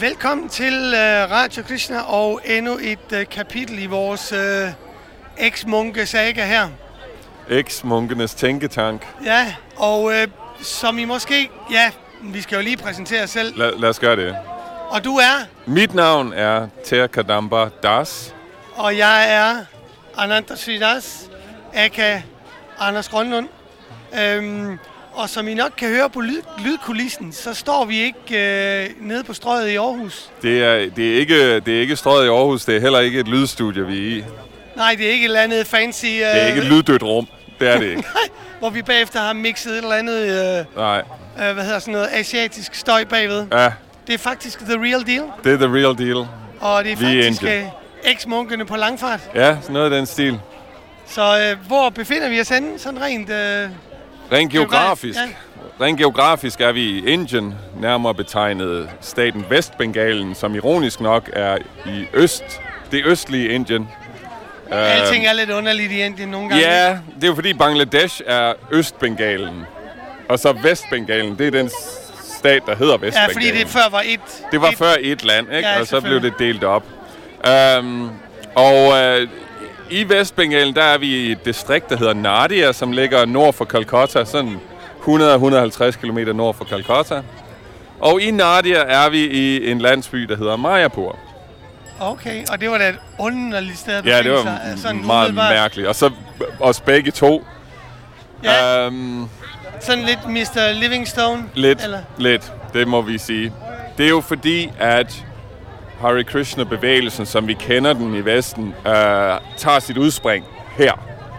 Velkommen til Radio Krishna og endnu et kapitel i vores eks-munke-saga her. Eks-munkenes tænketank. Ja, og som I måske... Ja, vi skal jo lige præsentere os selv. Lad os gøre det. Og du er? Mit navn er Ter Kadamba Das. Og jeg er Ananta Sridas, aka Anders Grønlund. Og som I nok kan høre på lydkulissen, så står vi ikke nede på Strøget i Aarhus. Det er ikke Strøget i Aarhus, det er heller ikke et lydstudie, vi er i. Nej, det er ikke et eller andet fancy... Det er ikke et lyddødt rum, det er det ikke. Nej, hvor vi bagefter har mixet et eller andet... asiatisk støj bagved. Ja. Det er faktisk the real deal. Det er the real deal. Og det er faktisk eks-munkene på langfart. Ja, noget af den stil. Så hvor befinder vi os henne, sådan rent... Rent geografisk. Ja. Rent geografisk er vi i Indien, nærmere betegnet staten Vestbengalen, som ironisk nok er i det østlige Indien. Alting er lidt underligt i Indien nogle gange. Ja, det er jo fordi Bangladesh er Østbengalen, og så Vestbengalen, det er den stat, der hedder Vestbengalen. Ja, fordi det før var et... Det var før et land, ikke? Ja, og så blev det delt op. I Vestbengalen, der er vi i et distrikt, der hedder Nadia, som ligger nord for Calcutta, sådan 100-150 km nord for Calcutta. Og i Nadia er vi i en landsby, der hedder Mayapur. Okay, og det var da et underligt sted at befinde sig. Ja, det var meget mærkeligt. Og så os begge to. Ja. Sådan lidt Mr. Livingstone? Lidt, det må vi sige. Det er jo fordi, at Hare Krishna-bevægelsen, som vi kender den i Vesten, tager sit udspring her.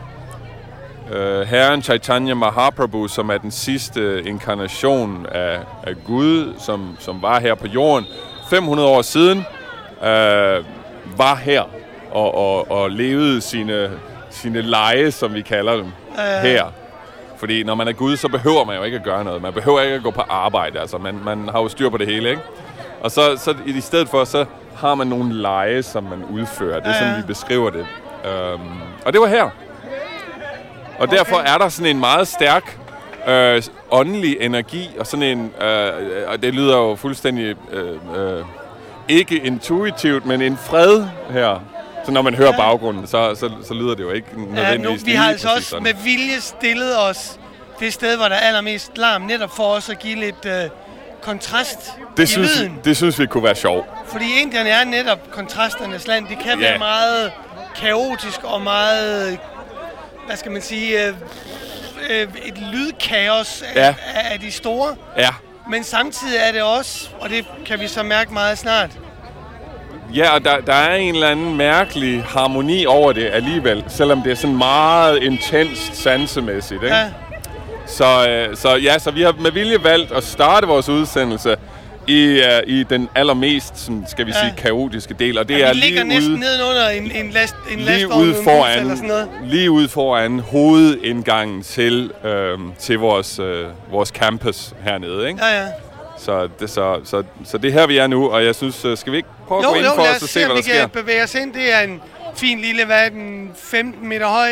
Herren Chaitanya Mahaprabhu, som er den sidste inkarnation af Gud, som var her på jorden 500 år siden, var her og levede sine lege, som vi kalder dem, her. Fordi når man er Gud, så behøver man jo ikke at gøre noget. Man behøver ikke at gå på arbejde. Altså, man har jo styr på det hele, ikke? Og så i stedet for, så har man nogle lege, som man udfører. Det er sådan, vi beskriver det. Og det var her. Og derfor er der sådan en meget stærk åndelig energi, og sådan en, og det lyder jo fuldstændig ikke intuitivt, men en fred her. Så når man hører baggrunden, så lyder det jo ikke nødvendigvis. Vi har altså også sådan med vilje stillet os det sted, hvor der er allermest larm, netop for os at give lidt kontrast i lyden. Det synes vi kunne være sjovt. Fordi Indien er netop kontrasternes land. Det kan være meget kaotisk og meget, hvad skal man sige, et lydkaos af de store. Ja. Men samtidig er det også, og det kan vi så mærke meget snart. Ja, og der er en eller anden mærkelig harmoni over det alligevel, selvom det er sådan meget intenst sansemæssigt, ikke? Ja. Så vi har med vilje valgt at starte vores udsendelse i den allermest, sådan, skal vi sige, kaotiske del, og det er vi ligger næsten nedenunder en lastvogn eller sådan noget. Lige ude foran hovedindgangen til vores campus hernede, ikke? Ja. Så det er her, vi er nu, og jeg synes, skal vi ikke prøve at gå ind for os og se, hvad der sker? Jo, lad os se, om vi kan bevæge os ind. Det er en fin lille, 15 meter høj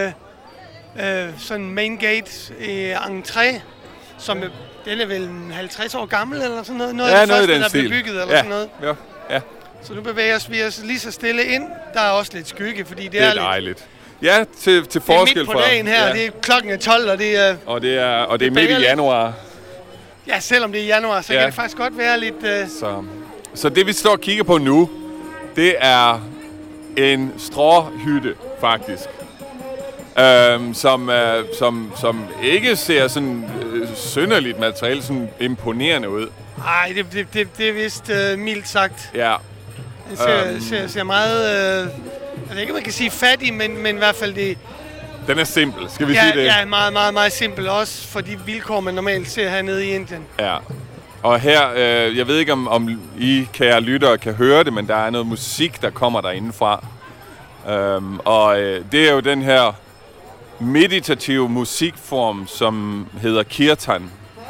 sådan main gate entré, som den er vel 50 år gammel eller sådan noget. Noget af det første, der blev bygget eller sådan noget. Ja. Så nu bevæger vi os lige så stille ind. Der er også lidt skygge, fordi det er dejligt. Ja, til forskel fra... Det er midt på dagen her, det er klokken er 12, og det er... Og det er midt i januar. Ja, selvom det er januar, så kan det faktisk godt være lidt... Så det, vi står og kigger på nu, det er en stråhytte, faktisk. Som ikke ser sådan synderligt materiale, sådan imponerende ud. Nej, det er vist mildt sagt. Ja. Den ser meget... jeg ved ikke, man kan sige fattig, men i hvert fald det... Den er simpel, skal vi sige det? Ja, meget, meget, meget simpel. Også for de vilkår, man normalt ser hernede i Indien. Ja. Og her, jeg ved ikke, om I, kære lyttere, kan høre det, men der er noget musik, der kommer derindefra. Det er jo den her meditative musikform, som hedder kirtan.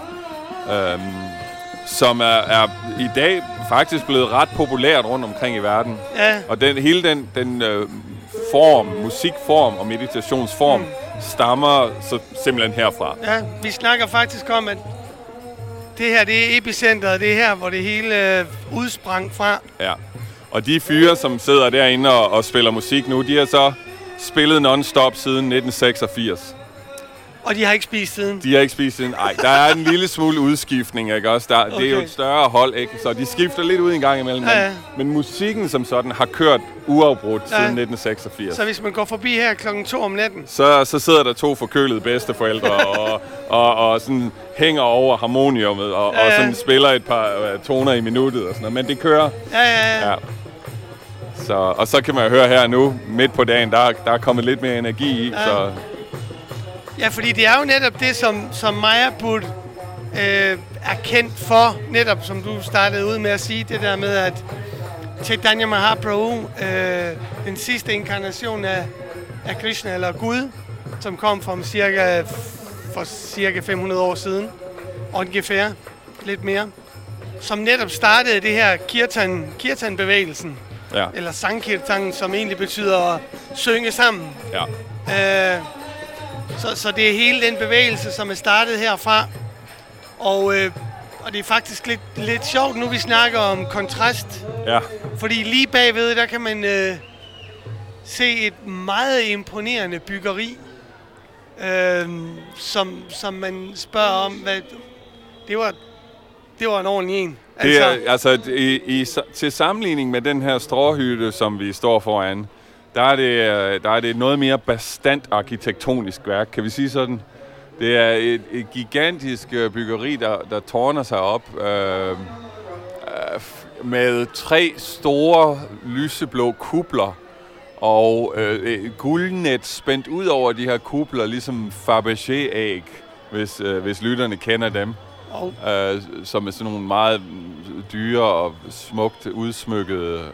Som er i dag faktisk blevet ret populært rundt omkring i verden. Ja. Og hele den form, musikform og meditationsform stammer så simpelthen herfra. Ja, vi snakker faktisk om, at det her, det er epicentret, det er her, hvor det hele udsprang fra. Ja, og de fyre, som sidder derinde og spiller musik nu, de har så spillet non-stop siden 1986. Og de har ikke spist siden? De har ikke spist siden. Nej, der er en lille smule udskiftning, ikke også? Okay. Det er jo et større hold, ikke? Så de skifter lidt ud en gang imellem. Ja. Men musikken som sådan har kørt uafbrudt siden 1986. Så hvis man går forbi her klokken 2 om natten? Så sidder der 2 forkølede bedsteforældre og sådan hænger over harmoniummet og sådan spiller et par toner i minuttet og sådan noget. Men det kører. Ja. Og så kan man høre her nu, midt på dagen, der er kommet lidt mere energi i. Ja. Så ja, fordi det er jo netop det, som Majaput er kendt for, netop som du startede ud med at sige, det der med, at Chaitanya Mahaprabhu, den sidste inkarnation af Krishna, eller Gud, som kom for cirka 500 år siden, ungefær, lidt mere, som netop startede det her kirtan-bevægelsen, eller Sankirtan, som egentlig betyder at synge sammen. Ja. Så det er hele den bevægelse, som er startet herfra. Og det er faktisk lidt sjovt, nu vi snakker om kontrast. Ja. Fordi lige bagved, der kan man se et meget imponerende byggeri, som man spørger om, hvad det var en ordentlig en. Til sammenligning med den her stråhytte, som vi står foran, der er det noget mere bastant arkitektonisk værk, kan vi sige sådan. Det er et gigantisk byggeri, der tårner sig op med 3 store lyseblå kupler og guldnet spændt ud over de her kupler, ligesom Fabergé-æg, hvis lytterne kender dem. Som er sådan nogle meget dyre og smukt udsmykkede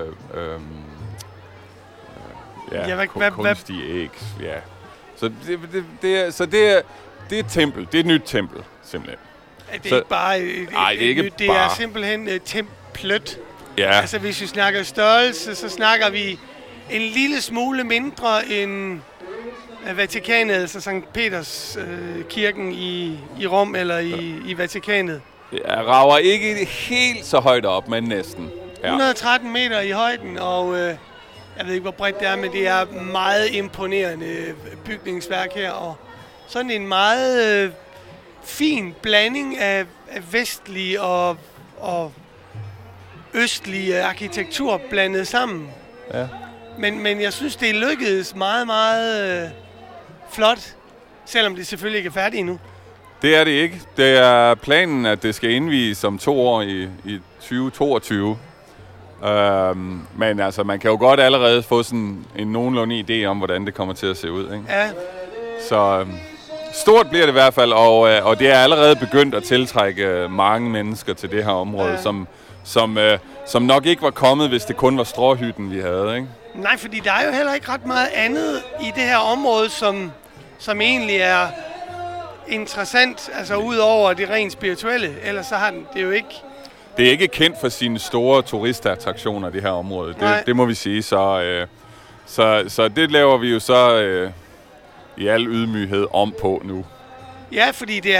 kunstige æg. Ja. Så det er et tempel. Det er et nyt tempel, simpelthen. Det er ikke bare det er simpelthen templet. Ja. Altså, hvis vi snakker størrelse, så snakker vi en lille smule mindre end Vatikanet, altså Sankt Peters kirken i Rom eller i Vatikanet. Jeg rager ikke helt så højt op, men næsten. Ja. 113 meter i højden, og jeg ved ikke, hvor bredt det er, men det er meget imponerende bygningsværk her, og sådan en meget fin blanding af vestlig og østlig arkitektur blandet sammen. Ja. Men jeg synes, det lykkedes meget, meget flot, selvom det selvfølgelig ikke er færdigt endnu. Det er det ikke. Det er planen, at det skal indvies om 2 år i 2022. Men altså, man kan jo godt allerede få sådan en nogenlunde idé om, hvordan det kommer til at se ud, ikke? Ja. Så stort bliver det i hvert fald, og det er allerede begyndt at tiltrække mange mennesker til det her område, som nok ikke var kommet, hvis det kun var stråhytten, vi havde, ikke? Nej, fordi der er jo heller ikke ret meget andet i det her område, som egentlig er interessant, altså ud over det rent spirituelle. Ellers så har det jo ikke. Det er ikke kendt for sine store turistattraktioner, det her område. Det må vi sige. Så det laver vi jo så i al ydmyghed om på nu. Ja, fordi det er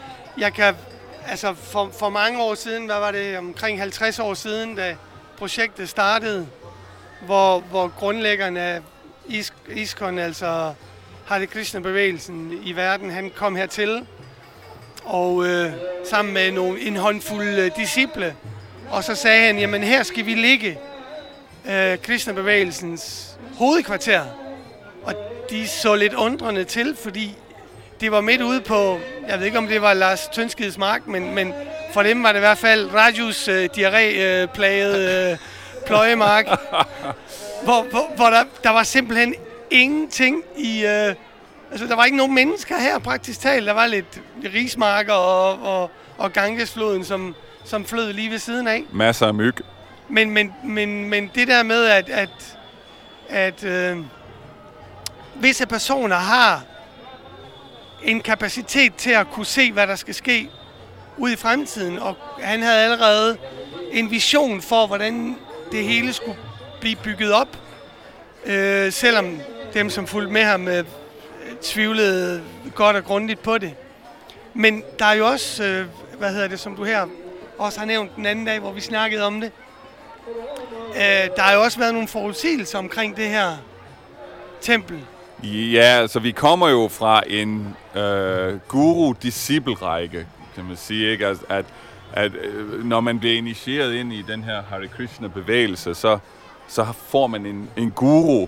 for mange år siden, hvad var det, omkring 50 år siden, da projektet startede, hvor grundlæggerne af ISKCON, altså Hare Krishna-bevægelsen i verden, han kom hertil, og sammen med en håndfuld disciple, og så sagde han, jamen her skal vi ligge Krishna-bevægelsens hovedkvarter. Og de så lidt undrende til, fordi det var midt ude på, jeg ved ikke om det var Lars Tønskids mark, men for dem var det i hvert fald Rajus diarré-plagede pløjemark, hvor der var simpelthen ingenting i. Altså, der var ikke nogen mennesker her, praktisk talt. Der var lidt rismarker og Gangesfloden, som flød lige ved siden af. Masser af myg. Men det der med, at visse personer har en kapacitet til at kunne se, hvad der skal ske ud i fremtiden, og han havde allerede en vision for, hvordan det hele skulle blive bygget op, selvom dem, som fulgte med ham, tvivlede godt og grundigt på det. Men der er jo også som du her også har nævnt den anden dag, hvor vi snakkede om det. Der har jo også været nogle forudsigelser omkring det her tempel. Ja, altså vi kommer jo fra en guru-disciple-række, kan man sige, ikke? At når man bliver initieret ind i den her Hare Krishna-bevægelse, så får man en guru,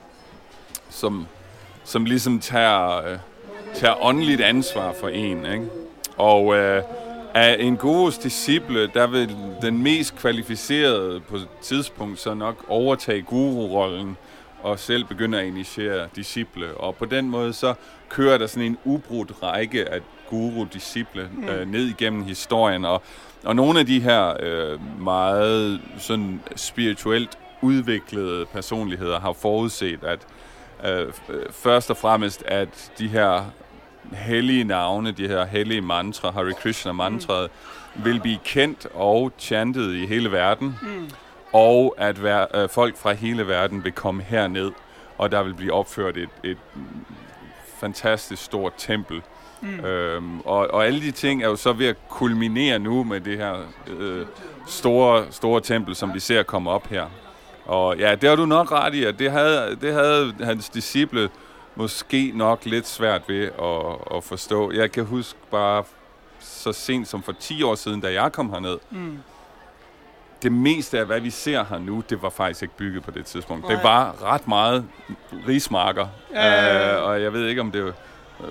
som ligesom tager åndeligt ansvar for en, ikke? Og af en gurus disciple, der vil den mest kvalificerede på et tidspunkt så nok overtage guru-rollen og selv begynde at initiere disciple. Og på den måde så kører der sådan en ubrudt række af guru-disciple ned igennem historien. Og nogle af de her meget sådan spirituelt udviklede personligheder har forudset, at først og fremmest, at de her hellige navne, de her hellige mantra, Hare Krishna mantraet, vil blive kendt og chantet i hele verden, og at folk fra hele verden vil komme herned, og der vil blive opført et fantastisk stort tempel. Og alle de ting er jo så ved at kulminere nu med det her store tempel, som vi ser komme op her. Og ja, det har du nok ret i, at det havde hans disciple måske nok lidt svært ved at forstå. Jeg kan huske bare så sent som for 10 år siden, da jeg kom herned. Det meste af, hvad vi ser her nu, det var faktisk ikke bygget på det tidspunkt. Nej. Det var ret meget rismarker. Og jeg ved ikke, om det var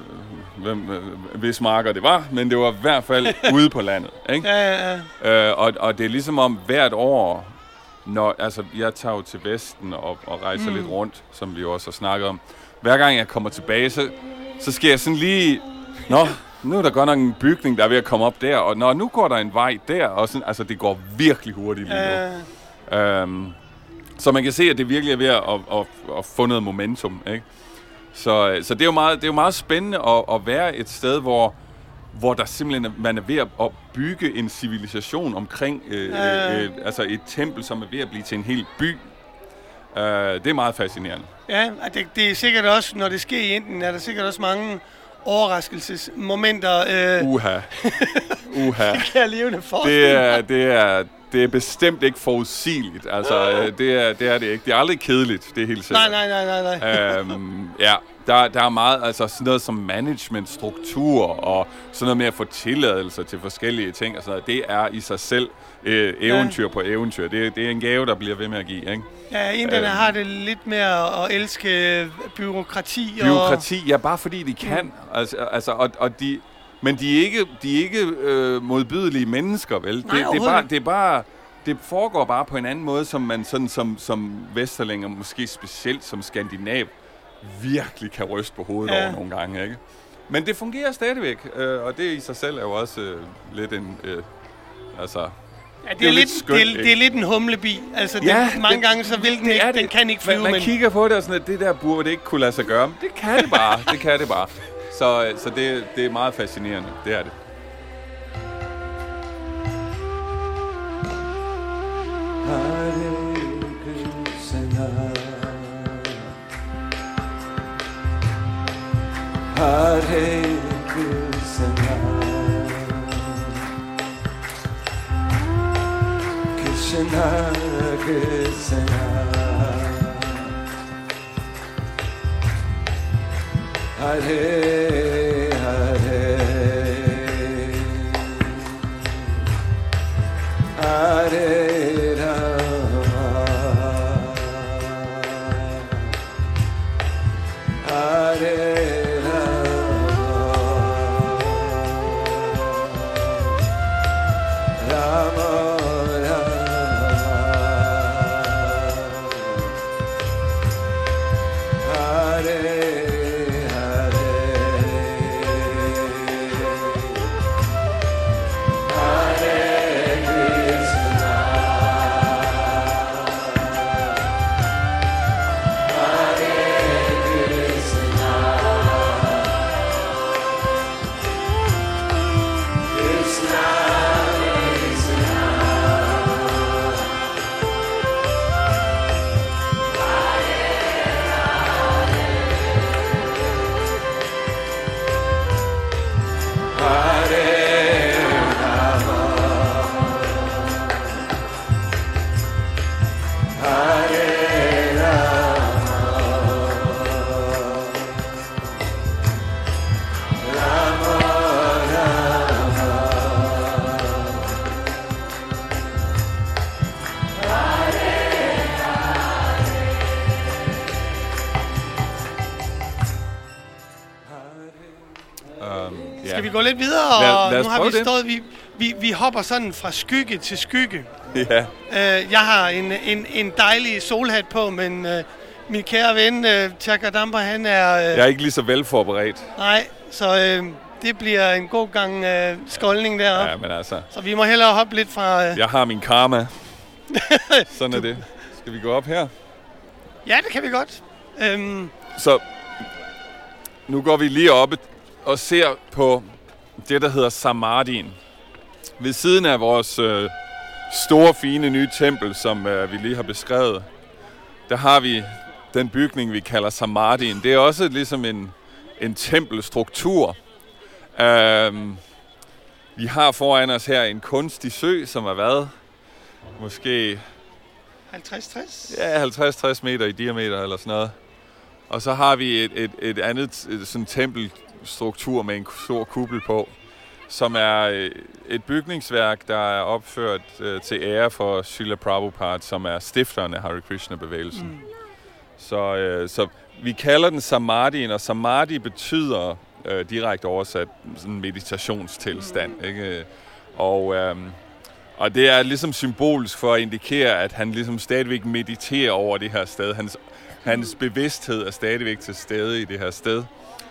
hvis marker det var, men det var i hvert fald ude på landet. Ikke? Og det er ligesom om hvert år, når jeg tager jo til Vesten og rejser lidt rundt, som vi jo også har snakket om. Hver gang jeg kommer tilbage, så skal jeg sådan lige... Nu er der godt nok en bygning, der er ved at komme op der, og nu går der en vej der, og sådan, altså det går virkelig hurtigt lige nu. Så man kan se, at det virkelig er ved at få noget momentum, ikke? Så det er jo meget spændende at være et sted, hvor der simpelthen man er ved at bygge en civilisation omkring et tempel, som er ved at blive til en hel by. Det er meget fascinerende. Ja, det er sikkert også, når det sker i Indien, er der sikkert også mange overraskelsesmomenter. Uha. Det kan jeg levende forestille. Det er bestemt ikke forudsigeligt. Altså, det er det ikke. Det er aldrig kedeligt, det er helt sikkert. Nej. Der er meget, altså sådan noget som managementstruktur og sådan noget med at få tilladelser til forskellige ting og sådan noget. Det er i sig selv eventyr på eventyr. Det er en gave, der bliver ved med at give, ikke? Ja, indierne har det lidt med at elske byråkrati. Ja, bare fordi de kan. Men de er ikke modbydelige mennesker, vel? Det foregår bare på en anden måde, som man sådan som vesterlænger, måske specielt som skandinav, virkelig kan ryste på hovedet over nogle gange, ikke? Men det fungerer stadigvæk, og det i sig selv er jo også lidt en... det er lidt en humlebi. Altså, mange gange så vil den ikke, den kan ikke flyve. Man kigger på det og sådan, at det der burde det ikke kunne lade sig gøre. Men det kan det bare. Det kan det bare. Så det er meget fascinerende. Det er det. Hare Krishna, Krishna Krishna, Hare Hare, Hare Hare Skal vi gå lidt videre? Og lad os nu har vi prøve det. stået, vi hopper sådan fra skygge til skygge. Ja. Jeg har en dejlig solhat på, men min kære ven, Tjakadamba, han er... Jeg er ikke lige så velforberedt. Nej, så det bliver en god gang skoldning deroppe. Ja, men altså... Så vi må hellere hoppe lidt fra... Jeg har min karma. Sådan er det. Skal vi gå op her? Ja, det kan vi godt. Så nu går vi lige op og ser på det, der hedder Samadhin. Ved siden af vores store, fine nye tempel, som vi lige har beskrevet, der har vi den bygning, vi kalder Samadhin. Det er også ligesom en tempelstruktur. Vi har foran os her en kunstig sø, som har været måske 50-60? Ja, 50-60 meter i diameter eller sådan noget. Og så har vi et andet sådan tempelstruktur med en stor kuppel på, som er et bygningsværk, der er opført til ære for Srila Prabhupada, som er stifteren af Hare Krishna-bevægelsen. Så vi kalder den Samadhin, og Samadhi betyder direkte oversat sådan en meditationstilstand, ikke? Og det er ligesom symbolisk for at indikere, at han ligesom stadigvæk mediterer over det her sted. Hans bevidsthed er stadigvæk til stede i det her sted.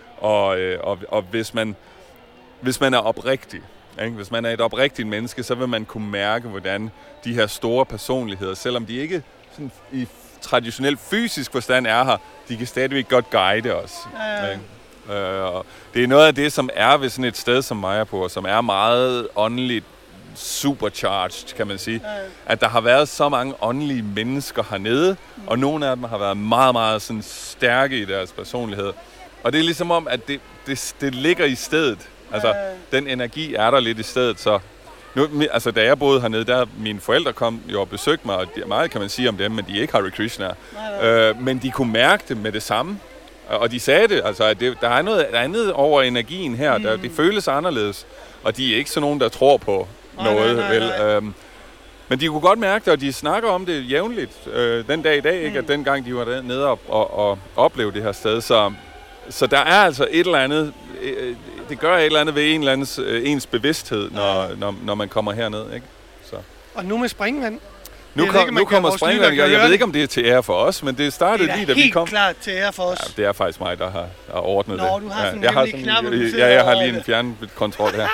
Og hvis man er oprigtig, ikke? Hvis man er et oprigtigt menneske, så vil man kunne mærke, hvordan de her store personligheder, selvom de ikke sådan i traditionel fysisk forstand er her, de kan stadigvæk godt guide os. Ikke? Det er noget af det, som er ved sådan et sted som Mayapur, som er meget åndeligt supercharged, kan man sige. At der har været så mange åndelige mennesker hernede, og nogle af dem har været meget, meget sådan stærke i deres personlighed. Og det er ligesom om, at det ligger i stedet. Altså, den energi er der lidt i stedet, så... Nu, altså, da jeg boede hernede, der mine forældre kom jo og besøgte mig, og meget kan man sige om dem, men de er ikke Hare Krishna. Men de kunne mærke det med det samme. Og de sagde det, altså, at der er noget andet over energien her. Det føles anderledes. Og de er ikke sådan nogen, der tror på noget. Nej. Men de kunne godt mærke det, og de snakker om det jævnligt den dag i dag, ikke? At dengang de var nede og oplevede det her sted. Så der er altså et eller andet... Det gør et eller andet ved ens bevidsthed, når man kommer herned, ikke? Så. Og nu med springvand. Nu kommer springvand. Jeg ved ikke, om det er til ære for os, men det startede lige, da vi kom. Det er helt klart til ære for os. Ja, det er faktisk mig, der har ordnet det. Nå, du har sådan en hemmelig knap, jeg har lige en fjernkontrol her.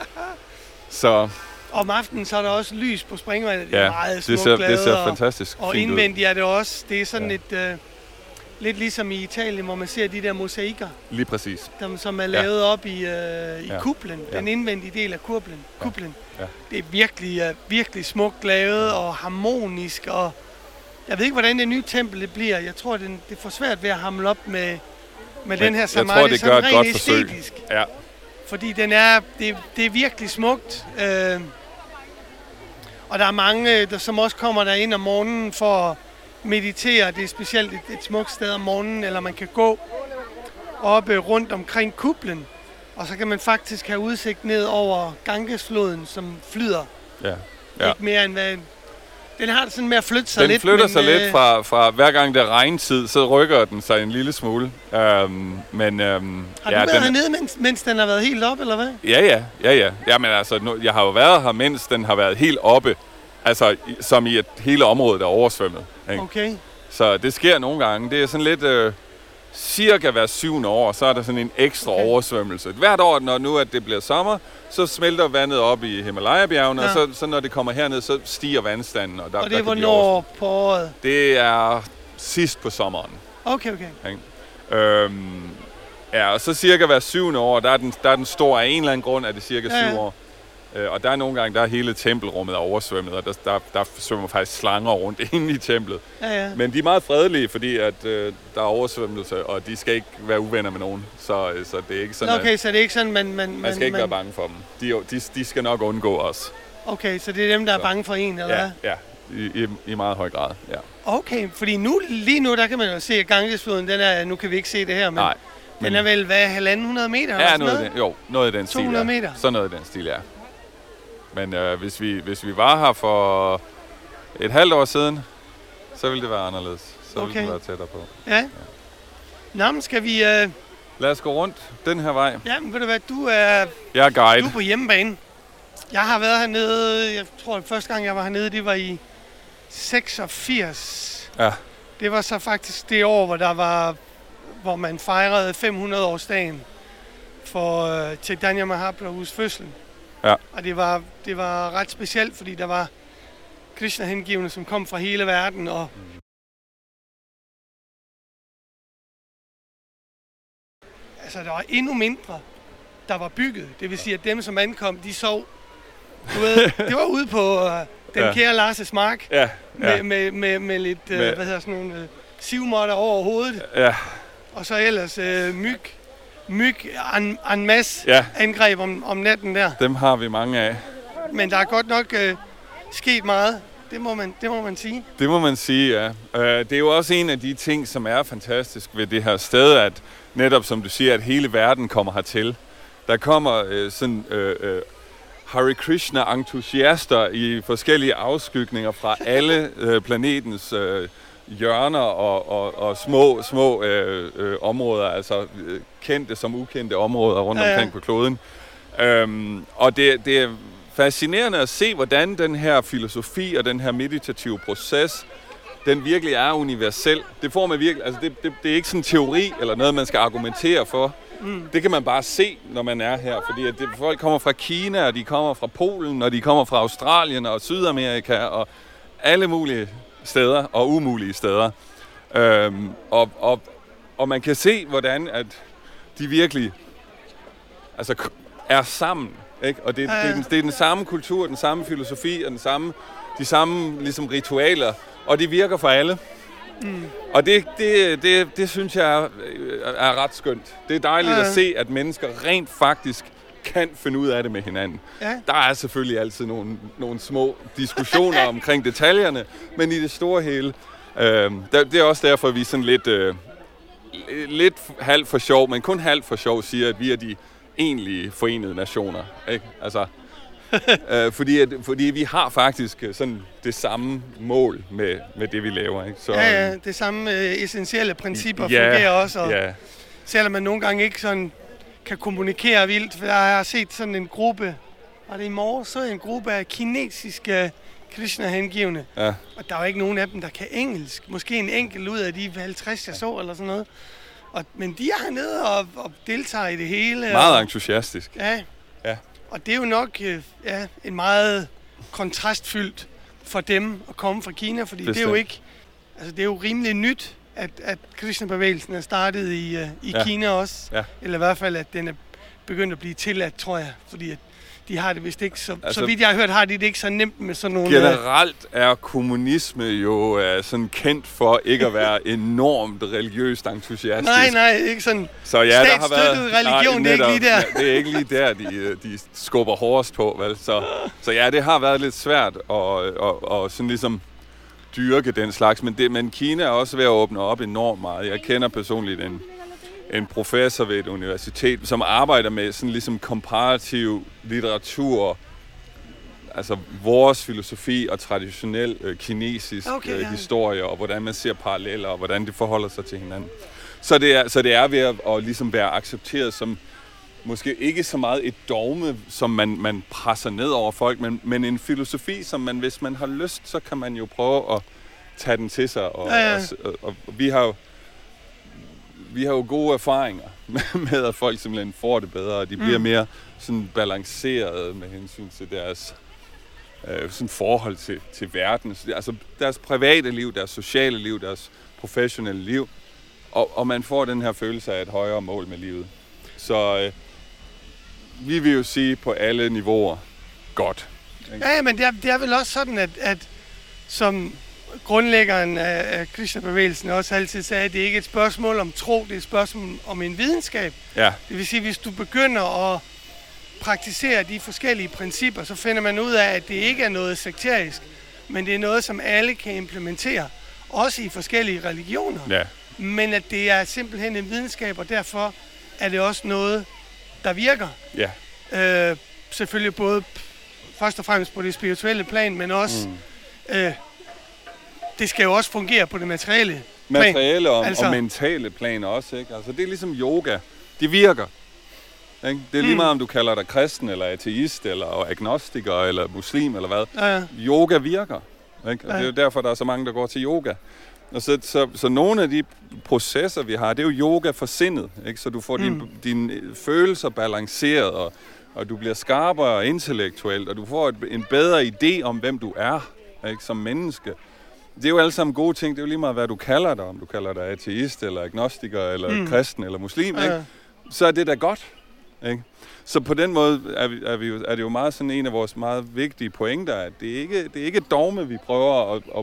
Så... Om aftenen så er der også lys på springvandet. Det er meget smukt det ser fantastisk og indvendigt er det også. Det er sådan lidt ligesom i Italien, hvor man ser de der mosaikker. Lige præcis. Som er lavet op i kuplen. Den indvendige del af kuplen. Ja. Det er virkelig smukt lavet og harmonisk. Og jeg ved ikke, hvordan det nye tempel det bliver. Jeg tror, det er for svært ved at hamle op med den her samadhi. Jeg tror, det gør et godt forsøg. Ja. Fordi det er virkelig smukt. Og der er mange, der som også kommer derind om morgenen for at meditere. Det er specielt et smukt sted om morgenen, eller man kan gå oppe rundt omkring kuplen. Og så kan man faktisk have udsigt ned over Gangesfloden, som flyder. Ja. Ikke mere end hvad... Den har det sådan med at flytte sig lidt. Den flytter sig lidt fra hver gang der er regntid, så rykker den sig en lille smule. Har du været hernede, mens den har været helt oppe, eller hvad? Ja. Jamen altså, jeg har jo været her, mens den har været helt oppe. Altså, som i hele området er oversvømmet. Ikke? Okay. Så det sker nogle gange. Det er sådan lidt... cirka hver 7. år, så er der sådan en ekstra oversvømmelse. Hvert år, når nu at det bliver sommer, så smelter vandet op i Himalaya-bjergene, og så når det kommer herned, så stiger vandstanden. Og det er hvornår på året? Det er sidst på sommeren. Okay. Og så cirka hver 7. år, der er den stor af en eller anden grund, er det cirka 7 år. Og der er nogle gange, der er hele tempelrummet oversvømmet, og der svømmer faktisk slanger rundt inde i templet. Ja. Men de er meget fredelige, fordi at, der er oversvømmelse, og de skal ikke være uvenner med nogen. Så det er ikke sådan, okay, så det er ikke sådan, man skal ikke være bange for dem. De skal nok undgå os. Okay, så det er dem, der er bange for en, eller hvad? Ja, i meget høj grad, ja. Okay, fordi lige nu, der kan man jo se, at Gangesfloden, nu kan vi ikke se det her, men nej, den er vel, 1.500 meter? Ja, noget i den stil. 200 meter? Så noget i den stil, ja. Men hvis vi var her for et halvt år siden, så ville det være anderledes. Så ville det være tættere på. Ja. Nå, men skal vi Lad os gå rundt den her vej. Ja, men ved du hvad, du er guide. Du er på hjemmebane. Jeg har været hernede, jeg tror, at første gang, jeg var hernede, det var i 86. Ja. Det var så faktisk det år, hvor man fejrede 500-årsdagen for Chaitanya Mahaprabhus fødsel. Ja. Og det var ret specielt, fordi der var Krishna-hengivne, som kom fra hele verden, og altså, der var endnu mindre, der var bygget. Det vil sige, at dem, som ankom, de sov. Du ved, det var ude på den kære Lars' mark, med lidt, hvad hedder sådan nogle sivmåtter over hovedet. Ja. Og så ellers myg en masse angreb om natten der. Dem har vi mange af. Men der er godt nok sket meget. Det må man sige. Det må man sige, ja. Det er jo også en af de ting, som er fantastisk ved det her sted, at netop som du siger, at hele verden kommer hertil. Der kommer Hare Krishna-entusiaster i forskellige afskygninger fra alle planetens hjørner og små områder, altså kendte som ukendte områder rundt omkring på kloden. Og det er fascinerende at se, hvordan den her filosofi og den her meditative proces, den virkelig er universel. Det får man virkelig, altså det er ikke sådan en teori eller noget, man skal argumentere for. Det kan man bare se, når man er her, fordi at folk kommer fra Kina, og de kommer fra Polen, og de kommer fra Australien og Sydamerika, og alle mulige steder og umulige steder. Og man kan se, hvordan at de virkelig er sammen. Ikke? Og det er den samme kultur, den samme filosofi og de samme ligesom, ritualer, og de virker for alle. Og det synes jeg er ret skønt. Det er dejligt at se, at mennesker rent faktisk kan finde ud af det med hinanden. Ja. Der er selvfølgelig altid nogle små diskussioner omkring detaljerne, men i det store hele, det er også derfor, at vi sådan lidt halvt for sjov, men kun halvt for sjov siger, at vi er de egentlige forenede nationer. Ikke? Altså, fordi vi har faktisk sådan det samme mål med det, vi laver. Ikke? Så, det samme essentielle principper fungerer også. Og selvom man nogle gange ikke sådan kan kommunikere vildt, for jeg har set sådan en gruppe, og det i morges så en gruppe af kinesiske Krishna-hengivne. Ja. Og der er jo ikke nogen af dem, der kan engelsk. Måske en enkelt ud af de 50, jeg så, eller sådan noget. Men de er hernede og deltager i det hele. Meget entusiastisk. Ja. Og det er jo nok en meget kontrastfyldt for dem at komme fra Kina, fordi det er jo ikke, altså det er jo rimelig nyt, at Krishna-bevægelsen er startet i Kina også. Ja. Eller i hvert fald, at den er begyndt at blive tilladt, tror jeg, fordi at de har det vist ikke så vidt jeg har hørt, har de det ikke så nemt med sådan nogle. Generelt er kommunisme jo sådan kendt for ikke at være enormt religiøst entusiastisk. Nej, ikke sådan så ja, der har været religion, det er ikke lige der. Det er ikke lige der, de skubber hårdest på, vel? Så ja, det har været lidt svært at sådan ligesom dyrke den slags, men Kina er også ved at åbne op enormt meget. Jeg kender personligt en professor ved et universitet, som arbejder med sådan ligesom komparativ litteratur, altså vores filosofi og traditionel kinesisk historie, og hvordan man ser paralleller, og hvordan det forholder sig til hinanden. Så det er ved at ligesom være accepteret som måske ikke så meget et dogme, som man presser ned over folk, men en filosofi, som man, hvis man har lyst, så kan man jo prøve at tage den til sig. Og vi har jo gode erfaringer med, at folk simpelthen får det bedre, og de bliver mere sådan balanceret med hensyn til deres sådan forhold til verden. Altså deres private liv, deres sociale liv, deres professionelle liv. Og man får den her følelse af et højere mål med livet. Så vi vil jo sige på alle niveauer godt. Ikke? Ja, men det er vel også sådan, at som grundlæggeren af Krishna-bevægelsen også altid sagde, at det ikke er et spørgsmål om tro, det er et spørgsmål om en videnskab. Ja. Det vil sige, hvis du begynder at praktisere de forskellige principper, så finder man ud af, at det ikke er noget sekterisk, men det er noget, som alle kan implementere, også i forskellige religioner. Ja. Men at det er simpelthen en videnskab, og derfor er det også noget, der virker. Ja. Selvfølgelig både først og fremmest på det spirituelle plan, men også det skal jo også fungere på det materielle plan. Og mentale plan også, ikke? Altså det er ligesom yoga. De virker. Ikke? Det er lige meget, om du kalder dig kristen, eller ateist, eller agnostiker, eller muslim, eller hvad. Ja. Yoga virker. Ikke? Og det er jo derfor, der er så mange, der går til yoga. Og så nogle af de processer, vi har, det er jo yoga for sindet. Ikke? Så du får dine følelser balanceret, og du bliver skarpere intellektuelt, og du får en bedre idé om, hvem du er, ikke? Som menneske. Det er jo alle sammen gode ting. Det er jo lige meget, hvad du kalder dig. Om du kalder dig ateist, eller agnostiker, eller kristen, eller muslim. Ikke? Så er det da godt. Ikke? Så på den måde er det jo meget sådan en af vores meget vigtige pointer, at det er ikke dogme, vi prøver at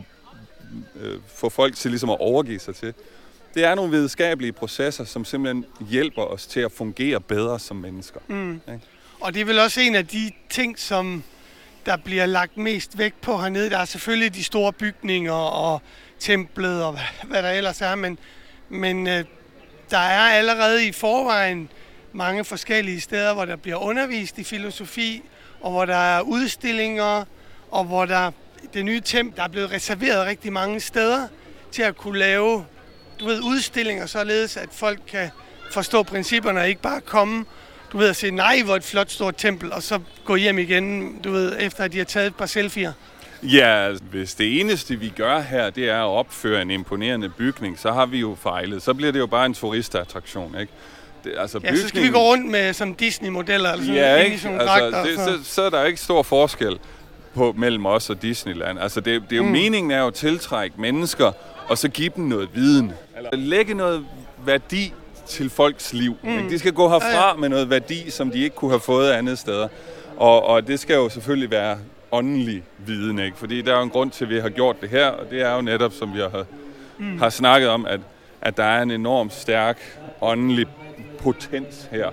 få folk til ligesom at overgive sig til. Det er nogle videnskabelige processer, som simpelthen hjælper os til at fungere bedre som mennesker. Ikke? Og det er vel også en af de ting, som der bliver lagt mest vægt på hernede. Der er selvfølgelig de store bygninger og templet og hvad der ellers er, men der er allerede i forvejen mange forskellige steder, hvor der bliver undervist i filosofi, og hvor der er udstillinger, og hvor det nye tempel, der er blevet reserveret rigtig mange steder til at kunne lave udstillinger, således at folk kan forstå principperne og ikke bare komme at se, nej, hvor et flot stort tempel, og så gå hjem igen, efter at de har taget et par selfier. Ja, hvis det eneste, vi gør her, det er at opføre en imponerende bygning, så har vi jo fejlet. Så bliver det jo bare en turistattraktion, ikke? Så skal vi gå rundt med som Disney-modeller, eller sådan, i sådan dragter. Så er der ikke stor forskel mellem os og Disneyland. Altså, det er jo meningen er jo at tiltrække mennesker, og så give dem noget viden. Eller lægge noget værdi til folks liv. De skal gå herfra med noget værdi, som de ikke kunne have fået andet steder. Og det skal jo selvfølgelig være åndelig viden, ikke? Fordi der er jo en grund til, at vi har gjort det her, og det er jo netop, som vi har snakket om, at der er en enormt stærk åndelig potens her.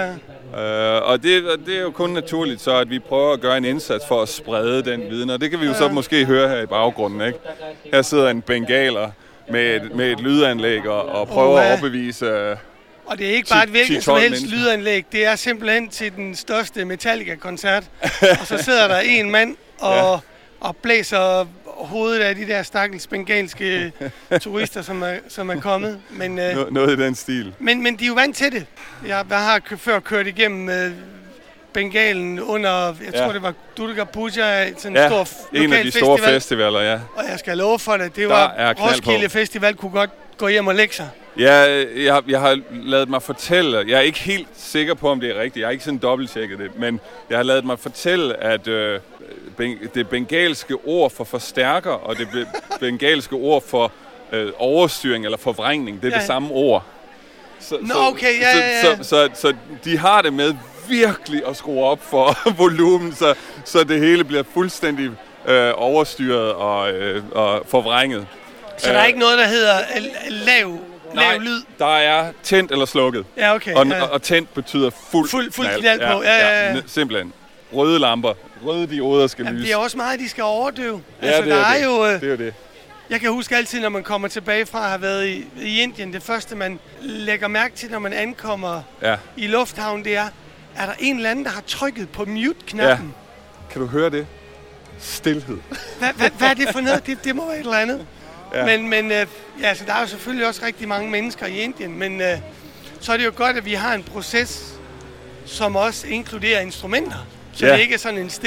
Og det er jo kun naturligt så, at vi prøver at gøre en indsats for at sprede den viden, og det kan vi jo så måske høre her i baggrunden, ikke? Her sidder en bengaler med et lydanlæg og prøver at overbevise. Og det er ikke bare et hvilket som helst lydanlæg, det er simpelthen til den største Metallica-koncert. Og så sidder der en mand og blæser hovedet af de der stakkels bengalske turister, som er kommet. Men, noget i den stil. Men de er jo vant til det. Jeg har før kørt igennem Bengalen under, jeg tror det var Durga Puja, sådan en stor en af de store festivaler, ja. Og jeg skal love for det, det var Roskilde Festival kunne godt gå hjem og lægge sig. Ja, jeg har ladet mig fortælle, jeg er ikke helt sikker på, om det er rigtigt, jeg har ikke sådan dobbelttjekket det, men jeg har ladet mig fortælle, at det bengalske ord for forstærker, og det bengalske ord for overstyring eller forvrængning, det er det samme ord. Så de har det med virkelig at skrue op for volumen, så det hele bliver fuldstændig overstyret og forvrænget. Så der er ikke noget, der hedder lav lyd? Der er tændt eller slukket. Ja, okay. Og tændt betyder fuld knald på. Ja. Simpelthen. Røde lamper. Røde dioder skal lyse. Det er også meget, de skal overdøve. Ja, altså, det er jo det. Jeg kan huske altid, når man kommer tilbage fra at have været i Indien, det første, man lægger mærke til, når man ankommer i lufthavnen, det er der en eller anden, der har trykket på mute-knappen? Ja. Kan du høre det? Stilhed. Hvad er det for noget? Det må være et eller andet. Ja. Men så der er jo selvfølgelig også rigtig mange mennesker i Indien, men så er det jo godt, at vi har en proces, som også inkluderer instrumenter. Så det ikke er sådan en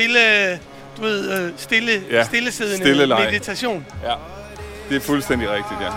stillesiddende meditation. Ja, det er fuldstændig rigtigt, ja.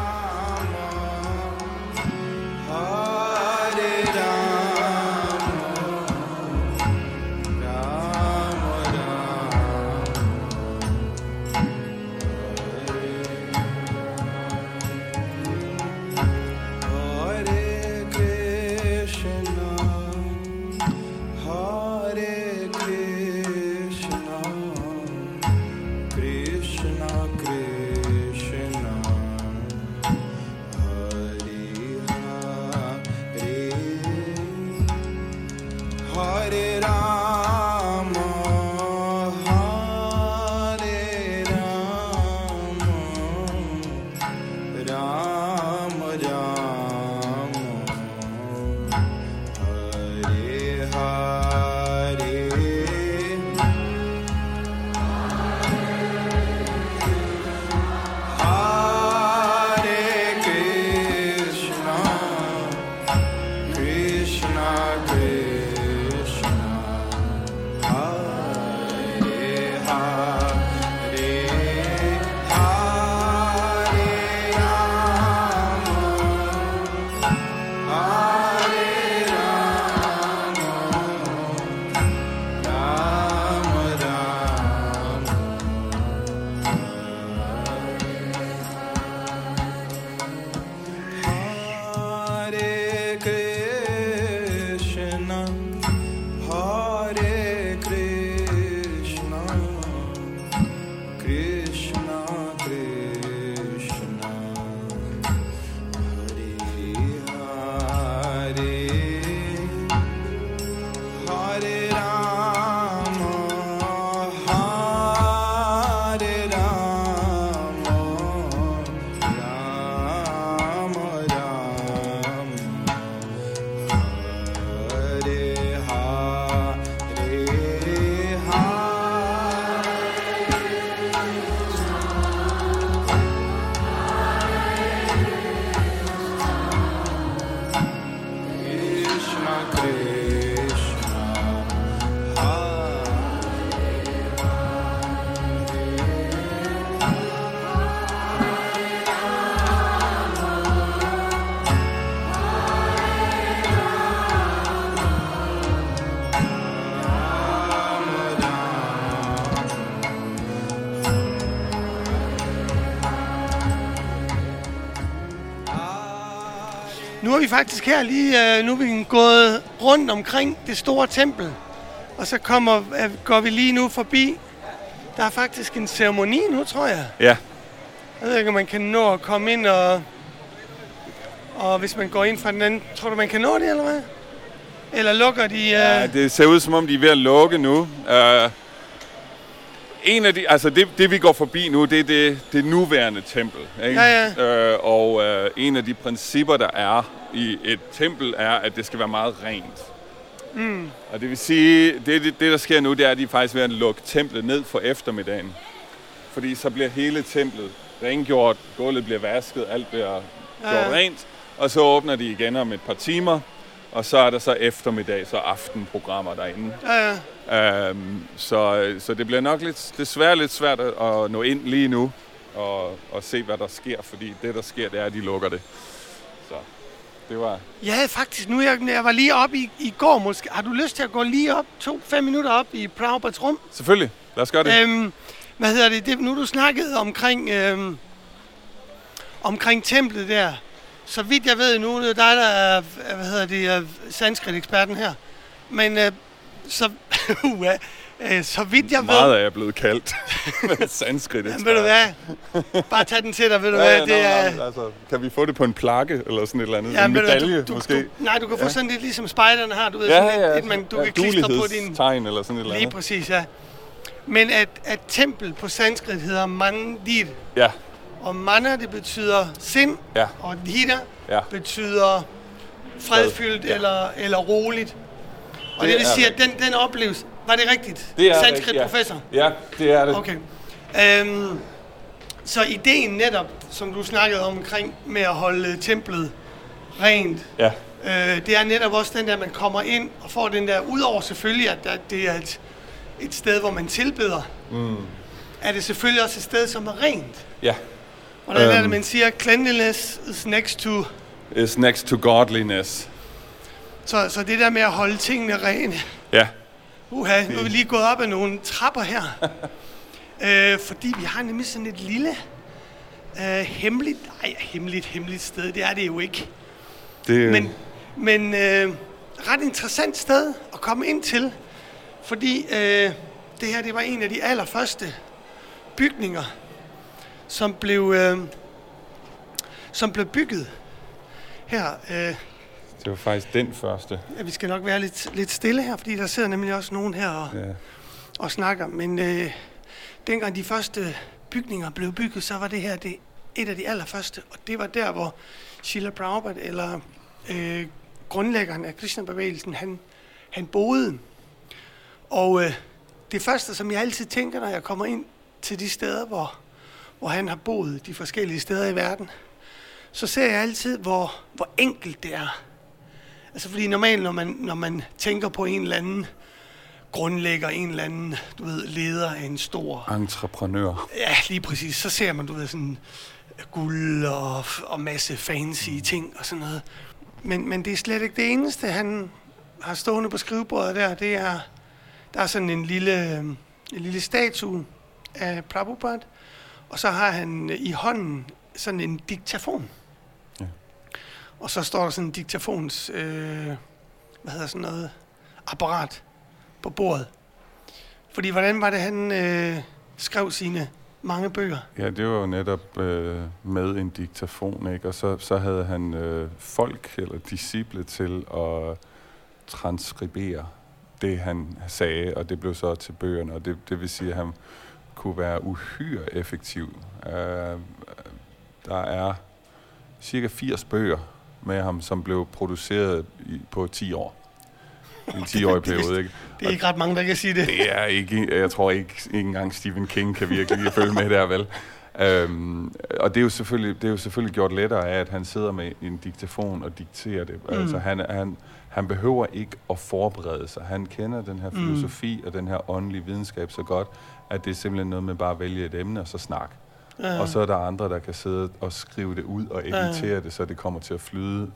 Nu er vi faktisk her lige, nu er vi gået rundt omkring det store tempel, og så går vi lige nu forbi. Der er faktisk en ceremoni nu, tror jeg. Ja. Jeg ved ikke, om man kan nå at komme ind, og hvis man går ind fra den anden, tror du, man kan nå det, eller hvad? Eller lukker de? Ja, det ser ud, som om de er ved at lukke nu. En af de, altså det vi går forbi nu, det er det nuværende tempel. Ikke? Ja. Og en af de principper, der er i et tempel, er, at det skal være meget rent. Mm. Og det vil sige, det der sker nu, det er, at de faktisk ved at lukke templet ned for eftermiddagen. Fordi så bliver hele templet rengjort, gulvet bliver vasket, alt bliver gjort rent. Og så åbner de igen om et par timer, og så er der så eftermiddags- og aftenprogrammer derinde. Ja. Så det bliver nok desværre lidt svært at nå ind lige nu og se, hvad der sker, fordi det, der sker, det er, at de lukker det. Så det var... Ja, faktisk. Nu jeg var lige oppe i går måske. Har du lyst til at gå lige op 2-5 minutter op i Prabhupads rum? Selvfølgelig. Lad os gøre det. Hvad hedder det? Nu du snakkede omkring templet der. Så vidt jeg ved nu, det er dig, der er sanskrit-eksperten her. Men så vidt jeg ved... Meget er jeg blevet kaldt sanskrit-ekspert. Ved du hvad? Bare tag den til dig, ved du hvad? Altså, kan vi få det på en plakke eller sådan et eller andet? Ja, en medalje måske? Du kan få sådan lidt ligesom spejderne har, du ved, du kan klistre på din... tegn eller sådan et eller andet. Lige præcis, ja. Men at tempel på sanskrit hedder mandir. Ja. Og mana, det betyder sind, og dhira betyder fredfyldt eller roligt. Og det vil sige, at den opleves... Var det rigtigt? Det er sanskrit professor? Ja, det er det. Okay. Så ideen netop, som du snakkede omkring med at holde templet rent, det er netop også den der, man kommer ind og får den der, udover selvfølgelig, at det er et sted, hvor man tilbeder, er det selvfølgelig også et sted, som er rent. Ja. Hvordan er det, man siger, cleanliness is next to godliness. Så det der med at holde tingene rene. Ja. Nu er vi lige gået op ad nogle trapper her. Fordi vi har nemlig sådan et lille hemmeligt sted. Det er det jo ikke. Men ret interessant sted at komme ind til. Fordi det her, det var en af de allerførste bygninger, som blev bygget her. Det var faktisk den første. Ja, vi skal nok være lidt stille her, fordi der sidder nemlig også nogen her og snakker. Men dengang de første bygninger blev bygget, så var det her et af de allerførste. Og det var der, hvor Srila Prabhupada, eller grundlæggeren af Krishna-bevægelsen, han boede. Og det første, som jeg altid tænker, når jeg kommer ind til de steder, hvor han har boet, de forskellige steder i verden, så ser jeg altid, hvor enkelt det er. Altså fordi normalt, når man tænker på en eller anden grundlægger, en eller anden, leder af en stor... Entreprenør. Ja, lige præcis. Så ser man, sådan guld og masse fancy ting og sådan noget. Men det er slet ikke det eneste, han har stående på skrivebordet der. Der er sådan en lille statue af Prabhupada, og så har han i hånden sådan en diktafon. Ja. Og så står der sådan en diktafons, apparat på bordet. Fordi hvordan var det, han skrev sine mange bøger? Ja, det var jo netop med en diktafon, ikke? Og så havde han folk eller disciple til at transkribere det, han sagde, og det blev så til bøgerne, og det vil sige, at han kunne være uhyre effektiv. Der er cirka 80 bøger med ham, som blev produceret på 10 år. I en 10-årig periode, ikke? Det er ikke ret mange, der kan sige det. Det er ikke, jeg tror ikke engang Stephen King kan virkelig følge med der, vel? Og det er jo selvfølgelig gjort lettere af, at han sidder med en diktafon og dikterer det. Altså han behøver ikke at forberede sig. Han kender den her filosofi og den her åndelige videnskab så godt, at det er simpelthen noget med bare at vælge et emne og så snakke. Ja. Og så er der andre, der kan sidde og skrive det ud og editere det, så det kommer til at flyde.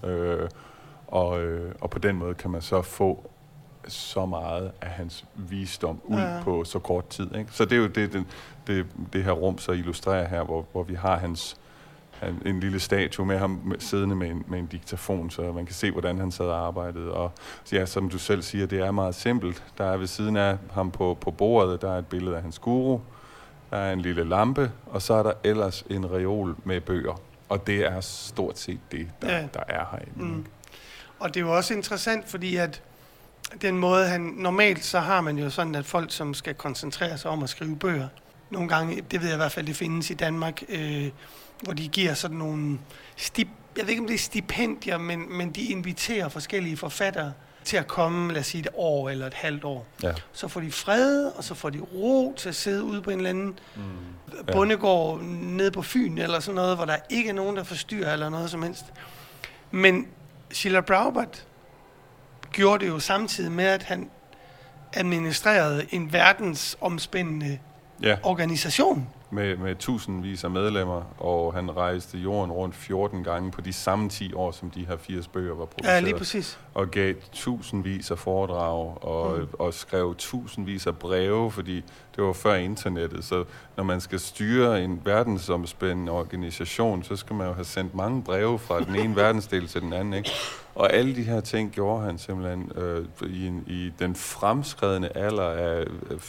Og på den måde kan man så få så meget af hans visdom ud på så kort tid. Ikke? Så det er jo det her rum så illustrerer her, hvor vi har en lille statue med ham siddende med en diktafon, så man kan se, hvordan han sad og arbejdede. Og ja, som du selv siger, det er meget simpelt. Der er ved siden af ham på bordet, der er et billede af hans guru, der er en lille lampe, og så er der ellers en reol med bøger. Og det er stort set det, der er herinde. Mm. Og det er jo også interessant, fordi at den måde, normalt så har man jo sådan, at folk, som skal koncentrere sig om at skrive bøger, nogle gange, det ved jeg i hvert fald, det findes i Danmark, hvor de giver sådan nogle, jeg ved ikke om det er stipendier, men de inviterer forskellige forfattere til at komme, lad os sige et år eller et halvt år. Ja. Så får de fred, og så får de ro til at sidde ude på en eller anden bondegård nede på Fyn, eller sådan noget, hvor der ikke er nogen, der forstyrrer, eller noget som helst. Men Srila Prabhupada gjorde det jo samtidig med, at han administrerede en verdensomspændende organisation. Med tusindvis af medlemmer, og han rejste jorden rundt 14 gange på de samme 10 år, som de her 80 bøger var produceret. Ja, lige præcis. Og gav tusindvis af foredrag, og skrev tusindvis af breve, fordi det var før internettet. Så når man skal styre en verdensomspændende organisation, så skal man jo have sendt mange breve fra den ene verdensdel til den anden, ikke? Og alle de her ting gjorde han simpelthen i den fremskredne alder af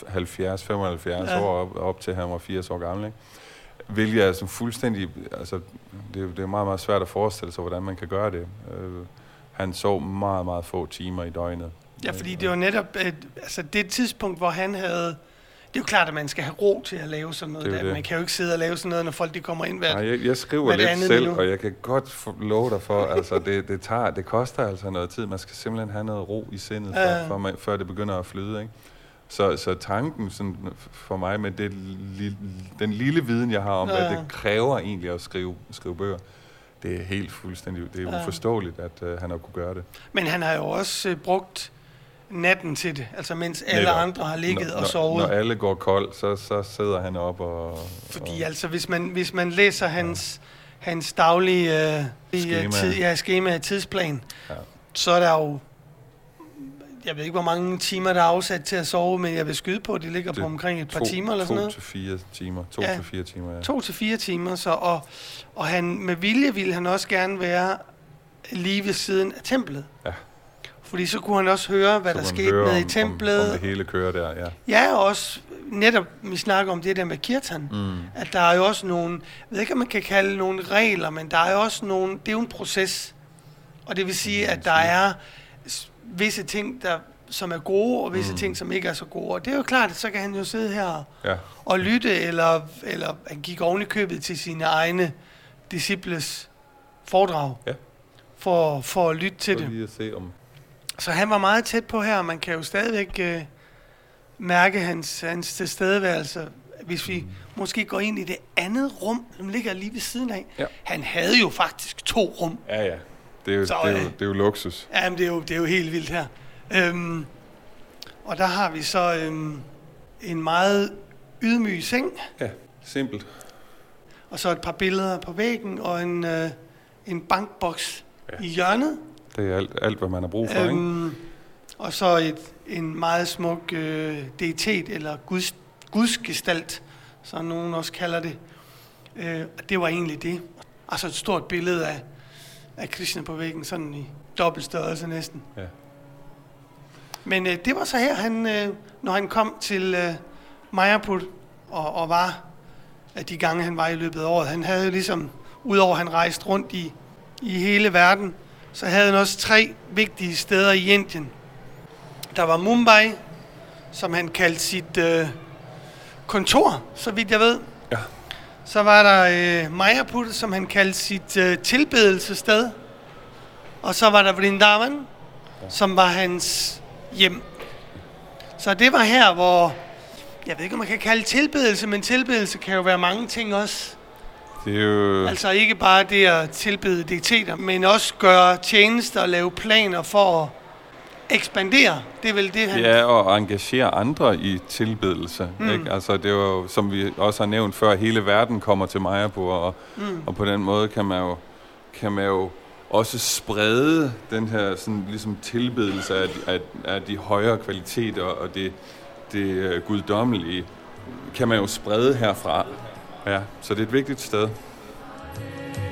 70-75 år, op til han var 80 år gammel, ikke? Hvilket er som fuldstændig, altså det er meget, meget svært at forestille sig, hvordan man kan gøre det. Han sov meget, meget få timer i døgnet. Ja, fordi det var netop det tidspunkt, hvor han havde. Det er jo klart, at man skal have ro til at lave sådan noget. Man kan jo ikke sidde og lave sådan noget, når folk de kommer ind hvert. Nej, jeg skriver lidt selv, og jeg kan godt love dig for, altså det koster altså noget tid. Man skal simpelthen have noget ro i sindet, før det begynder at flyde, ikke? Så tanken sådan, for mig med den lille viden, jeg har om, at det kræver egentlig at skrive bøger, det er helt fuldstændig, det er uforståeligt, at han har kunne gøre det. Men han har jo også brugt natten til det, altså mens alle andre har ligget og sovet. Når alle går kold, så sidder han op og. Fordi altså, hvis man læser hans daglige skema, tidsplan, så er der jo, jeg ved ikke, hvor mange timer, der er afsat til at sove, men jeg vil skyde på, at det ligger på omkring et par timer eller sådan noget. 2 til 4 timer. 2 til 4 timer, ja. 2 til 4 timer, så, og han, med vilje ville han også gerne være lige ved siden af templet. Ja. Fordi så kunne han også høre, hvad der skete nede i templet. Om det hele kører der, ja. Ja, og også netop, vi snakker om det der med kirtan, at der er jo også nogle, jeg ved ikke, om man kan kalde nogle regler, men der er jo også nogle, det er jo en proces. Og det vil sige, at der er visse ting, som er gode, og visse ting, som ikke er så gode. Og det er jo klart, at så kan han jo sidde her og lytte, eller han gik oven i købet til sine egne disciples foredrag, for at lytte til det. Lige at se om. Så han var meget tæt på her, og man kan jo stadigvæk mærke hans tilstedeværelse, hvis vi måske går ind i det andet rum, som ligger lige ved siden af. Ja. Han havde jo faktisk 2 rum. Ja. Det er jo luksus. Ja, men det er jo helt vildt her. Og der har vi så en meget ydmyg seng. Ja, simpelt. Og så et par billeder på væggen, og en bankboks i hjørnet. Det er alt, hvad man har brug for, ikke? Og så en meget smuk deitet, eller gudsgestalt, som nogen også kalder det. Og det var egentlig det. Altså et stort billede af Krishna på væggen, sådan i dobbelt størrelse næsten. Ja. Men det var så her, når han kom til Mayapur, og var de gange, han var i løbet af året. Han havde jo ligesom, udover han rejste rundt i hele verden, så havde han også 3 vigtige steder i Indien. Der var Mumbai, som han kaldte sit kontor, så vidt jeg ved. Ja. Så var der Mayapur, som han kaldte sit tilbedelsessted. Og så var der Vrindavan, som var hans hjem. Så det var her, hvor, jeg ved ikke, om man kan kalde tilbedelse, men tilbedelse kan jo være mange ting også. Det er jo. Altså ikke bare det at tilbede deiteter, men også gøre tjenester og lave planer for at ekspandere. Det er vel det, han. Ja, og engagere andre i tilbedelse. Ikke? Altså det er jo, som vi også har nævnt før, hele verden kommer til Mayapur, og på den måde kan man jo også sprede den her sådan ligesom tilbedelse af de højere kvaliteter og det guddommelige, kan man jo sprede herfra. Ja, så det er et vigtigt sted.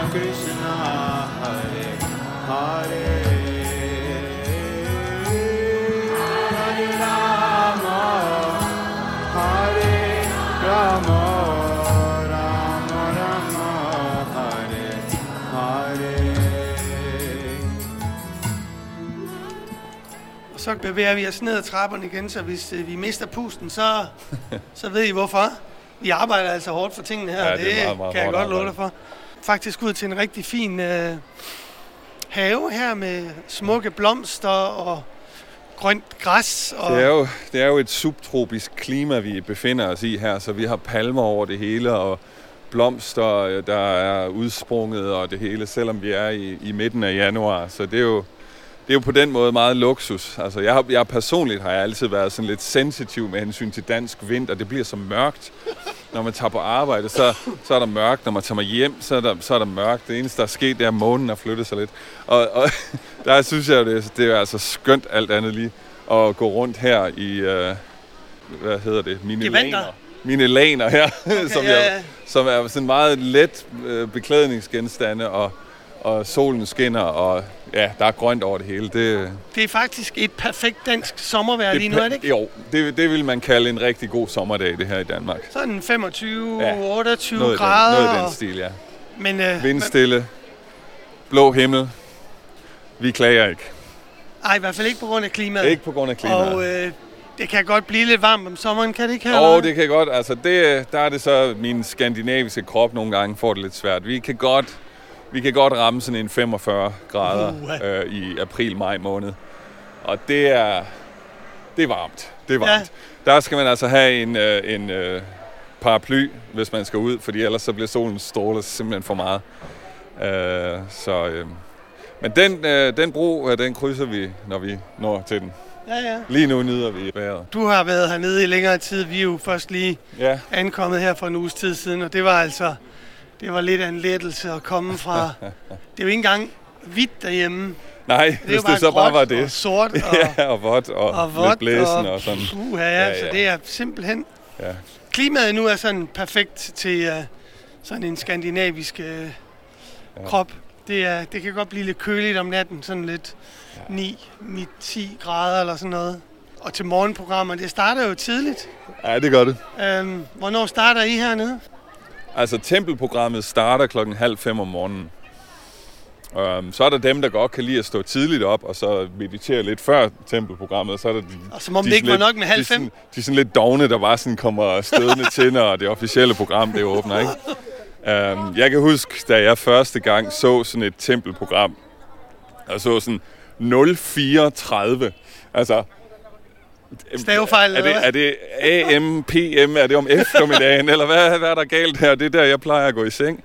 Krishna, Hare Hare, Hare Rama, Hare Rama, Rama Rama, Hare Hare. Og så bevæger vi os ned ad trapperne igen, så hvis vi mister pusten, så ved I hvorfor. Vi arbejder altså hårdt for tingene her, Ja, det det er meget kan jeg hårdt godt love arbejde. dig for. Faktisk ud til en rigtig fin have her med smukke blomster og grønt græs. Og Det er jo et subtropisk klima, vi befinder os i her, så vi har palmer over det hele, og blomster, der er udsprunget og det hele, selvom vi er i midten af januar. Så det er jo på den måde meget luksus. Altså, jeg personligt har jeg altid været sådan lidt sensitiv med hensyn til dansk vinter. Det bliver så mørkt, når man tager på arbejde, så er der mørkt. Når man tager hjem, så er der mørkt. Det eneste, der er sket, det er, at månen har flyttet sig lidt. Og der synes jeg, det er altså skønt alt andet lige at gå rundt her i, hvad hedder det? Mine laner her, Okay, som er sådan meget let beklædningsgenstande, og solen skinner, og ja, der er grønt over det hele. det er faktisk et perfekt dansk sommervejr lige nu, er det ikke? Jo, det vil man kalde en rigtig god sommerdag, det her i Danmark. Sådan 25-28 Noget grader. i den stil, ja. Men, Vindstille, blå himmel. Vi klager ikke. Ej, i hvert fald ikke på grund af klimaet. Ikke på grund af klimaet. Og det kan godt blive lidt varmt om sommeren, kan det ikke? Det kan godt. Altså, der er det så, min skandinaviske krop nogle gange får det lidt svært. Vi kan godt ramme sådan en 45 grader i april-maj måned. Og det er varmt. Det er varmt. Ja. Der skal man altså have en paraply, hvis man skal ud, fordi ellers så bliver solens stråler simpelthen for meget. Men den bro, den krydser vi, når vi når til den. Ja. Lige nu nyder vi vejret. Du har været hernede i længere tid. Vi er jo først lige ankommet her for en uges tid siden, og det var lidt af en lettelse at komme fra. Det er jo ikke engang hvidt derhjemme. Nej, hvis det så bare var det. Og sort og vådt og lidt blæsende og sådan. Så det er simpelthen. Ja. Klimaet nu er sådan perfekt til sådan en skandinavisk krop. Det kan godt blive lidt køligt om natten, sådan lidt 9-10 grader eller sådan noget. Og til morgenprogrammer, det starter jo tidligt. Ja, det gør det. Hvornår starter I hernede? Altså, tempelprogrammet starter 4:30 om morgenen. Så er der dem, der godt kan lide at stå tidligt op, og så meditere lidt før tempelprogrammet. Så er der og som om det ikke var nok med 4:30? De er sådan lidt dogne, der bare sådan kommer stødende til, når det officielle program, det åbner, ikke? Jeg kan huske, da jeg første gang så sådan et tempelprogram, og så sådan 04:30. Altså, stavefejl, er det AM, PM, er det om eftermiddagen, eller hvad er der galt her? Det er der, jeg plejer at gå i seng.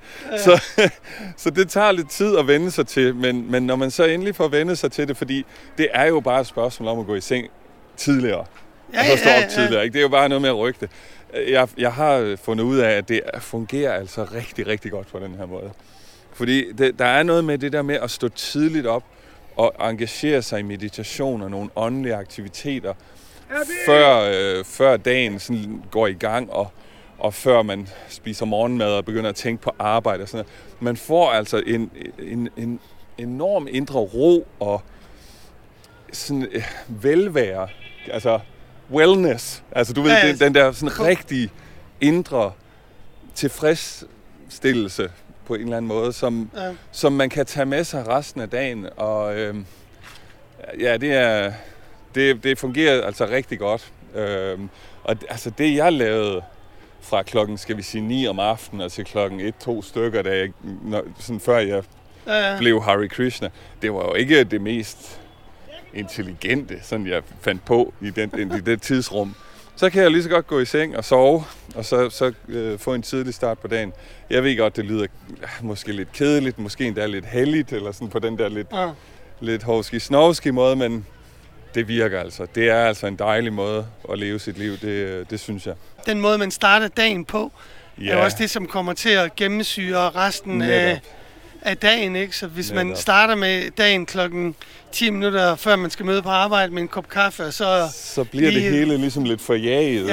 Så det tager lidt tid at vende sig til, men når man så endelig får vendt sig til det, fordi det er jo bare et spørgsmål om at gå i seng tidligere. Og så stå op tidligere, ikke? Det er jo bare noget med at rykke det. Jeg har fundet ud af, at det fungerer altså rigtig, rigtig godt på den her måde. Fordi der er noget med det der med at stå tidligt op og engagere sig i meditation og nogle åndelige aktiviteter, før dagen sådan går i gang, og før man spiser morgenmad og begynder at tænke på arbejde og sådan noget. Man får altså en enorm indre ro og sådan velvære, altså wellness. Altså du ved, den der sådan rigtig indre tilfredsstillelse på en eller anden måde, som man kan tage med sig resten af dagen. Og det fungerer altså rigtig godt. Og altså det jeg lavede fra klokken, skal vi sige 9 om aftenen og til klokken 1-2 stykker, sådan før jeg blev Hare Krishna, det var jo ikke det mest intelligente, sådan jeg fandt på i det tidsrum. Så kan jeg lige så godt gå i seng og sove, og så få en tidlig start på dagen. Jeg ved godt, det lyder måske lidt kedeligt, måske endda lidt helligt, eller sådan på den der lidt hovski-snovski måde, men det virker altså. Det er altså en dejlig måde at leve sit liv, det synes jeg. Den måde, man starter dagen på, er også det, som kommer til at gennemsyre resten af dagen, ikke? Så hvis man starter med dagen klokken 10 minutter før man skal møde på arbejde med en kop kaffe, så bliver det hele ligesom lidt forjaget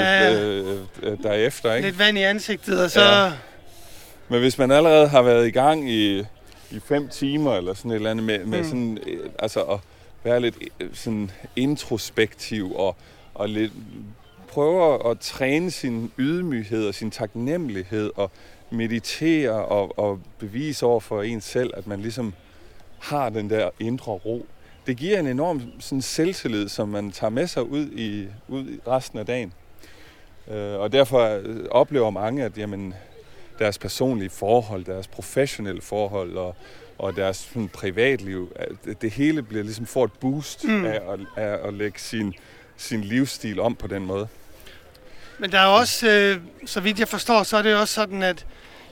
derefter, ikke? Lidt vand i ansigtet, og så... Ja. Men hvis man allerede har været i gang i i 5 timer, eller sådan et eller andet, med sådan, altså at være lidt sådan introspektiv, og lidt prøve at træne sin ydmyghed og sin taknemmelighed, og meditere og bevise over for en selv, at man ligesom har den der indre ro. Det giver en enorm sådan selvtillid, som man tager med sig ud i resten af dagen. Og derfor oplever mange, at jamen, deres personlige forhold, deres professionelle forhold og deres sådan, privatliv, det hele bliver ligesom får et boost af at lægge sin livsstil om på den måde. Men der er også, så vidt jeg forstår, så er det også sådan, at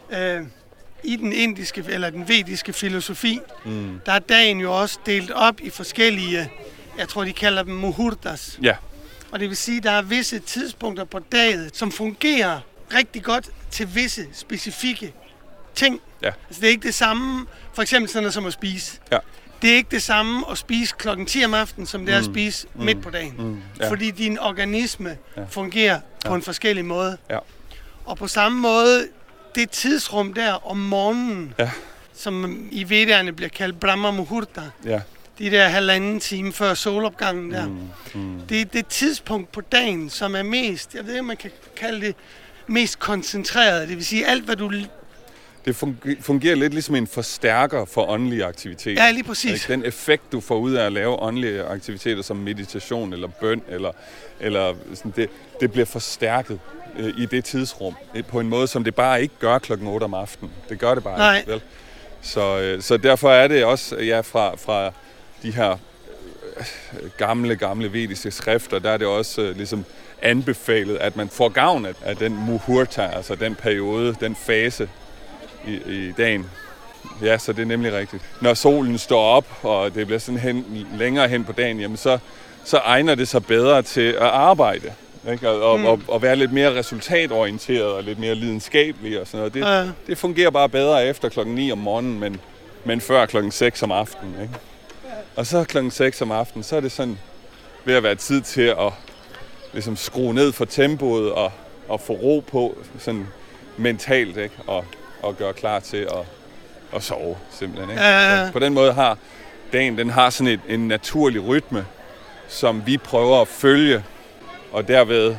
i den indiske eller den vediske filosofi, der er dagen jo også delt op i forskellige, jeg tror de kalder dem muhurtas. Ja. Og det vil sige, at der er visse tidspunkter på dagen, som fungerer rigtig godt til visse specifikke ting. Ja. Altså det er ikke det samme, for eksempel sådan noget som at spise. Ja. Det er ikke det samme at spise klokken 10 om aftenen, som det er at spise midt på dagen. Ja. Fordi din organisme fungerer på en forskellig måde. Ja. Og på samme måde, det tidsrum der om morgenen, som i Vedderne bliver kaldt Brahma Muhurta, de der 1,5 time før solopgangen der, det er det tidspunkt på dagen, som er mest, jeg ved ikke, man kan kalde det mest koncentreret. Det vil sige, alt hvad du... Det fungerer lidt ligesom en forstærker for åndelige aktiviteter. Ja, lige præcis. Den effekt, du får ud af at lave åndelige aktiviteter som meditation eller bøn, eller sådan, det bliver forstærket i det tidsrum, på en måde, som det bare ikke gør klokken 8 om aftenen. Det gør det bare ikke, vel? Så derfor er det også, fra de her gamle vediske skrifter, der er det også ligesom anbefalet, at man får gavn af den muhurta, altså den periode, den fase i dagen. Ja, så det er nemlig rigtigt. Når solen står op, og det bliver sådan længere hen på dagen, jamen så egner det sig bedre til at arbejde. Ikke? Og være lidt mere resultatorienteret og lidt mere lidenskabelig og sådan noget. Det fungerer bare bedre efter klokken 9 om morgenen, men før klokken 6 om aftenen. Ikke? Og så klokken 6 om aftenen, så er det sådan ved at være tid til at ligesom skrue ned for tempoet og få ro på sådan mentalt, ikke? Og gøre klar til at sove simpelthen. Ikke? Så på den måde har dagen, den har sådan en naturlig rytme, som vi prøver at følge, og derved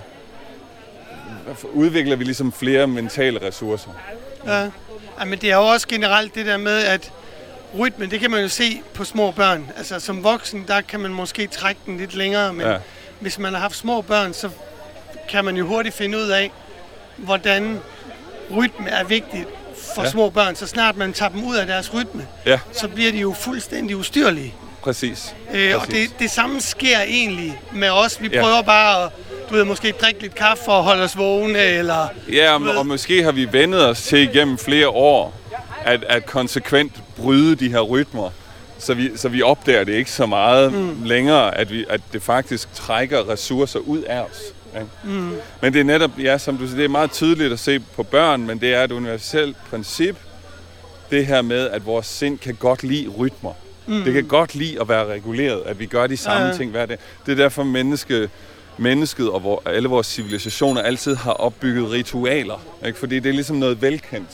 udvikler vi ligesom flere mentale ressourcer. Ja, men det er jo også generelt det der med, at rytmen, det kan man jo se på små børn. Altså som voksen, der kan man måske trække den lidt længere, men hvis man har haft små børn, så kan man jo hurtigt finde ud af, hvordan rytme er vigtigt for små børn. Så snart man tager dem ud af deres rytme, så bliver de jo fuldstændig ustyrlige. Præcis. Og det samme sker egentlig med os. Vi prøver bare at måske drikke lidt kaffe for at holde os vågne, eller... Ja, og måske har vi vendet os til igennem flere år, at konsekvent bryde de her rytmer, så vi opdager det ikke så meget længere, at det faktisk trækker ressourcer ud af os. Ja. Men det er netop, som du siger, det er meget tydeligt at se på børn, men det er et universelt princip, det her med, at vores sind kan godt lide rytmer. Det kan godt lide at være reguleret, at vi gør de samme ting hver dag. Det er derfor mennesket og alle vores civilisationer altid har opbygget ritualer, ikke? Fordi det er ligesom noget velkendt,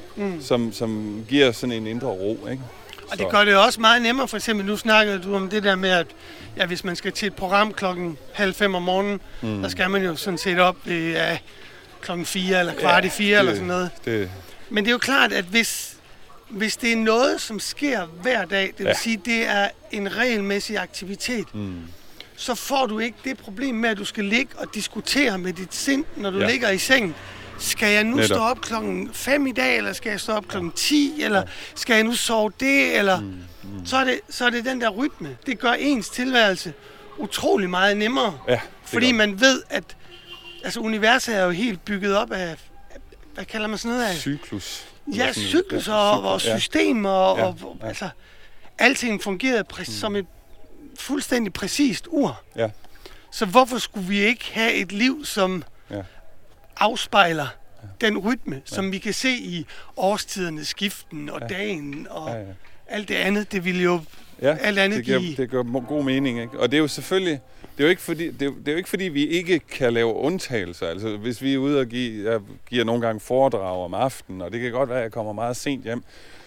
som giver sådan en indre ro, ikke? Og det gør det jo også meget nemmere. For eksempel, nu snakkede du om det der med, at hvis man skal til et program klokken 4:30 om morgenen, der skal man jo sådan set op klokken 4 eller 4:15 eller sådan noget. Men det er jo klart, at hvis det er noget, som sker hver dag, det vil sige, det er en regelmæssig aktivitet, så får du ikke det problem med, at du skal ligge og diskutere med dit sind, når du ligger i sengen. Skal jeg nu stå op klokken 5 i dag, eller skal jeg stå op klokken 10, eller skal jeg nu sove det, eller... Så er det den der rytme. Det gør ens tilværelse utrolig meget nemmere. Ja, fordi man ved, at universet er jo helt bygget op af, hvad kalder man sådan noget af? Cyklus. Ja, cyklus og systemer, og alting fungerede som et fuldstændig præcist ur. Ja. Så hvorfor skulle vi ikke have et liv, som afspejler den rytme, som vi kan se i årstidernes skiften og dagen og alt det andet? Det ville jo alt andet det gør god mening, ikke? Og det er jo selvfølgelig, det er jo ikke fordi vi ikke kan lave undtagelser. Altså hvis vi er ude og giver nogle gange foredrag om aftenen, og det kan godt være, at jeg kommer meget sent hjem,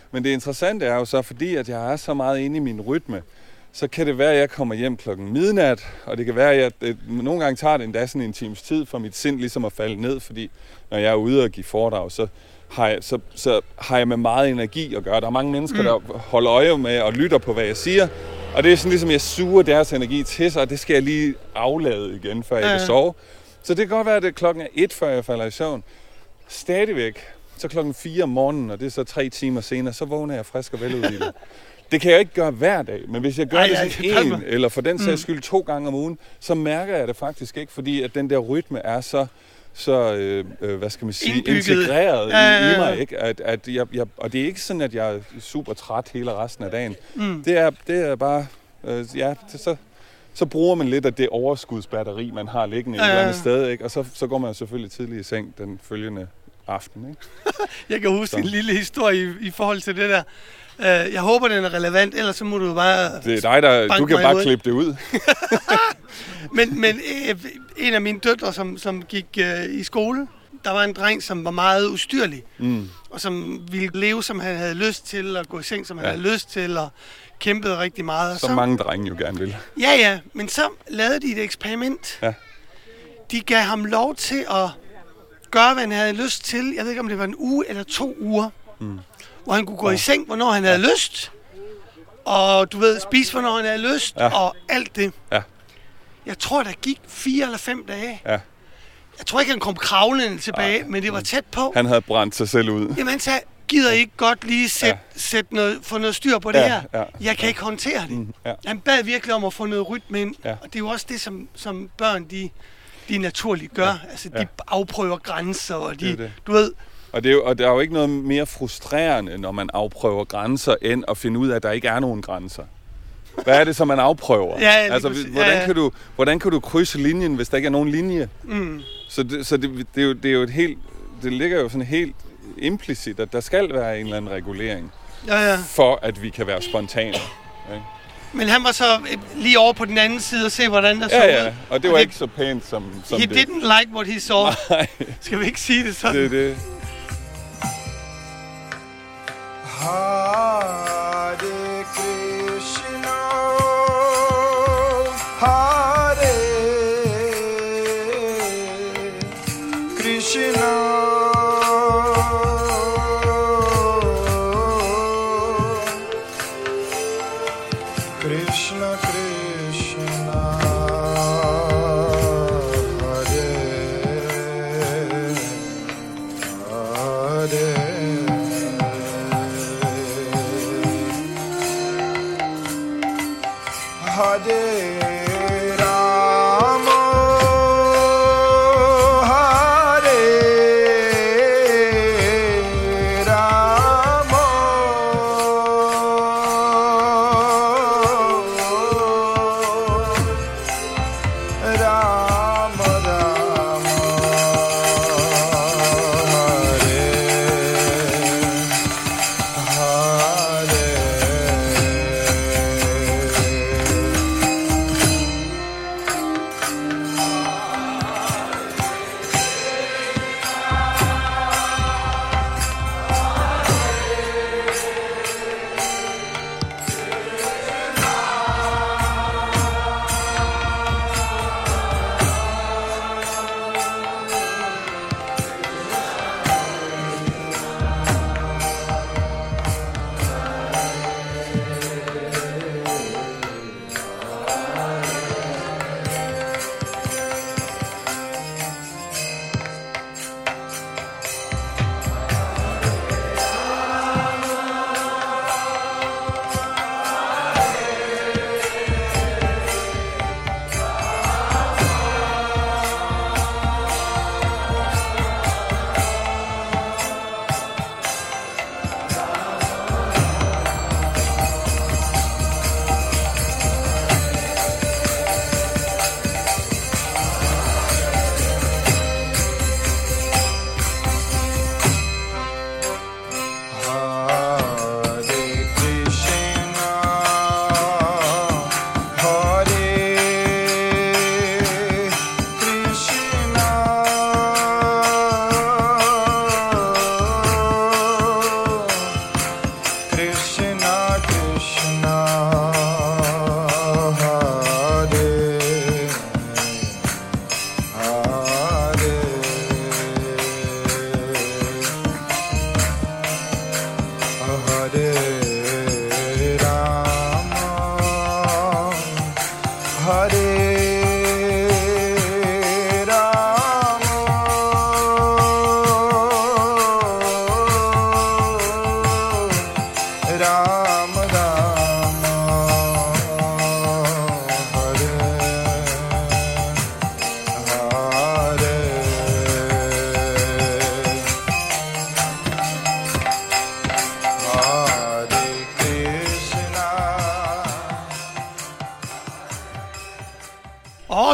Men det interessante er jo så, fordi at jeg er så meget inde i min rytme, så kan det være, at jeg kommer hjem klokken midnat, og det kan være, at nogle gange tager det endda sådan en times tid for mit sind ligesom at falde ned, fordi når jeg er ude og give foredrag, så har jeg med meget energi at gøre. Der er mange mennesker, der holder øje med og lytter på, hvad jeg siger, og det er sådan ligesom, jeg suger deres energi til sig, og det skal jeg lige aflade igen, før jeg kan sove. Så det kan godt være, at det er klokken 1, før jeg falder i søvn. Stadigvæk, så klokken 4 om morgenen, og det er så 3 timer senere, så vågner jeg frisk og veludhvilet. Det kan jeg ikke gøre hver dag, men hvis jeg gør det sådan en, eller for den sags skyld 2 gange om ugen, så mærker jeg det faktisk ikke, fordi at den der rytme er så hvad skal man sige, integreret i mig, ikke? At jeg, og det er ikke sådan, at jeg er super træt hele resten af dagen. Det er bare, så bruger man lidt af det overskudsbatteri, man har liggende et eller andet sted, ikke? Og så går man selvfølgelig tidligt i seng den følgende aften, ikke? Jeg kan huske en lille historie i forhold til det der. Jeg håber, den er relevant, ellers så må du bare... Det er dig, du kan bare klippe det ud. men en af mine døtre, som gik i skole, der var en dreng, som var meget ustyrlig, og som ville leve, som han havde lyst til, og gå i seng, som han havde lyst til, og kæmpede rigtig meget. Som mange drenge jo gerne vil. Ja, men så lavede de et eksperiment. Ja. De gav ham lov til at gøre, hvad han havde lyst til. Jeg ved ikke, om det var en uge eller 2 uger. Hvor han kunne gå i seng, hvornår han havde lyst. Og du ved, spise, hvornår han havde lyst. Og alt det. Ja. Jeg tror, der gik 4 eller 5 dage. Ja. Jeg tror ikke, han kom kravlende tilbage, men det var tæt på. Han havde brændt sig selv ud. Jamen han sagde, gider I ikke godt lige få noget styr på det her? Ja. Jeg kan ikke håndtere det. Han bad virkelig om at få noget rytme ind. Ja. Og det er jo også det, som børn, de naturligt gør. Ja. Altså, de afprøver grænser, og du ved... Og der er jo ikke noget mere frustrerende, når man afprøver grænser, end at finde ud af, at der ikke er nogen grænser. Hvad er det, som man afprøver? Altså, hvordan kan du krydse linjen, hvis der ikke er nogen linje? Så det er jo et helt... Det ligger jo sådan helt implicit, at der skal være en eller anden regulering, for at vi kan være spontane. Okay? Men han var så lige over på den anden side og se, hvordan der så ud. Ja, og det var ikke så pænt som he det. He didn't like what he saw. Skal vi ikke sige det sådan? Det er det. Hare Krishna, Hare Krishna, Krishna Krishna, Hare Hare. Hare Rama, Hare Rama, Rama Rama, Hare Hare.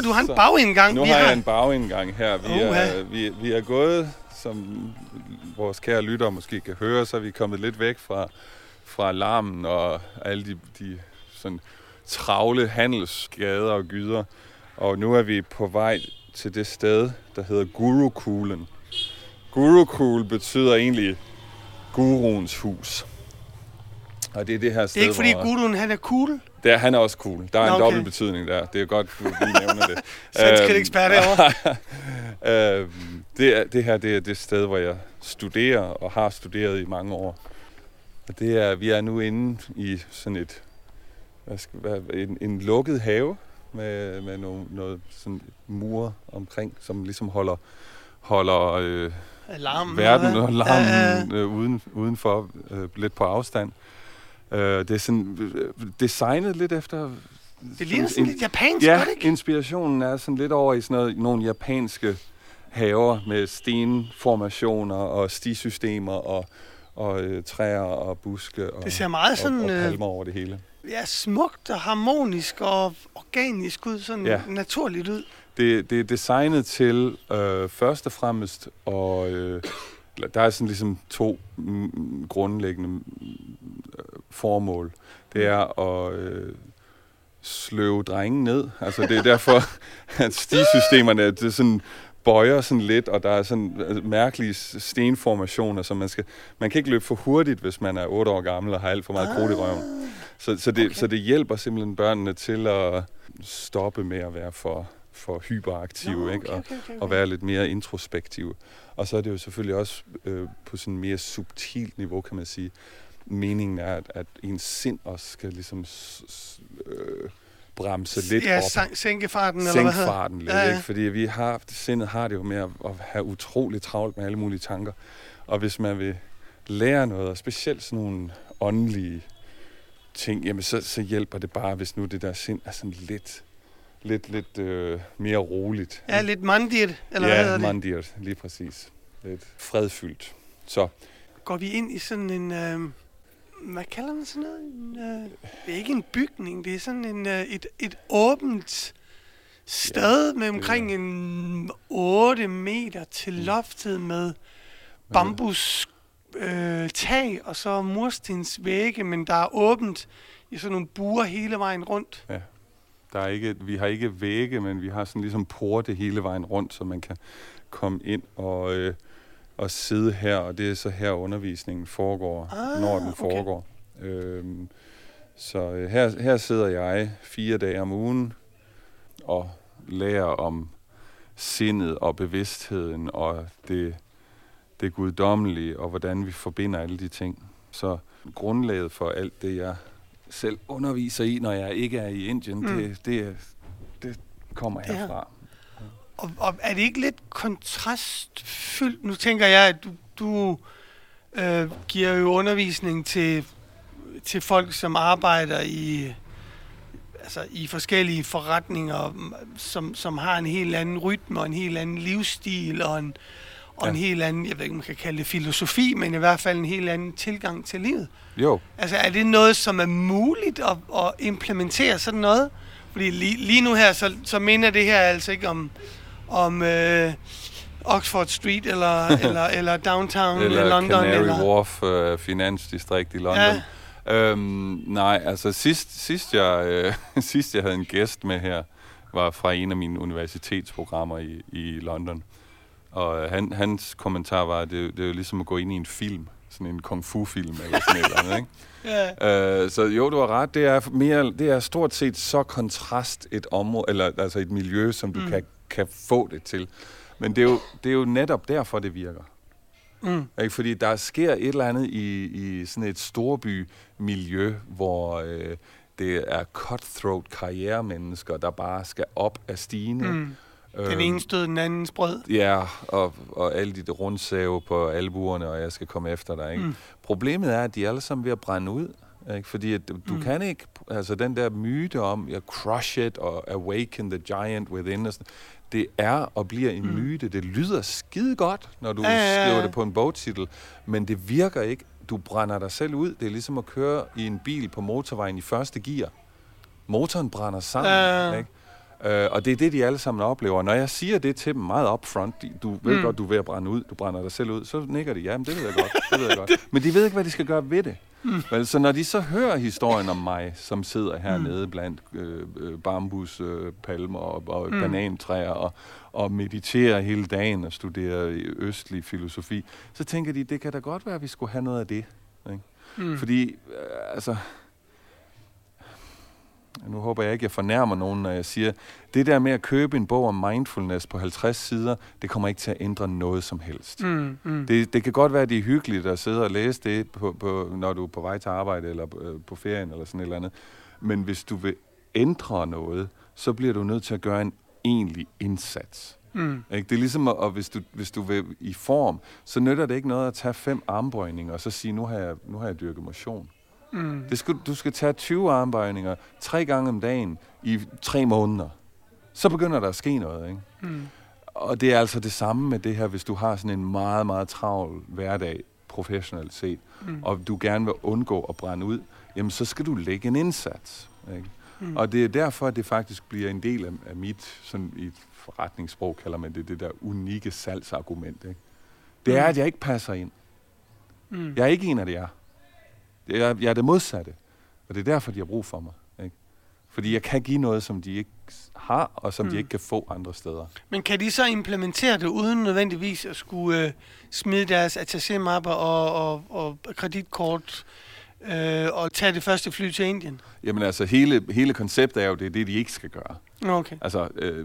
du har en bagindgang. Nu har jeg en bagindgang her. Vi er gået, som vores kære lyttere måske kan høre, så er vi kommet lidt væk fra larmen og alle de sådan travle handelsgader og gyder. Og nu er vi på vej til det sted, der hedder Gurukulen. Gurukul betyder egentlig guruens hus. Og det er det her sted, det er ikke fordi guruen han er cool? Han er også cool. Der er en dobbelt betydning der. Det er godt, du lige nævner det. Sanskrit ekspert herovre. Det her det er det sted, hvor jeg studerer og har studeret i mange år. Og vi er nu inde i sådan en lukket have med noget sådan mure omkring, som ligesom holder verden og larmen udenfor lidt på afstand. Det er sådan designet lidt efter... Det ligner sådan lidt japansk, ja, godt ikke? Inspirationen er sådan lidt over i sådan nogle japanske haver med stenformationer og stisystemer og træer og buske og, det ser meget sådan, og palmer over det hele. Ja, smukt og harmonisk og organisk ud, sådan naturligt ud. Det er designet til først og fremmest, og der er sådan ligesom to grundlæggende formål. Det er at sløve drengen ned. Altså det er derfor, at stisystemerne det sådan bøjer sådan lidt, og der er sådan mærkelige stenformationer, så man kan ikke løbe for hurtigt, hvis man er 8 år gammel og har alt for meget krudt i røven. Så det hjælper simpelthen børnene til at stoppe med at være for hyperaktive, ikke? Og være lidt mere introspektive. Og så er det jo selvfølgelig også på sådan mere subtilt niveau, kan man sige. Meningen er, at ens sind også skal ligesom bremse lidt op. Ja, sænke farten, eller hvad hedder? Sænke farten lidt, ikke? Fordi sindet har det jo med at have utroligt travlt med alle mulige tanker. Og hvis man vil lære noget, og specielt sådan nogle åndelige ting, jamen så hjælper det bare, hvis nu det der sind er sådan lidt mere roligt. Ja, lidt mandirt, eller hvad hedder det? Ja, mandirt, lige præcis. Lidt fredfyldt. Så går vi ind i sådan en... hvad kalder man sådan noget? Det er ikke en bygning, det er sådan et åbent sted med omkring en 8 meter til loftet med bambus tag og så murstensvægge, men der er åbent i sådan nogle buer hele vejen rundt. Ja. Vi har ikke vægge, men vi har sådan ligesom porte hele vejen rundt, så man kan komme ind og sidde her, og det er så her undervisningen foregår, når den foregår. Så her sidder jeg 4 dage om ugen og lærer om sindet og bevidstheden og det guddommelige, og hvordan vi forbinder alle de ting. Så grundlaget for alt det, jeg selv underviser i, når jeg ikke er i Indien, det kommer herfra. Og er det ikke lidt kontrastfyldt? Nu tænker jeg, at du giver jo undervisning til folk, som arbejder i forskellige forretninger, som har en helt anden rytme og en helt anden livsstil og en helt anden, jeg ved ikke, man kan kalde det filosofi, men i hvert fald en helt anden tilgang til livet. Jo. Altså er det noget, som er muligt at implementere sådan noget? Fordi lige nu her, så minder det her altså ikke om Oxford Street eller Downtown eller London. Canary Wharf finansdistrikt i London. Ja. Nej, altså sidst jeg havde en gæst med her, var fra en af mine universitetsprogrammer i London. Og hans kommentar var, at det er jo ligesom at gå ind i en film. Sådan en kung fu-film eller sådan et eller andet, ikke? Så jo, du har ret. Det er stort set så kontrast et område, eller altså et miljø, som du kan få det til. Men det er jo netop derfor, det virker. Ikke? Fordi der sker et eller andet i sådan et storby-miljø, hvor det er cutthroat karrieremennesker, der bare skal op af stigen. Den ene stød den andens brød. Ja, og alle de rundsave på albuerne, og jeg skal komme efter dig. Ikke? Problemet er, at de er alle sammen ved at brænde ud. Ikke? Fordi at du kan ikke, altså den der myte om, crush it og awaken the giant within us, det er og bliver en myte. Det lyder skide godt, når du skriver det på en bogtitel, men det virker ikke. Du brænder dig selv ud. Det er ligesom at køre i en bil på motorvejen i første gear. Motoren brænder sammen, ikke? Og det er det, de alle sammen oplever. Når jeg siger det til dem meget upfront, du ved godt, du er ved at brænde ud, du brænder dig selv ud, så nikker de, jamen det ved jeg godt, Men de ved ikke, hvad de skal gøre ved det. Så når de så hører historien om mig, som sidder hernede blandt bambuspalmer og banantræer og mediterer hele dagen og studerer østlig filosofi, så tænker de, det kan da godt være, at vi skulle have noget af det. Ikke? Fordi, nu håber jeg ikke, jeg fornærmer nogen, når jeg siger, det der med at købe en bog om mindfulness på 50 sider, det kommer ikke til at ændre noget som helst. Det kan godt være, at det er hyggeligt at sidde og læse det, når du er på vej til arbejde eller på ferien eller sådan et eller andet. Men hvis du vil ændre noget, så bliver du nødt til at gøre en egentlig indsats. Ikke? Det er ligesom, at hvis du vil i form, så nytter det ikke noget at tage 5 armbøjninger og så sige, nu har jeg dyrket motion. Du skal tage 20 armbøjninger 3 gange om dagen i 3 måneder. Så begynder der at ske noget. Ikke? Og det er altså det samme med det her, hvis du har sådan en meget, meget travl hverdag, professionelt set, og du gerne vil undgå at brænde ud, jamen så skal du lægge en indsats. Ikke? Og det er derfor, at det faktisk bliver en del af mit, sådan i et forretningssprog kalder man det der unikke salgsargument. Ikke? Det er, at jeg ikke passer ind. Jeg er ikke en af jer. Jeg er det modsatte, og det er derfor, de har brug for mig. Ikke? Fordi jeg kan give noget, som de ikke har, og som de ikke kan få andre steder. Men kan de så implementere det, uden nødvendigvis at skulle smide deres attaché-mapper og kreditkort og tage det første fly til Indien? Jamen altså, hele konceptet er jo, det er det, de ikke skal gøre. Okay. Altså,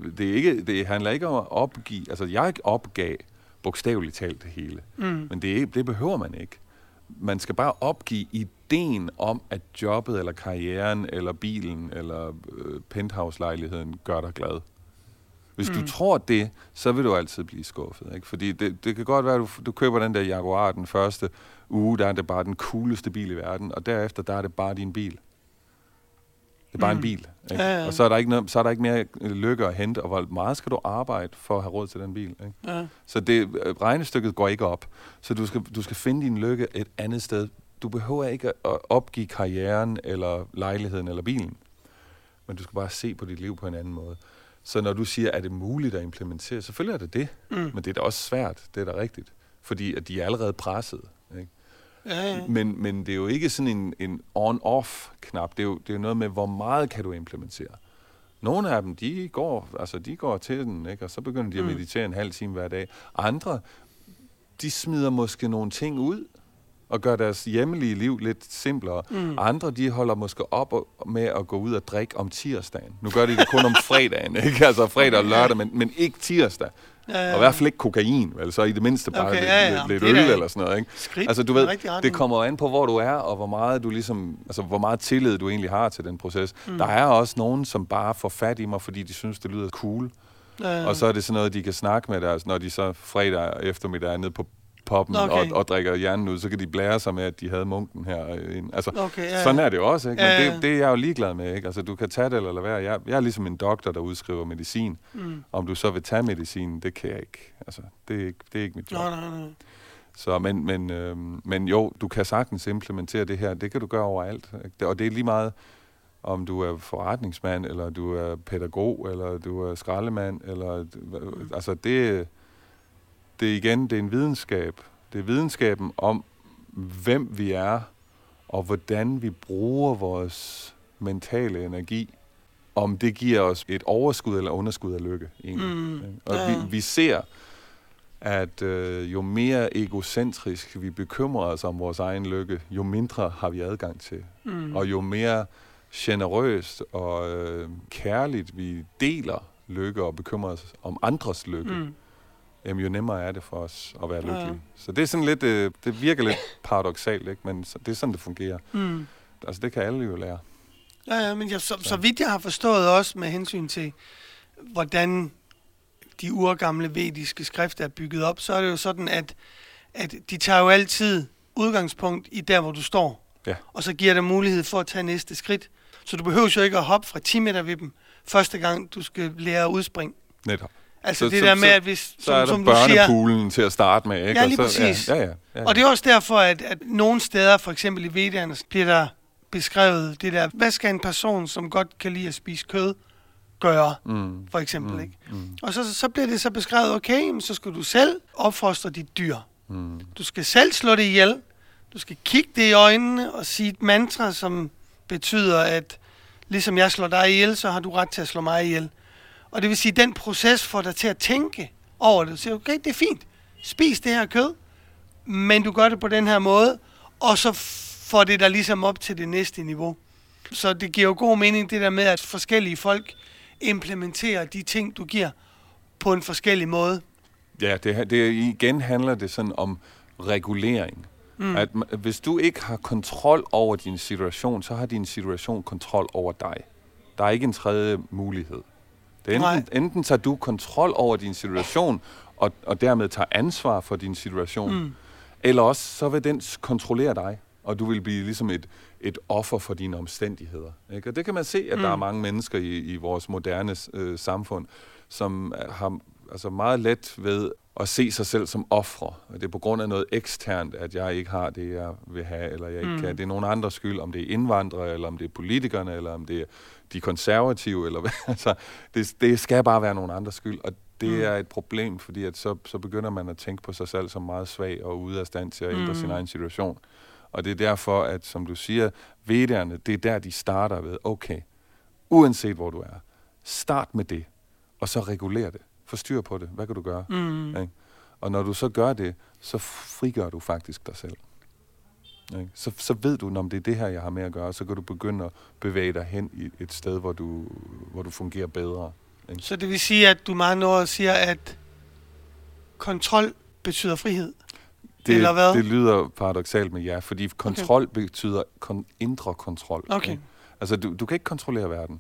det handler ikke om at opgive. Altså, jeg opgav bogstaveligt talt det hele. Men det behøver man ikke. Man skal bare opgive ideen om, at jobbet, eller karrieren, eller bilen, eller penthouse-lejligheden gør dig glad. Hvis du tror det, så vil du altid blive skuffet. Ikke? Fordi det kan godt være, at du køber den der Jaguar den første uge, der er det bare den cooleste bil i verden, og derefter, der er det bare din bil. Det er bare en bil. Ikke? Ja. Og så er der ikke mere lykke at hente, og hvor meget skal du arbejde for at have råd til den bil? Ikke? Ja. Så regnestykket går ikke op. Så du skal finde din lykke et andet sted. Du behøver ikke at opgive karrieren, eller lejligheden, eller bilen. Men du skal bare se på dit liv på en anden måde. Så når du siger, er det muligt at implementere? Selvfølgelig er det det. Men det er da også svært. Det er da rigtigt. Fordi at de er allerede presset. Ikke? Ja. Men det er jo ikke sådan en on-off-knap. Det er jo noget med, hvor meget kan du implementere. Nogle af dem, de går til den, ikke? Og så begynder de at meditere en halv time hver dag. Andre, de smider måske nogle ting ud, og gør deres hjemmelige liv lidt simplere. Andre, de holder måske op med at gå ud og drikke om tirsdagen. Nu gør de det kun om fredagen, ikke? Altså fredag og lørdag, men ikke tirsdag. Ja. Og i hvert fald ikke kokain, vel? Så i det mindste bare lidt øl eller sådan noget, ikke? Skridt, altså du ved, det kommer an på, hvor du er, og hvor meget du ligesom, altså hvor meget tillid du egentlig har til den proces. Der er også nogen, som bare får fat i mig, fordi de synes, det lyder cool. Ja. Og så er det sådan noget, de kan snakke med deres, når de så fredag eftermiddag er nede på poppen og drikker hjernen ud, så kan de blære sig med, at de havde munken her. Altså, sådan er det jo også, ikke? Men det er jeg jo ligeglad med, ikke? Altså, du kan tage det eller lade være. Jeg er ligesom en doktor, der udskriver medicin. Om du så vil tage medicin, det kan jeg ikke. Altså, det er ikke mit job. Nej. Så, men jo, du kan sagtens implementere det her. Det kan du gøre overalt. Ikke? Og det er lige meget, om du er forretningsmand, eller du er pædagog, eller du er skraldemand, eller altså det er en videnskab. Det er videnskaben om, hvem vi er, og hvordan vi bruger vores mentale energi. Om det giver os et overskud eller underskud af lykke. Og vi ser, at jo mere egocentrisk vi bekymrer os om vores egen lykke, jo mindre har vi adgang til. Og jo mere generøst og kærligt vi deler lykke og bekymrer os om andres lykke, jamen, jo nemmere er det for os at være lykkelige. Ja. Så det er sådan lidt, det virker lidt paradoksalt, ikke? Men det er sådan, det fungerer. Altså, det kan alle jo lære. Ja, men så vidt jeg har forstået også med hensyn til, hvordan de urgamle vediske skrifter er bygget op, så er det jo sådan, at de tager jo altid udgangspunkt i der, hvor du står. Ja. Og så giver dig mulighed for at tage næste skridt. Så du behøver jo ikke at hoppe fra 10 meter ved dem, første gang du skal lære at udspringe. Netop. Altså så, det der med, at hvis... Så er der børnepoolen til at starte med, ikke? Ja, lige præcis. Ja. Og det er også derfor, at nogle steder, for eksempel i Vedderne, bliver der beskrevet det der, hvad skal en person, som godt kan lide at spise kød, gøre, for eksempel. Ikke? Og så bliver det så beskrevet, okay, så skal du selv opfostre dit dyr. Du skal selv slå det ihjel. Du skal kigge det i øjnene og sige et mantra, som betyder, at ligesom jeg slår dig ihjel, så har du ret til at slå mig ihjel. Og det vil sige, at den proces får dig til at tænke over det. Du siger, okay, det er fint. Spis det her kød, men du gør det på den her måde, og så får det dig ligesom op til det næste niveau. Så det giver jo god mening, det der med, at forskellige folk implementerer de ting, du giver, på en forskellig måde. Ja, det igen handler det sådan om regulering. At hvis du ikke har kontrol over din situation, så har din situation kontrol over dig. Der er ikke en tredje mulighed. Det er enten tager du kontrol over din situation, og dermed tager ansvar for din situation, eller også så vil den kontrollere dig, og du vil blive ligesom et offer for dine omstændigheder. Ikke? Og det kan man se, at der er mange mennesker i vores moderne samfund, som har altså meget let ved at se sig selv som ofre. Det er på grund af noget eksternt, at jeg ikke har det, jeg vil have, eller jeg ikke kan. Det er nogen andres skyld, om det er indvandrere, eller om det er politikerne, eller om det er de konservative, eller hvad. Altså, det skal bare være nogen andres skyld, og det er et problem, fordi at så begynder man at tænke på sig selv som meget svag og ude af stand til at ændre sin egen situation. Og det er derfor, at som du siger, vedderne, det er der, de starter ved, okay, uanset hvor du er, start med det, og så reguler det. Få styr på det. Hvad kan du gøre? Ikke? Og når du så gør det, så frigør du faktisk dig selv. Ikke? Så ved du, om det er det her, jeg har med at gøre, så kan du begynde at bevæge dig hen i et sted, hvor du fungerer bedre. Ikke? Så det vil sige, at du meget noget siger, at kontrol betyder frihed? Eller hvad? Det lyder paradoksalt, men ja, fordi kontrol betyder indre kontrol. Okay. Ikke? Altså, du kan ikke kontrollere verden.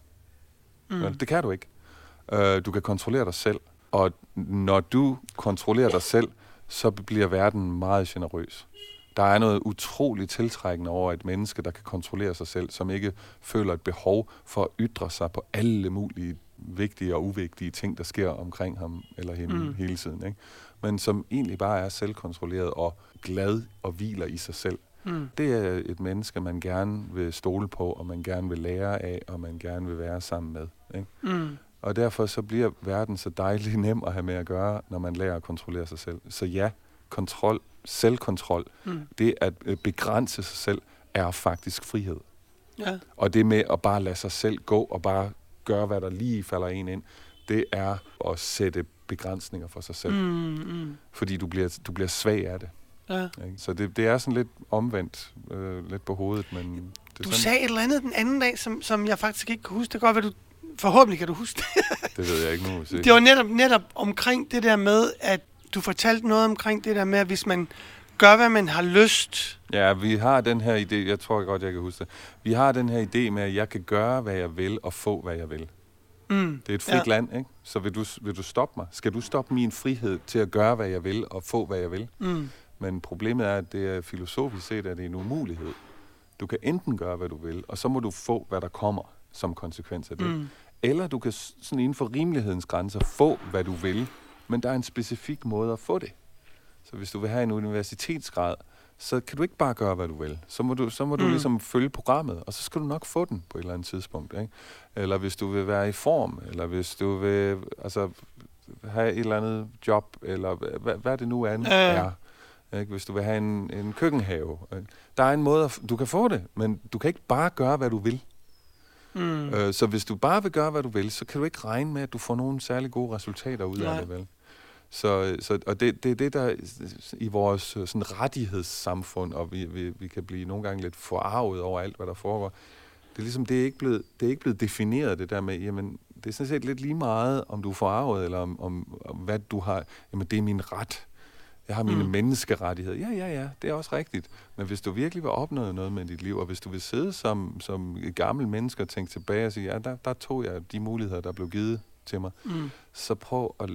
Det kan du ikke. Du kan kontrollere dig selv. Og når du kontrollerer dig selv, så bliver verden meget generøs. Der er noget utroligt tiltrækkende over et menneske, der kan kontrollere sig selv, som ikke føler et behov for at ytre sig på alle mulige vigtige og uvigtige ting, der sker omkring ham eller hende hele tiden. Ikke? Men som egentlig bare er selvkontrolleret og glad og hviler i sig selv. Det er et menneske, man gerne vil stole på, og man gerne vil lære af, og man gerne vil være sammen med. Ikke? Og derfor så bliver verden så dejligt nem at have med at gøre, når man lærer at kontrollere sig selv. Så ja, selvkontrol, det at begrænse sig selv, er faktisk frihed. Ja. Og det med at bare lade sig selv gå, og bare gøre, hvad der lige falder en ind, det er at sætte begrænsninger for sig selv. Fordi du bliver svag af det. Ja. Så det er sådan lidt omvendt, lidt på hovedet. Men det du sagde et eller andet den anden dag, som jeg faktisk ikke kan huske. Det kan godt være, forhåbentlig kan du huske det. Det ved jeg ikke nu. Det var netop omkring det der med, at du fortalte noget omkring det der med, at hvis man gør, hvad man har lyst. Ja, vi har den her idé, jeg tror godt, jeg kan huske det. Vi har den her idé med, at jeg kan gøre, hvad jeg vil, og få, hvad jeg vil. Det er et frit land, ikke? Så vil du stoppe mig? Skal du stoppe min frihed til at gøre, hvad jeg vil, og få, hvad jeg vil? Men problemet er, at det er filosofisk set, at det er en umulighed. Du kan enten gøre, hvad du vil, og så må du få, hvad der kommer som konsekvens af det. Eller du kan sådan inden for rimelighedens grænser få, hvad du vil, men der er en specifik måde at få det. Så hvis du vil have en universitetsgrad, så kan du ikke bare gøre, hvad du vil. Så må du ligesom følge programmet, og så skal du nok få den på et eller andet tidspunkt. Ikke? Eller hvis du vil være i form, eller hvis du vil have et eller andet job, eller hvad det nu er. Ikke? Hvis du vil have en køkkenhave. Der er en måde, du kan få det, men du kan ikke bare gøre, hvad du vil. Så hvis du bare vil gøre, hvad du vil, så kan du ikke regne med, at du får nogle særlig gode resultater ud af det, vel? Og det er det, der i vores sådan rettighedssamfund, og vi kan blive nogle gange lidt forarvet over alt, hvad der foregår. Det er ligesom, det er ikke blevet defineret, det der med, jamen, det er sådan set lidt lige meget, om du er forarvet, eller om hvad du har, jamen, det er min ret. Jeg har mine menneskerettigheder. Ja, det er også rigtigt. Men hvis du virkelig vil opnå noget med dit liv, og hvis du vil sidde som gammel menneske og tænke tilbage og sige, ja, der tog jeg de muligheder, der blev givet til mig, så prøv at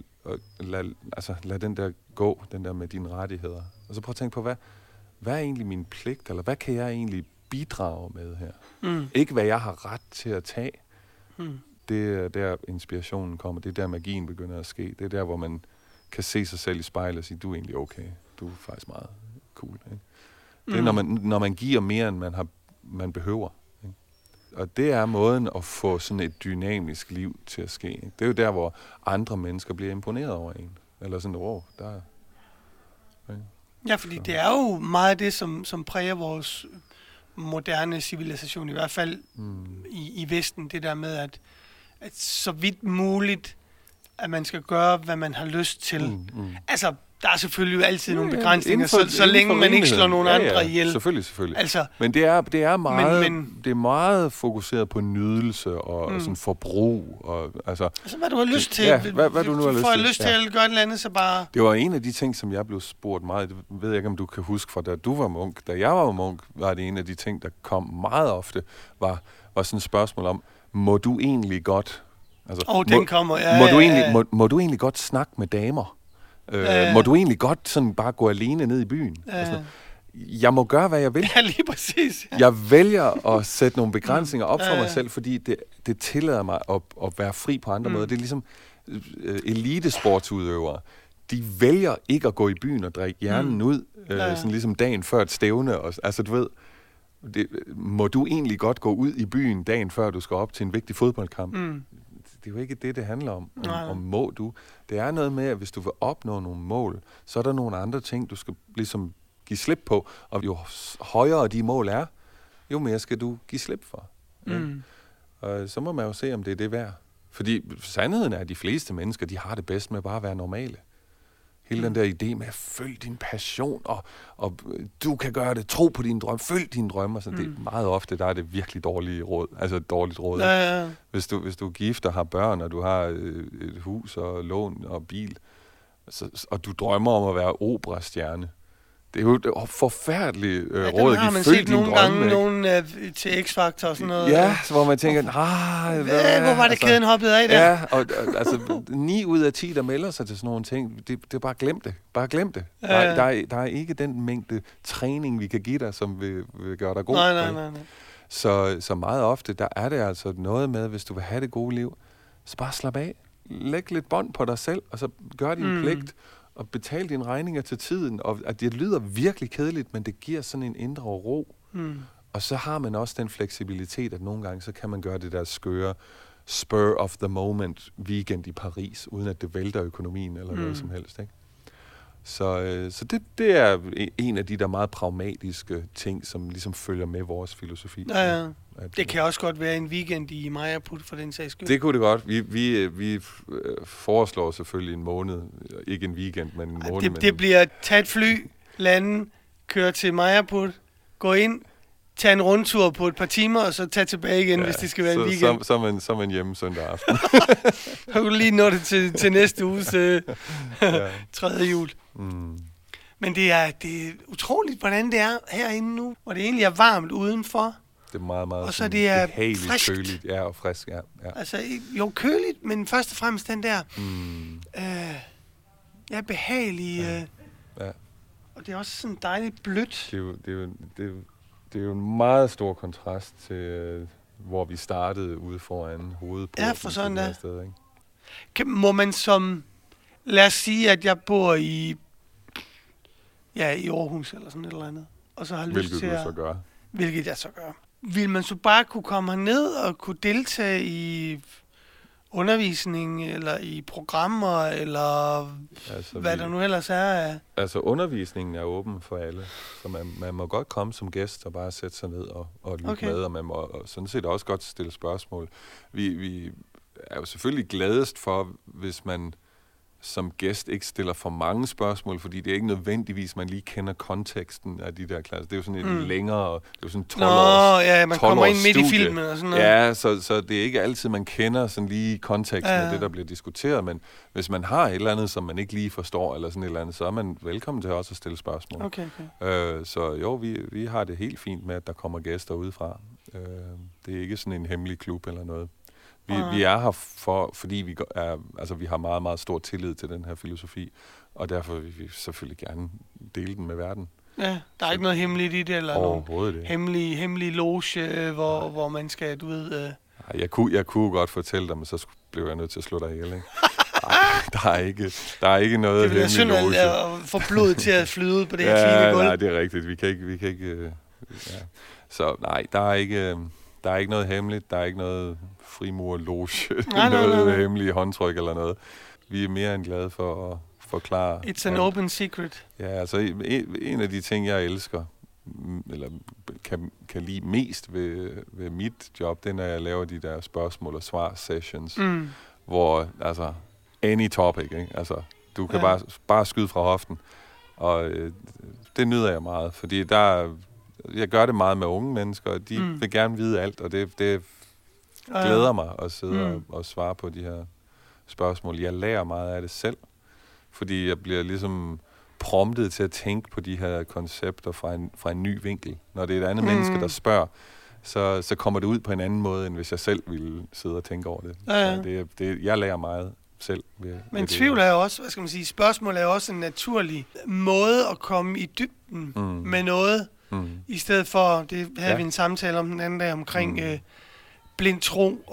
lad den der gå, den der med dine rettigheder. Og så prøv at tænke på, hvad er egentlig min pligt, eller hvad kan jeg egentlig bidrage med her? Ikke hvad jeg har ret til at tage. Det er der inspirationen kommer. Det er der magien begynder at ske. Det er der, hvor man kan se sig selv i spejlet og sige, du er egentlig okay. Du er faktisk meget cool. Ikke? Det er, når man giver mere, end man behøver. Ikke? og det er måden at få sådan et dynamisk liv til at ske. Ikke? Det er jo der, hvor andre mennesker bliver imponeret over en. Eller sådan, der er... Ikke? Ja, fordi det er jo meget det, som præger vores moderne civilisation, i hvert fald i Vesten, det der med, at så vidt muligt, at man skal gøre, hvad man har lyst til. Altså, der er selvfølgelig jo altid nogle begrænsninger, så længe man ikke slår nogen andre ihjel. Selvfølgelig. Altså, men det er meget, det er meget fokuseret på nydelse og sådan forbrug. Og, altså, hvad du har lyst til. Ja, hvad du nu har lyst til. Får jeg lyst til at gøre et eller andet, så bare... Det var en af de ting, som jeg blev spurgt meget. Det ved jeg ikke, om du kan huske fra, da du var munk. Da jeg var munk, var det en af de ting, der kom meget ofte, var sådan et spørgsmål om, må du egentlig godt... Altså, den kommer, ja. Må du egentlig godt snakke med damer? Må du egentlig godt sådan bare gå alene ned i byen? Altså, jeg må gøre, hvad jeg vil. Ja, lige præcis. Ja. Jeg vælger at sætte nogle begrænsninger op for mig selv, fordi det tillader mig at være fri på andre måder. Det er ligesom elitesportsudøvere. De vælger ikke at gå i byen og drikke hjernen ud, sådan ligesom dagen før et stævne. Altså, du ved, må du egentlig godt gå ud i byen dagen før du skal op til en vigtig fodboldkamp? Det er jo ikke det handler om. Om må du. Det er noget med, at hvis du vil opnå nogle mål, så er der nogle andre ting, du skal ligesom give slip på. Og jo højere de mål er, jo mere skal du give slip for. Og så må man jo se, om det er det værd. Fordi sandheden er, at de fleste mennesker, de har det bedst med bare at være normale. Hele den der idé med at følge din passion, og du kan gøre det, tro på din drøm, følg din drøm. Og sådan. Det er meget ofte, der er det virkelig dårligt råd. Ja. Hvis du er gift og har børn, og du har et hus og lån og bil, og du drømmer om at være operastjerne, det er jo et forfærdeligt råd at give. Følg din drømme. Har man set nogle gange til X-Factor og sådan noget. Ja, så hvor man tænker, hvor var det kæden hoppede af der? Ja, og altså 9 ud af 10, der melder sig til sådan nogle ting, det er bare glem det. Bare glem det. Ja. Der er ikke den mængde træning, vi kan give dig, som vil gøre dig god. Nej. Så meget ofte, der er det altså noget med, hvis du vil have det gode liv, så bare slap af. Læg lidt bånd på dig selv, og så gør din pligt, og betal dine regninger til tiden. Og at det lyder virkelig kedeligt, men det giver sådan en indre ro. Og så har man også den fleksibilitet, at nogle gange, så kan man gøre det der skøre spur of the moment weekend i Paris, uden at det vælter økonomien eller noget som helst, ikke? Så det er en af de der meget pragmatiske ting, som ligesom følger med vores filosofi. Ja. Det kan også godt være en weekend i Majaput for den sags skyld. Det kunne det godt. Vi foreslår selvfølgelig en måned. Ikke en weekend, men en måned. Det bliver tage et fly, lande, køre til Majaput, gå ind, tage en rundtur på et par timer, og så tage tilbage igen, hvis det skal være en weekend. Så er man hjemme søndag aften. Så kan du lige nå det til næste uges 3. jul. Men det er utroligt, hvordan det er herinde nu, hvor det egentlig er varmt udenfor. Det er meget, meget og så det er behageligt, køligt, og frisk, ja. Altså, jo køligt, men først og fremmest den der behagelige, og det er også sådan dejligt blødt. Det er jo en meget stor kontrast til, hvor vi startede ude foran hovedporten. Ja, for sådan der. Sted, ikke? Må man lad os sige, at jeg bor i Aarhus eller sådan et eller andet, og så har lyst til hvilket jeg så gør. Vil man så bare kunne komme herned og kunne deltage i undervisning, eller i programmer, eller hvad der nu ellers er? Altså, undervisningen er åben for alle, så man må godt komme som gæst og bare sætte sig ned og lytte med, og man må sådan set også godt stille spørgsmål. Vi er jo selvfølgelig gladest for, hvis man som gæst ikke stiller for mange spørgsmål, fordi det er ikke nødvendigvis, man lige kender konteksten af de der klasser. Det er jo sådan et længere, det er jo sådan 12 års ja, man kommer ind midt i filmen og sådan noget. Ja, så det er ikke altid, man kender sådan lige konteksten af det, der bliver diskuteret, men hvis man har et eller andet, som man ikke lige forstår, eller sådan et eller andet, så er man velkommen til også at stille spørgsmål. Okay. Så jo, vi har det helt fint med, at der kommer gæster udefra. Det er ikke sådan en hemmelig klub eller noget. Vi er her fordi vi har meget, meget stor tillid til den her filosofi, og derfor vil vi selvfølgelig gerne dele den med verden. Ja, der er ikke noget hemmeligt i det, eller overhovedet noget hemmelig loge, hvor man skal, du ved... Jeg kunne godt fortælle dig, men så blev jeg nødt til at slå dig ihjel, ikke? Der er ikke noget hemmelig loge. Det bliver synd at få blodet til at flyde ud på det her fine gulv. Nej, det er rigtigt. Vi kan ikke. Så nej, der Der er ikke noget hemmeligt, der er ikke noget frimurloge, Nej. noget hemmelige håndtryk eller noget. Vi er mere end glade for at forklare. It's an open secret. Ja, altså en af de ting, jeg elsker, eller kan lide mest ved mit job, det er, når jeg laver de der spørgsmål- og svar-sessions, hvor, altså, any topic, ikke? Altså, du kan bare skyde fra hoften. Og det nyder jeg meget, fordi jeg gør det meget med unge mennesker, og de vil gerne vide alt, og det glæder mig at sidde og svare på de her spørgsmål. Jeg lærer meget af det selv, fordi jeg bliver ligesom promptet til at tænke på de her koncepter fra en ny vinkel. Når det er et andet menneske, der spørger, så kommer det ud på en anden måde, end hvis jeg selv ville sidde og tænke over det. Så jeg lærer meget selv. Men tvivl er jo også, hvad skal man sige, spørgsmål er jo også en naturlig måde at komme i dybden med noget, i stedet for, det havde vi en samtale om den anden dag omkring blind tro,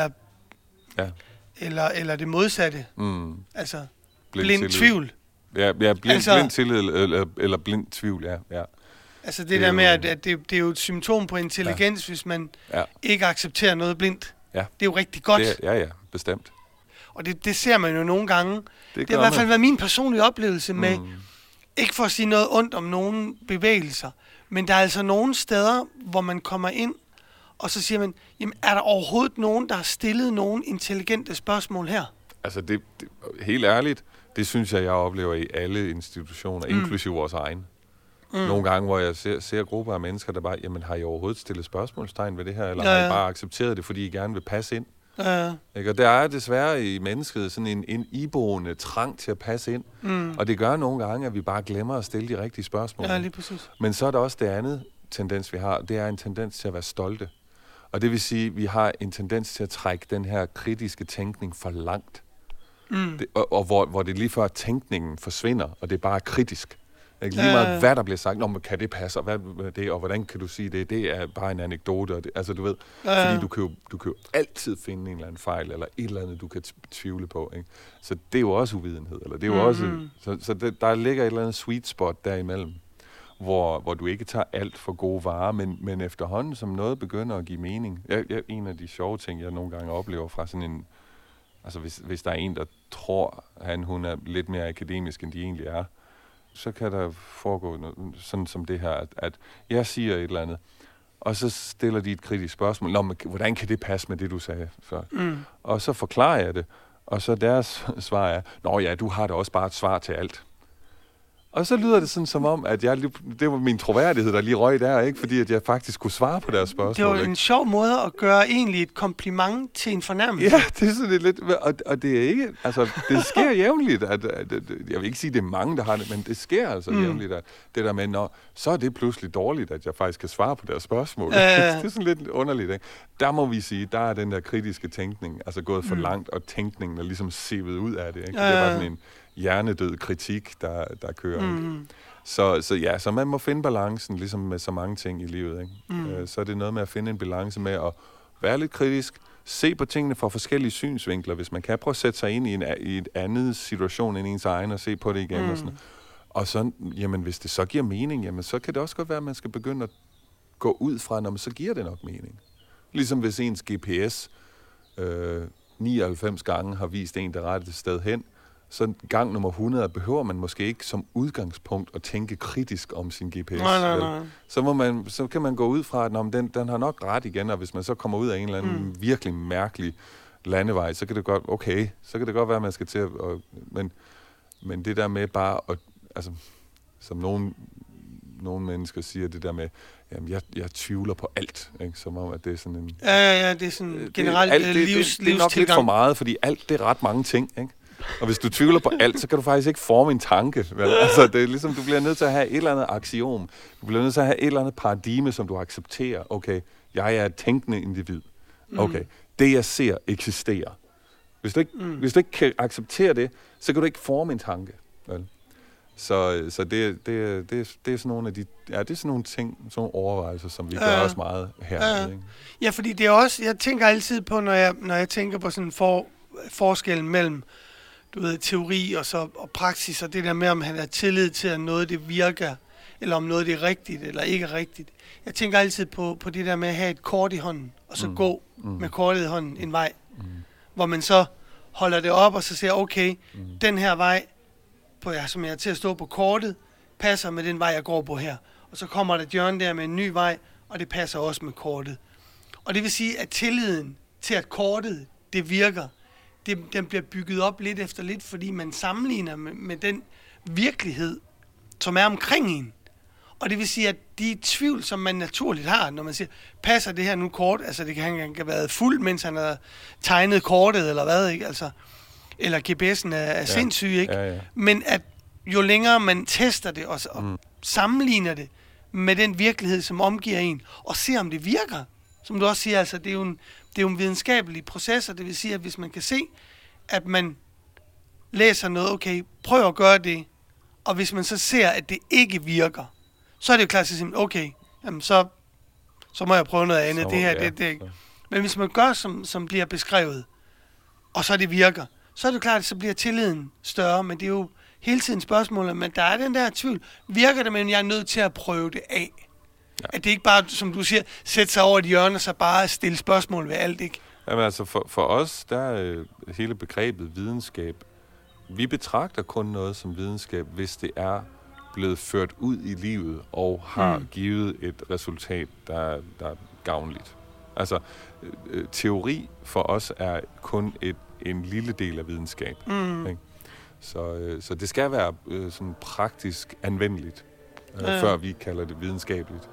eller det modsatte. Altså, blind tvivl. Ja, blind tillid, eller blind tvivl, ja. Altså det der med, at det er jo et symptom på intelligens, hvis man ikke accepterer noget blindt. Ja. Det er jo rigtig godt. Ja, bestemt. Og det ser man jo nogle gange. Det har i hvert fald været min personlige oplevelse med, ikke for at sige noget ondt om nogen bevægelser, men der er altså nogle steder, hvor man kommer ind, og så siger man, jamen er der overhovedet nogen, der har stillet nogle intelligente spørgsmål her? Altså det helt ærligt, det synes jeg oplever i alle institutioner, inklusive vores egen. Nogle gange, hvor jeg ser grupper af mennesker, der bare, jamen har I overhovedet stillet spørgsmålstegn ved det her, eller har I bare accepteret det, fordi I gerne vil passe ind? Ikke? Og der er desværre i mennesket sådan en iboende trang til at passe ind, og det gør nogle gange, at vi bare glemmer at stille de rigtige spørgsmål. Ja, lige præcis. Men så er der også det andet tendens, vi har, det er en tendens til at være stolte. Og det vil sige, at vi har en tendens til at trække den her kritiske tænkning for langt. Hvor det lige før tænkningen forsvinder, og det er bare kritisk. Ikke? Lige meget hvad der bliver sagt, men kan det passe, og hvad det, og hvordan kan du sige det? Det er bare en anekdote. Og det, altså du ved, fordi du kan jo altid finde en eller anden fejl, eller et eller andet, du kan tvivle på. Ikke? Så det er jo også uvidenhed. Eller det er jo også, så der ligger et eller andet sweet spot derimellem, hvor du ikke tager alt for gode varer, men efterhånden, som noget begynder at give mening. En af de sjove ting, jeg nogle gange oplever fra sådan en, altså hvis der er en, der tror, hun er lidt mere akademisk, end de egentlig er, så kan der foregå noget, sådan som det her, at jeg siger et eller andet, og så stiller de et kritisk spørgsmål. Nå, men hvordan kan det passe med det, du sagde før? Og så forklarer jeg det, og så deres svar er, nå ja, du har da også bare et svar til alt. Og så lyder det sådan som om, at det var min troværdighed, der lige røg der, ikke? Fordi at jeg faktisk kunne svare på deres spørgsmål. Det var en sjov måde at gøre egentlig et kompliment til en fornærmelse. Ja, det er sådan lidt, og det er ikke, altså det sker jævnligt, at jeg vil ikke sige, at det er mange, der har det, men det sker altså jævnligt, at det der med, så er det pludselig dårligt, at jeg faktisk kan svare på deres spørgsmål. Det er sådan lidt underligt, ikke? Der må vi sige, der er den der kritiske tænkning, altså gået for langt, og tænkningen er ligesom sivet ud af det, ikke? Det er bare sådan en hjernedød kritik, der kører. Så man må finde balancen, ligesom med så mange ting i livet. Ikke? Så er det noget med at finde en balance med at være lidt kritisk, se på tingene fra forskellige synsvinkler, hvis man kan prøve at sætte sig ind i et andet situation end ens egen, og se på det igen. Og sådan. Og så, jamen, hvis det så giver mening, jamen, så kan det også godt være, at man skal begynde at gå ud fra, når man så giver det nok mening. Ligesom hvis ens GPS 99 gange har vist en det rette sted hen, så gang nummer 100 behøver man måske ikke som udgangspunkt at tænke kritisk om sin GPS. Nej. Så kan man gå ud fra, at den har nok ret igen, og hvis man så kommer ud af en eller anden virkelig mærkelig landevej, så kan det godt være, at man skal til at... Men det der med bare at... Altså, som nogle mennesker siger, det der med, jamen, jeg tvivler på alt, ikke? Som om, at det er sådan en... Ja, det er sådan generelt livstilgang. Det er nok lidt for meget, fordi alt, det er ret mange ting, ikke? Og hvis du tvivler på alt, så kan du faktisk ikke forme en tanke. Vel? Altså, det er ligesom, du bliver nødt til at have et eller andet aksiom. Du bliver nødt til at have et eller andet paradigme, som du accepterer. Okay, jeg er et tænkende individ. Okay, det jeg ser eksisterer. Hvis du ikke kan acceptere det, så kan du ikke forme en tanke. Vel? Så det er sådan nogle af de, det er sådan nogle ting, sådan nogle overvejelser, som vi gør også meget her. Ikke? Ja, fordi det er også, jeg tænker altid på, når jeg tænker på sådan forskellen mellem teori og praksis, og det der med, om han har tillid til, at noget det virker eller om noget det er rigtigt eller ikke rigtigt. Jeg tænker altid på det der med at have et kort i hånden, og så gå med kortet i hånden en vej, hvor man så holder det op, og så siger, okay, den her vej, som jeg er til at stå på kortet, passer med den vej, jeg går på her. Og så kommer der et hjørne der med en ny vej, og det passer også med kortet. Og det vil sige, at tilliden til, at kortet, det virker, den bliver bygget op lidt efter lidt, fordi man sammenligner med den virkelighed, som er omkring en. Og det vil sige, at de tvivl, som man naturligt har, når man siger, passer det her nu kort? Altså, det kan have været fuld, mens han har tegnet kortet, eller hvad, ikke? Altså, eller GPS'en er sindssyg, ikke? Ja. Men at jo længere man tester det og sammenligner det med den virkelighed, som omgiver en, og ser, om det virker, som du også siger, altså, det er jo en videnskabelig proces, og det vil sige, at hvis man kan se, at man læser noget, okay, prøv at gøre det, og hvis man så ser, at det ikke virker, så er det jo klart at sige, okay, jamen så må jeg prøve noget andet. Så, det her, det ikke. Men hvis man gør, som bliver beskrevet, og så det virker, så er det jo klart, at så bliver tilliden større, men det er jo hele tiden spørgsmål om, at der er den der tvivl. Virker det, men jeg er nødt til at prøve det af? Ja. At det ikke bare, som du siger, sætte sig over et hjørne, og så bare stille spørgsmål ved alt, ikke? Jamen altså, for os, der er hele begrebet videnskab. Vi betragter kun noget som videnskab, hvis det er blevet ført ud i livet og har givet et resultat, der er gavnligt. Altså, teori for os er kun en lille del af videnskab. Ikke? Så det skal være sådan praktisk anvendeligt, før vi kalder det videnskabeligt.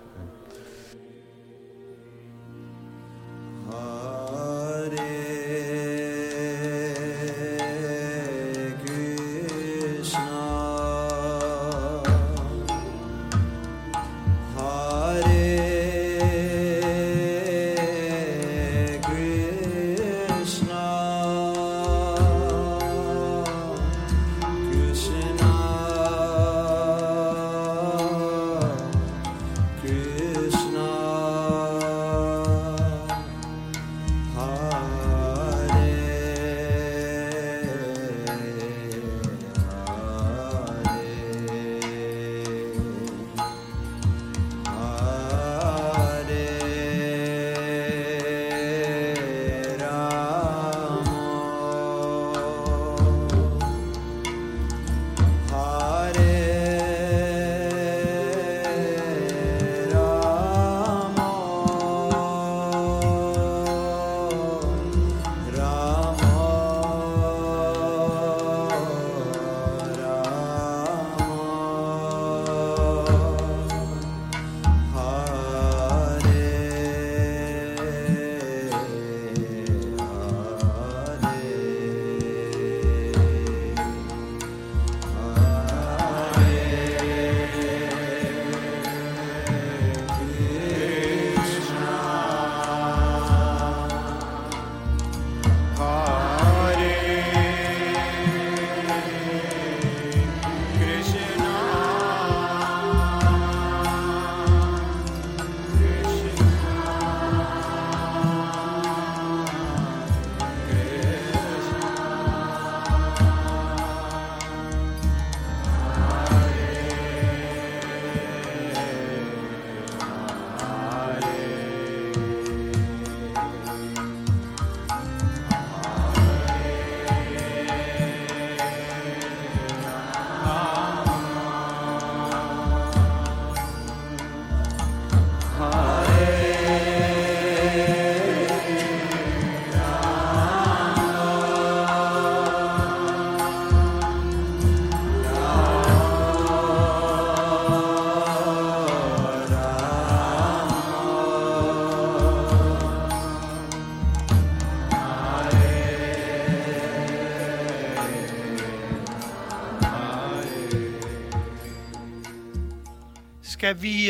Skal vi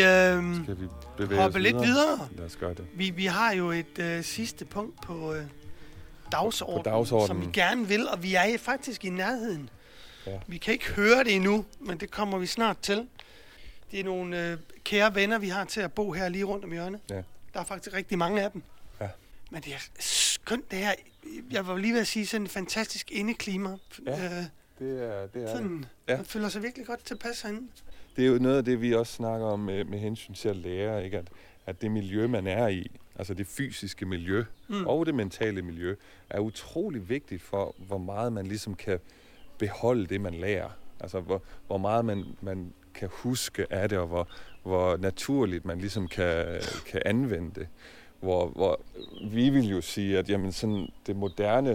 hoppe lidt videre? Lad os gøre det. Vi har jo et sidste punkt på dagsordenen, som vi gerne vil, og vi er faktisk i nærheden. Ja. Vi kan ikke høre det endnu, men det kommer vi snart til. Det er nogle kære venner, vi har til at bo her lige rundt om hjørnet. Ja. Der er faktisk rigtig mange af dem. Ja. Men det er skønt det her. Jeg var lige ved at sige sådan et fantastisk indeklima. Ja, det er det. Sådan, Ja. man føler sig virkelig godt tilpas herinde. Det er jo noget af det, vi også snakker om med hensyn til at lære, ikke? At det miljø, man er i, altså det fysiske miljø og det mentale miljø, er utrolig vigtigt for, hvor meget man ligesom kan beholde det, man lærer. Altså hvor meget man kan huske af det, og hvor naturligt man ligesom kan anvende det. Hvor vi vil jo sige, at jamen, sådan det moderne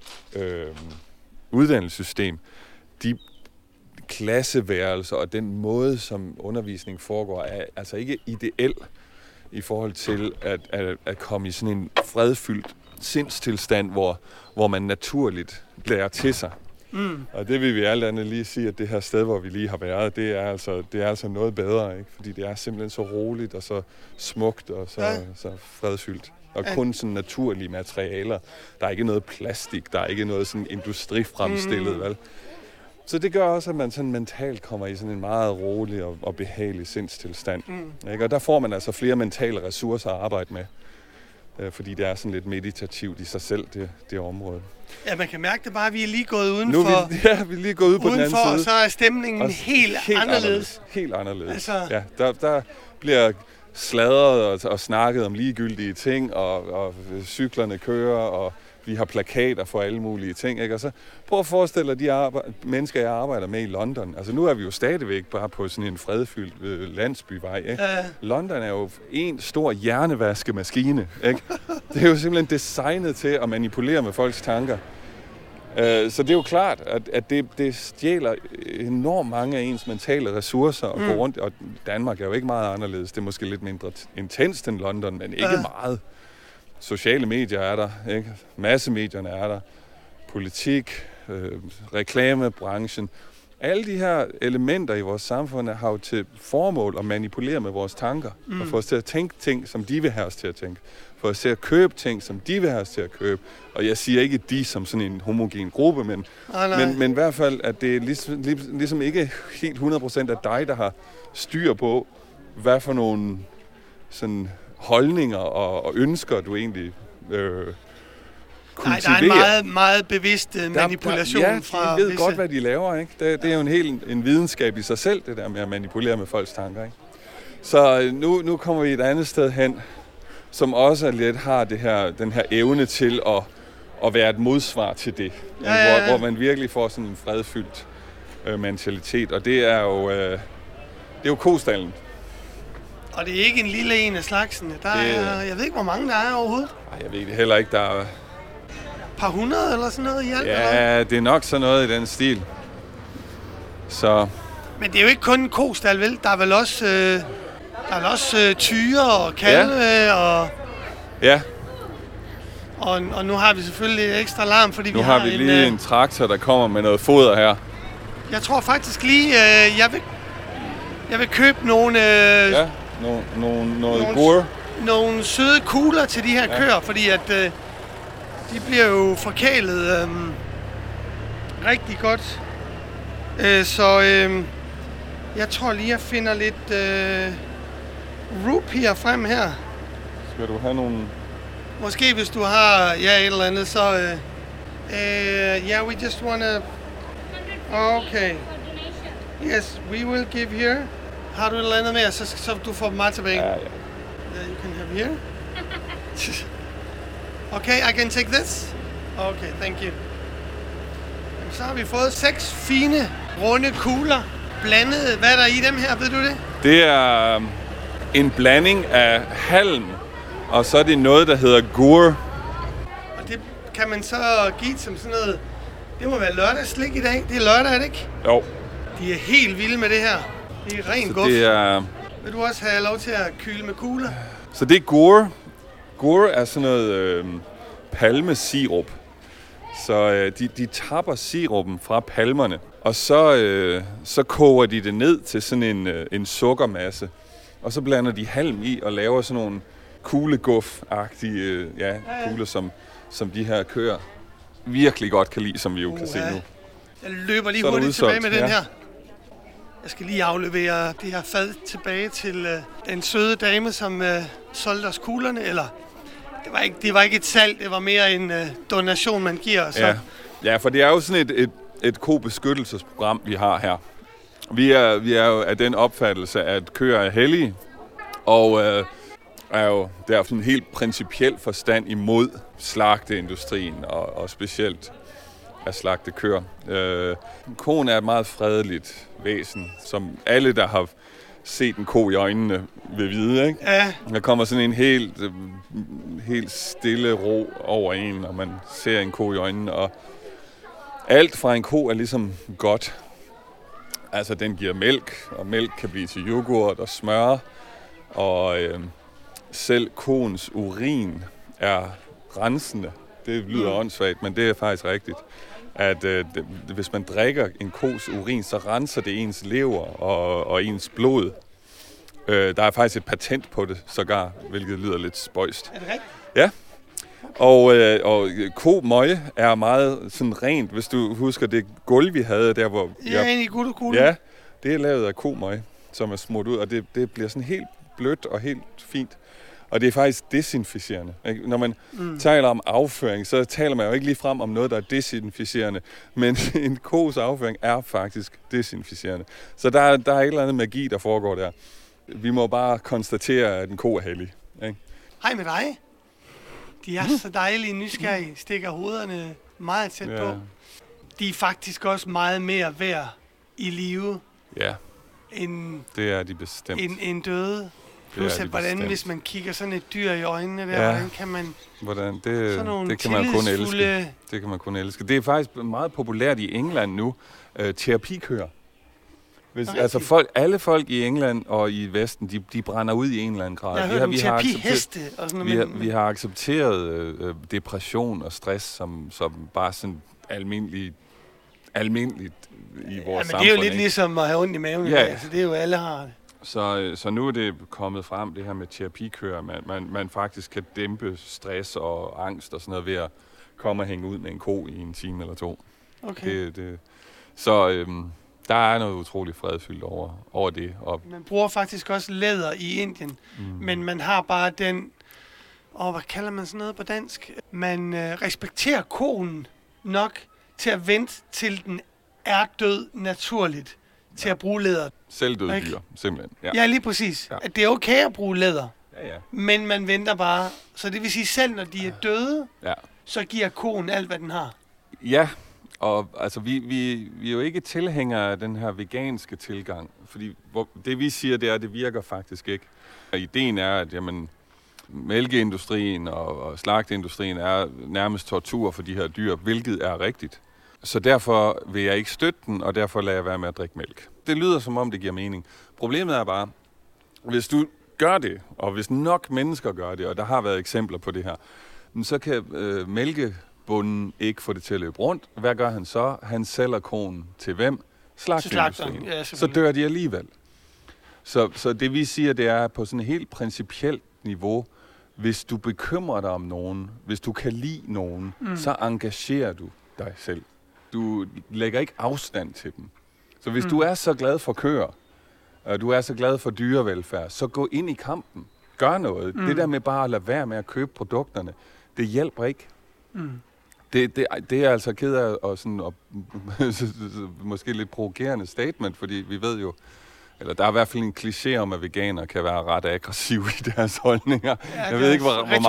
uddannelsessystem, de klasseværelser og den måde, som undervisning foregår, er altså ikke ideel i forhold til at komme i sådan en fredfyldt sindstilstand, hvor man naturligt lærer til sig. Og det vil vi alt andet lige sige, at det her sted, hvor vi lige har været, det er altså noget bedre, ikke? Fordi det er simpelthen så roligt og så smukt og så fredfyldt. Og kun sådan naturlige materialer. Der er ikke noget plastik, der er ikke noget sådan industrifremstillet, vel? Så det gør også, at man sådan mentalt kommer i sådan en meget rolig og behagelig sindstilstand. Ikke? Og der får man altså flere mentale ressourcer at arbejde med. Fordi det er sådan lidt meditativt i sig selv, det område. Ja, man kan mærke det bare, at vi er lige gået udenfor. Vi er lige gået ud på den anden side. Og så er stemningen helt anderledes. Helt anderledes. Altså... Ja, der bliver sladret og snakket om ligegyldige ting, og cyklerne kører, og vi har plakater for alle mulige ting. Ikke? Og så prøv at forestille dig de mennesker, jeg arbejder med i London. Altså nu er vi jo stadigvæk bare på sådan en fredfyldt landsbyvej. Ikke? London er jo en stor hjernevaskemaskine. Ikke? Det er jo simpelthen designet til at manipulere med folks tanker. Så det er jo klart, at det stjæler enormt mange af ens mentale ressourcer at gå rundt. Og Danmark er jo ikke meget anderledes. Det er måske lidt mindre intenst end London, men ikke meget. Sociale medier er der, ikke? Massemedierne er der, politik, reklamebranchen. Alle de her elementer i vores samfund har jo til formål at manipulere med vores tanker, og få os til at tænke ting, som de vil have os til at tænke. Få os til at købe ting, som de vil have os til at købe. Og jeg siger ikke de som sådan en homogen gruppe, men i hvert fald, at det er ligesom ikke helt 100% af dig, der har styr på, hvad for nogle sådan holdninger og ønsker, du egentlig kultiverer. Nej, der er en meget bevidst manipulation fra de ved godt, hvad de laver, ikke? Det er jo en videnskab i sig selv, det der med at manipulere med folks tanker, ikke? Så nu kommer vi et andet sted hen, som også lidt har den her evne til at være et modsvar til det. Ja. Hvor man virkelig får sådan en fredfyldt mentalitet, og det er jo Kostallen. Og det er ikke en lille en af slagsen. Jeg ved ikke, hvor mange der er overhovedet. Nej, jeg ved det heller ikke. Der er et par hundrede eller sådan noget i alt? Ja, det er nok sådan noget i den stil. Så. Men det er jo ikke kun en kostal, vel? Der er vel også tyre og kalve og... Ja. Og nu har vi selvfølgelig et ekstra larm, fordi nu har vi lige en traktor, der kommer med noget foder her. Jeg tror faktisk lige, jeg vil købe nogle... Noget gur. Nogle søde kugler til de her køer, fordi at de bliver jo forkælet rigtig godt. Så jeg tror lige, jeg finder lidt rupier frem her. Skal du have nogle... Måske hvis du har et eller andet, så... we just wanna... Okay. Yes, we will give here. Har du et eller andet mere, så du får dem meget tilbage? Ja. You can have here. Okay, I can take this. Okay, thank you. Så har vi fået 6 fine, runde kugler. Blandet. Hvad er der i dem her, ved du det? Det er en blanding af halm, og så er det noget, der hedder gur. Og det kan man så give som sådan noget... Det må være lørdagsslik i dag. Det er lørdag, er det ikke? Jo. De er helt vilde med det her. Det er ren guf. Vil du også have lov til at kyle med kugler? Så det er gur. Gur er sådan noget palmesirup. Så de tapper sirupen fra palmerne, og så koger de det ned til sådan en sukkermasse. Og så blander de halm i og laver sådan nogle kugleguf-agtige kugler, som de her køer virkelig godt kan lide, som vi jo kan se nu. Jeg løber lige hurtigt tilbage med den her. Jeg skal lige aflevere det her fad tilbage til den søde dame, som solgte os kuglerne. Eller det var ikke et salg, det var mere en donation, man giver. Så. Ja, for det er jo sådan et kobeskyttelsesprogram, vi har her. Vi er jo af den opfattelse, at køer er hellige, og er jo derfor en helt principiel forstand imod slagteindustrien, og specielt at slagte køer. Koen er et meget fredeligt væsen, som alle, der har set en ko i øjnene, vil vide, ikke? Ja. Der kommer sådan en helt stille ro over en, når man ser en ko i øjnene, og alt fra en ko er ligesom godt. Altså, den giver mælk, og mælk kan blive til yoghurt og smør, og selv koens urin er rensende. Det lyder åndssvagt, men det er faktisk rigtigt. At hvis man drikker en kos urin, så renser det ens lever og ens blod. Der er faktisk et patent på det, sågar, hvilket lyder lidt spøjst. Er det rigtigt? Ja. Og komøje er meget sådan rent, hvis du husker det gulv, vi havde der, hvor... Ja, ind i guld og kulde. Ja, det er lavet af komøje, som er smurt ud, og det bliver sådan helt blødt og helt fint. Og det er faktisk desinficerende. Ikke? Når man taler om afføring, så taler man jo ikke lige frem om noget, der er desinficerende. Men en kos afføring er faktisk desinficerende. Så der er et eller andet magi, der foregår der. Vi må bare konstatere, at en ko er hellig. Ikke? Hej med dig. De er så dejlige, nysgerrige, stikker hovederne meget tæt på. De er faktisk også meget mere værd i live Ja, end, det er de bestemt. end døde. Plus at hvordan, hvis man kigger sådan et dyr i øjnene der, hvordan kan man... Det kan man kun elske. Det kan man kun elske. Det er faktisk meget populært i England nu. Terapikøer. Alle folk i England og i Vesten, de brænder ud i en eller anden grad. Jeg har hørt om terapiheste og sådan noget. Vi har accepteret depression og stress som bare sådan almindeligt i vores samfund. Det er jo lidt ligesom at have ondt i maven. Ja. Altså, det er jo alle har det. Så nu er det kommet frem, det her med terapikøer. Man faktisk kan dæmpe stress og angst og sådan noget ved at komme og hænge ud med en ko i en time eller to. Okay. Der er noget utroligt fredfyldt over det. Og man bruger faktisk også læder i Indien, men man har bare den... hvad kalder man sådan noget på dansk? Man respekterer koen nok til at vente til den er død naturligt. Til at bruge læder. Selvdøde dyr, simpelthen. Ja, lige præcis. Ja. At det er okay at bruge læder. Ja. Men man venter bare. Så det vil sige, selv når de er døde, så giver koen alt, hvad den har. Ja, og altså vi er jo ikke tilhængere af den her veganske tilgang. Fordi det vi siger, det er, at det virker faktisk ikke. Og ideen er, at mælkeindustrien og slagteindustrien er nærmest tortur for de her dyr, hvilket er rigtigt. Så derfor vil jeg ikke støtte den, og derfor lader jeg være med at drikke mælk. Det lyder som om, det giver mening. Problemet er bare, hvis du gør det, og hvis nok mennesker gør det, og der har været eksempler på det her, så kan mælkebunden ikke få det til at løbe rundt. Hvad gør han så? Han sælger koen til hvem? Slagteindustrien. Ja, så dør de alligevel. Så det vi siger, det er på sådan et helt principielt niveau, hvis du bekymrer dig om nogen, hvis du kan lide nogen, så engagerer du dig selv. Du lægger ikke afstand til dem. Så hvis du er så glad for køer, og du er så glad for dyrevelfærd, så gå ind i kampen. Gør noget. Det der med bare at lade være med at købe produkterne, det hjælper ikke. Det er jeg altså ked af, og måske lidt provokerende statement, fordi vi ved jo, eller der er i hvert fald en kliché om, at veganer kan være ret aggressive i deres holdninger. Ja, jeg ved ikke,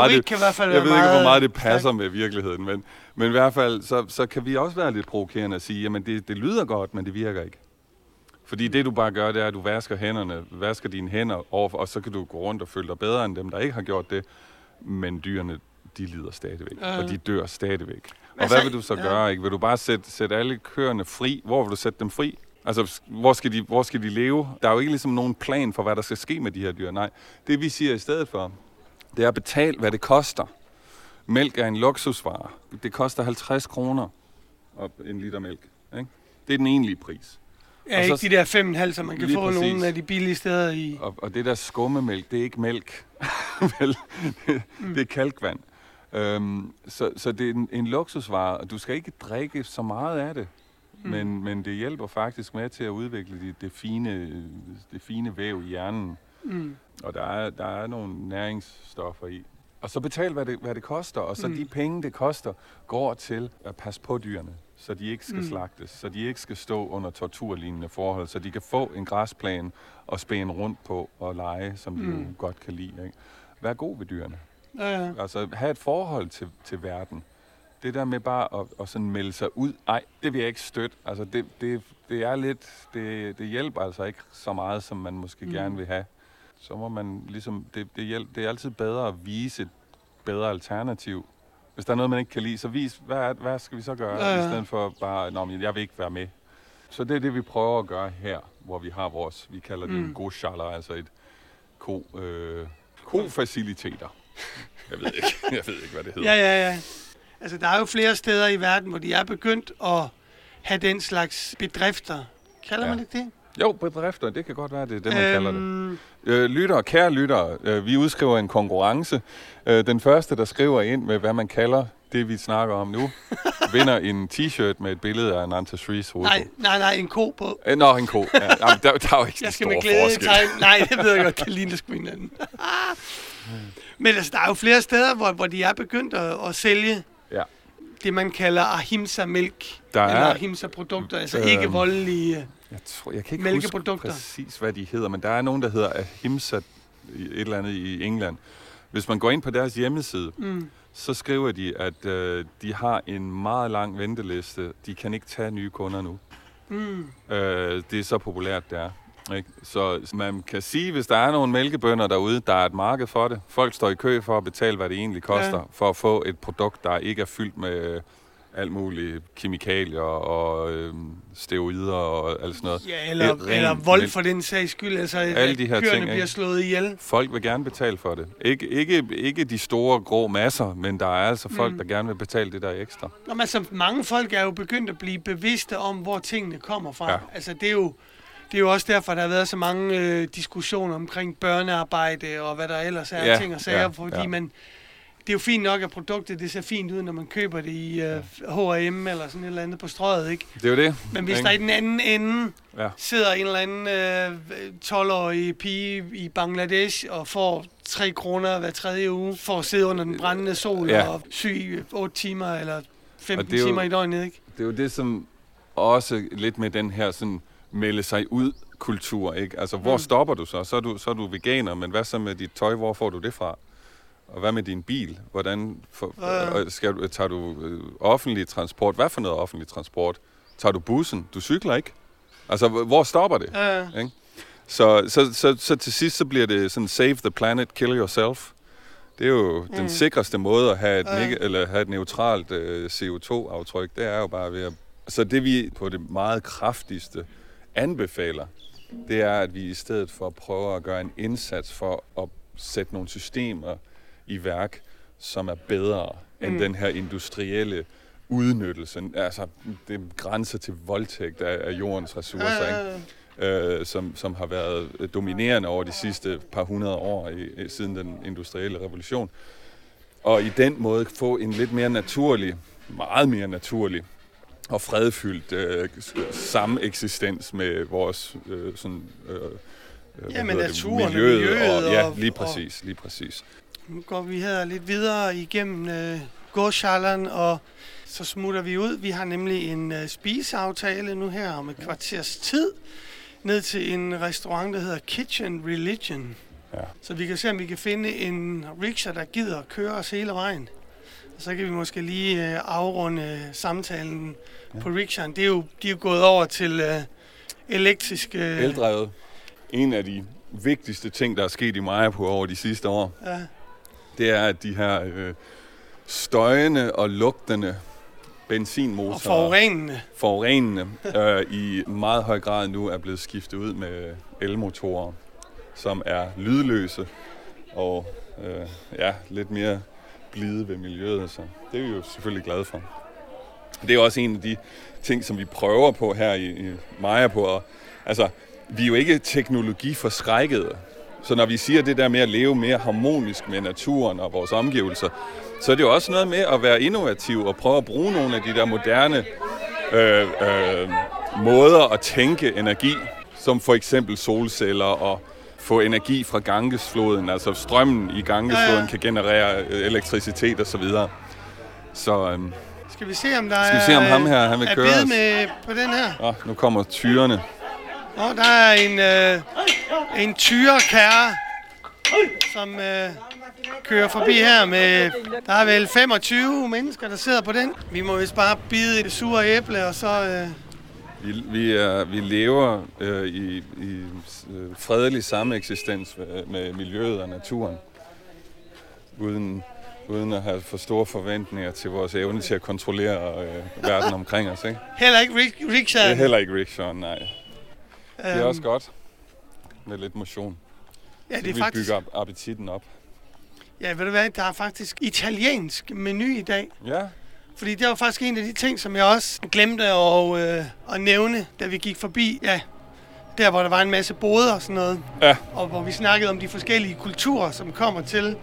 hvor meget det passer med virkeligheden, men i hvert fald, så kan vi også være lidt provokerende at sige, jamen det lyder godt, men det virker ikke. Fordi det du bare gør, det er, at du vasker dine hænder, og så kan du gå rundt og føle dig bedre end dem, der ikke har gjort det. Men dyrene, de lider stadigvæk, og de dør stadigvæk. Og hvad vil du så gøre? Ikke? Vil du bare sætte alle køerne fri? Hvor vil du sætte dem fri? Altså, hvor skal de leve? Der er jo ikke ligesom nogen plan for, hvad der skal ske med de her dyr. Nej, det vi siger i stedet for, det er at betale, hvad det koster. Mælk er en luksusvare. Det koster 50 kroner op en liter mælk. Ikke? Det er den egentlige pris. Ja, ikke de der 5,5, så man kan få nogle af de billige steder i... Og det der skummemælk, det er ikke mælk. Det er kalkvand. Så det er en luksusvare, og du skal ikke drikke så meget af det. Men det hjælper faktisk med til at udvikle det fine væv i hjernen. Og der er nogle næringsstoffer i. Og så betal, hvad det koster, og så de penge, det koster, går til at passe på dyrene. så de ikke skal slagtes, så de ikke skal stå under torturlignende forhold, så de kan få en græsplæne og spæne rundt på og lege, som de jo godt kan lide. Ikke? Vær god ved dyrene. Ja. Altså, have et forhold til verden. Det der med bare at sådan melde sig ud, ej, det vil jeg ikke støtte. Altså, det er lidt, det hjælper altså ikke så meget, som man måske gerne vil have. Så må man ligesom, det er altid bedre at vise et bedre alternativ. Hvis der er noget, man ikke kan lide, så vis, hvad skal vi så gøre, i stedet for bare, jeg vil ikke være med. Så det er det, vi prøver at gøre her, hvor vi har vi kalder det en goshaller, altså et ko-faciliteter. Jeg ved ikke, hvad det hedder. Ja. Altså, der er jo flere steder i verden, hvor de er begyndt at have den slags bedrifter. Kalder man ikke det? Jo, bedrifter, det kan godt være, det er det, man kalder det. Kære lyttere, vi udskriver en konkurrence. Den første, der skriver ind med, hvad man kalder det, vi snakker om nu, vinder en t-shirt med et billede af Ananta Shrees hoved. Nej, en ko på. En ko, ja. Jamen, der er jo ikke jeg så skal stor med glæde forskel. Nej, det ved jeg godt, det ligner sgu hinanden. Men altså, der er jo flere steder, hvor de er begyndt at sælge det, man kalder ahimsa-mælk. Eller ahimsa-produkter, altså ikke voldelige jeg kan ikke mælkeprodukter. huske præcis, hvad de hedder, men der er nogen, der hedder ahimsa, et eller andet i England. Hvis man går ind på deres hjemmeside, så skriver de, at de har en meget lang venteliste. De kan ikke tage nye kunder nu. Det er så populært, det er. Ikke? Så man kan sige, hvis der er nogle mælkebønder derude, der er et marked for det. Folk står i kø for at betale, hvad det egentlig koster, for at få et produkt, der ikke er fyldt med alt muligt kemikalier og steroider og alt sådan noget. Ja, eller vold for den sags skyld. Altså, alle de her kørene ting, bliver slået ihjel. Folk vil gerne betale for det. Ikke de store grå masser, men der er altså folk, der gerne vil betale det der ekstra. Nå, men altså, mange folk er jo begyndt at blive bevidste om, hvor tingene kommer fra. Ja. Altså, det er jo også derfor, der har været så mange diskussioner omkring børnearbejde og hvad der ellers er ting og sager, fordi det er jo fint nok, at produktet det ser fint ud, når man køber det i H&M eller sådan et eller andet på strøget, ikke? Det er jo det. Men hvis der i den anden ende sidder en eller anden 12-årig pige i Bangladesh og får 3 kroner hver 3. uge for at sidde under den brændende sol og sy 8 timer eller 15 timer i døgnet, ikke? Det er jo det, som også lidt med den her sådan melde sig ud kultur, ikke? Altså, hvor stopper du så? Så er du veganer, men hvad så med dit tøj? Hvor får du det fra? Og hvad med din bil? Hvordan tager du offentlig transport? Hvad for noget offentlig transport? Tager du bussen? Du cykler ikke? Altså, hvor stopper det? Ikke? Så til sidst så bliver det sådan save the planet, kill yourself. Det er jo den sikreste måde at have et neutralt CO2-aftryk. Det er jo bare ved at... Så det vi på det meget kraftigste anbefaler, det er, at vi i stedet for prøver at gøre en indsats for at sætte nogle systemer i værk, som er bedre end den her industrielle udnyttelse. Altså, det grænser til voldtægt af jordens ressourcer, ikke? Som har været dominerende over de sidste par 100 år siden den industrielle revolution. Og i den måde få en lidt mere naturlig, meget mere naturlig og fredfyldt sameksistens med vores med naturen og miljøet. Og lige præcis. Nu går vi her lidt videre igennem gårdshalleren, og så smutter vi ud. Vi har nemlig en spiseaftale nu her om et kvarters tid, ned til en restaurant, der hedder Kitchen Religion. Ja. Så vi kan se, om vi kan finde en rickshaw, der gider at køre os hele vejen. Og så kan vi måske lige afrunde samtalen på rickshawen. De er jo gået over til elektriske... Eldrevet. En af de vigtigste ting, der er sket i Majapur over de sidste år, det er, at de her støjende og lugtende benzinmotorer... Og forurenende i meget høj grad nu er blevet skiftet ud med elmotorer, som er lydløse og lidt mere blide ved miljøet. Så det er vi jo selvfølgelig glade for. Det er også en af de ting, som vi prøver på her i Majapur. Altså, vi er jo ikke teknologiforskrækkede. Så når vi siger det der med at leve mere harmonisk med naturen og vores omgivelser, så er det jo også noget med at være innovativ og prøve at bruge nogle af de der moderne måder at tænke energi, som for eksempel solceller og få energi fra Gangesfloden, altså strømmen i Gangesfloden kan generere elektricitet og så videre. Så Skal vi se, om der Skal vi se, om ham her, han vil køre bid os? med på den her? Nu kommer tyrene. Der er en tyrekærre, som kører forbi her med... Der er vel 25 mennesker, der sidder på den. Vi må vist bare bide det sure æble, og så... Vi lever i fredelig sameksistens med miljøet og naturen, uden at have for store forventninger til vores evne til at kontrollere verden omkring os. Ikke? Heller ikke rickshawen? Det er heller ikke rickshawen, nej. Det er også godt med lidt motion. Ja, det er vi faktisk... bygger appetitten op. Ja, ved du hvad, der er faktisk italiensk menu i dag. Ja. Fordi det var faktisk en af de ting, som jeg også glemte at nævne, da vi gik forbi, der hvor der var en masse boder og sådan noget. Ja. Og hvor vi snakkede om de forskellige kulturer, som kommer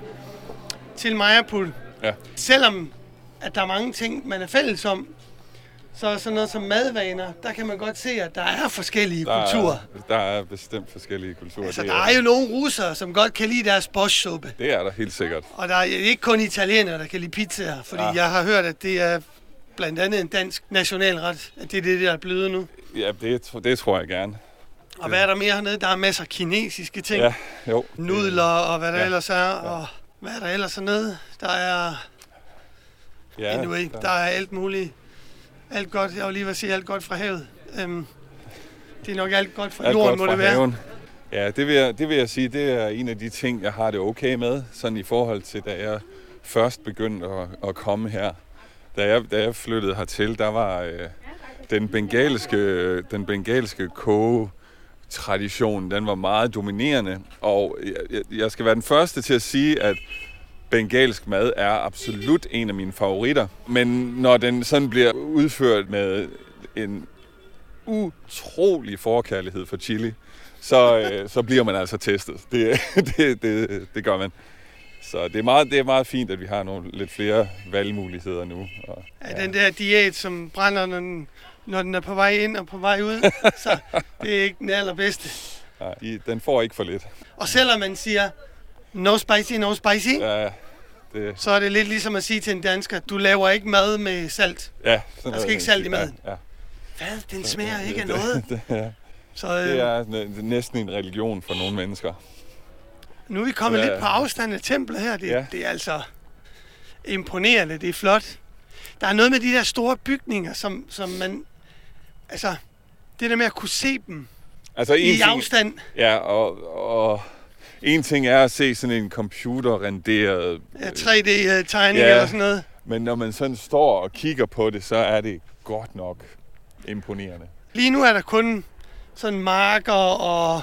til Majapul. Ja. Selvom at der er mange ting, man er fælles om, så sådan noget som madvaner, der kan man godt se, at der er forskellige kulturer. Der er bestemt forskellige kulturer. Altså, der er jo nogle russere, som godt kan lide deres borssuppe. Det er der helt sikkert. Og der er ikke kun italienere, der kan lide pizzaer, fordi jeg har hørt, at det er blandt andet en dansk nationalret, at det er det, der er blevet nu. Ja, det tror jeg gerne. Og hvad er der mere hernede? Der er masser af kinesiske ting. Ja, jo. Nudler og hvad der ellers er. Og hvad er der ellers hernede? Der er... Ja, anyway, der er alt muligt. Alt godt. Jeg vil lige vil sige alt godt fra havet. Det er nok alt godt fra jorden, må det være. Haven. Ja, det vil jeg sige, det er en af de ting, jeg har det okay med, sådan i forhold til, da jeg først begyndte at komme her. Da jeg flyttede hertil, der var den bengalske kogetradition, den var meget dominerende, og jeg skal være den første til at sige, at bengalsk mad er absolut en af mine favoritter. Men når den sådan bliver udført med en utrolig forkærlighed for chili, så bliver man altså testet. Det gør man. Så det er meget fint, at vi har nogle lidt flere valgmuligheder nu. Den der diæt, som brænder, når den er på vej ind og på vej ud, så det er ikke den allerbedste. Nej, den får ikke for lidt. Og selvom man siger, no spicy, så er det lidt ligesom at sige til en dansker, du laver ikke mad med salt. Ja. Der skal ikke salt i maden. Ja. Hvad? Den smager ikke af noget. Det er næsten en religion for nogle mennesker. Nu er vi kommet lidt på afstand af templet her. Det er altså imponerende, det er flot. Der er noget med de der store bygninger, som man... Altså, det der med at kunne se dem i afstand. Ja, og en ting er at se sådan en computerrenderet... 3D-tegning eller sådan noget. Men når man sådan står og kigger på det, så er det godt nok imponerende. Lige nu er der kun sådan marker og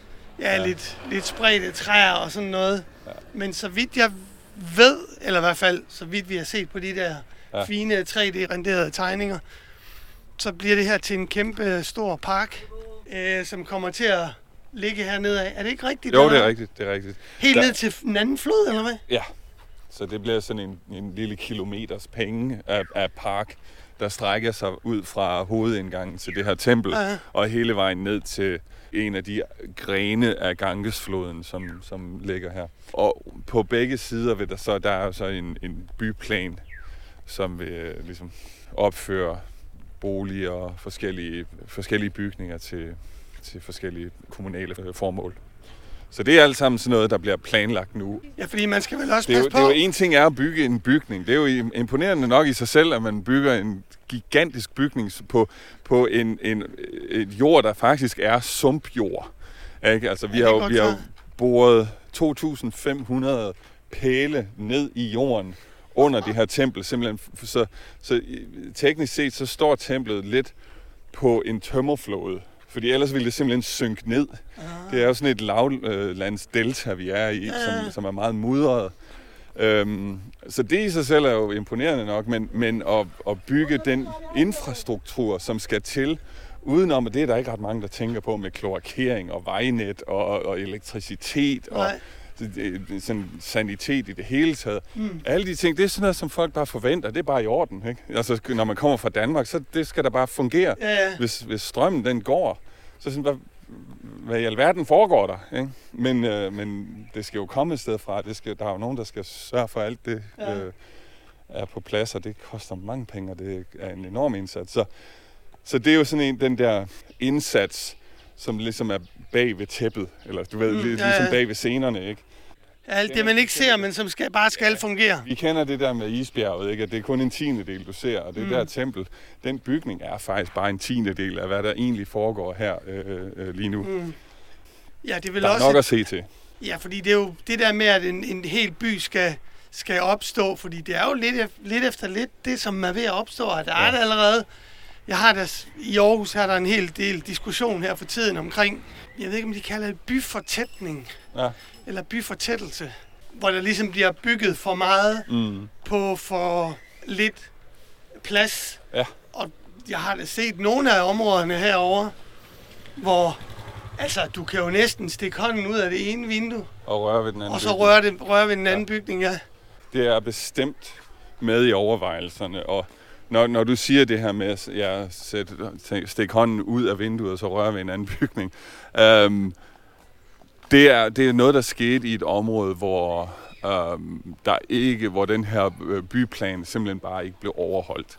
lidt spredte træer og sådan noget. Ja. Men så vidt jeg ved, eller i hvert fald så vidt vi har set på de der fine 3D-renderede tegninger, så bliver det her til en kæmpe stor park, som kommer til at ligge hernede af. Er det ikke rigtigt? Jo, det er rigtigt. Helt ned til den anden flod, eller hvad? Ja, så det bliver sådan en lille kilometers penge af park, der strækker sig ud fra hovedindgangen til det her tempel, og hele vejen ned til en af de grene af Gangesfloden, som ligger her. Og på begge sider der er så en byplan, som vil ligesom opføre boliger og forskellige bygninger til forskellige kommunale formål. Så det er alt sammen sådan noget, der bliver planlagt nu. Ja, fordi man skal vel også passe på. Det er jo en ting er at bygge en bygning. Det er jo imponerende nok i sig selv, at man bygger en gigantisk bygning på en jord, der faktisk er sumpjord. Ikke? Altså, vi har jo boret 2.500 pæle ned i jorden under det her tempel. Simpelthen, så teknisk set, så står templet lidt på en tømmerflåde. Fordi ellers ville det simpelthen synke ned. Det er jo sådan et lavlandsdelta, vi er i, som er meget mudret. Så det i sig selv er jo imponerende nok, men at bygge den infrastruktur, som skal til, udenom, at det er der ikke ret mange, der tænker på med kloakering og vejnet og elektricitet og sådan sanitet i det hele taget. Alle de ting, det er sådan noget, som folk bare forventer. Det er bare i orden, ikke? Altså, når man kommer fra Danmark, så det skal der bare fungere. Ja. Hvis strømmen den går, så sådan, hvad i alverden foregår der, ikke? Men det skal jo komme et sted fra. Der er jo nogen, der skal sørge for alt det er på plads, og det koster mange penge, og det er en enorm indsats. Så det er jo sådan den der indsats, som ligesom er bag ved tæppet, eller du ved, ligesom bag ved scenerne, ikke? Alt det, man ikke ser, men som bare skal fungere. Vi kender det der med isbjerget, ikke? At det er kun en tiendedel, du ser, og det der tempel, den bygning er faktisk bare en tiendedel af, hvad der egentlig foregår her lige nu. Ja, det vil der er også nok at se til. Ja, fordi det er jo det der med, at en hel by skal opstå, fordi det er jo lidt efter lidt det, som er ved at opstå, og der er det allerede. Jeg har i Aarhus her der en hel del diskussion her for tiden omkring, jeg ved ikke, om de kalder det byfortætning, eller byfortættelse, hvor der ligesom bliver bygget for meget på for lidt plads. Ja. Og jeg har da set nogle af områderne herovre, hvor altså, du kan jo næsten stikke hånden ud af det ene vindue, og røre ved den anden og så bygning. røre ved den anden bygning, ja. Det er bestemt med i overvejelserne, og når du siger det her med at stikke hånden ud af vinduet og så røre ved en anden bygning, det er noget, der skete i et område, hvor hvor den her byplan simpelthen bare ikke blev overholdt.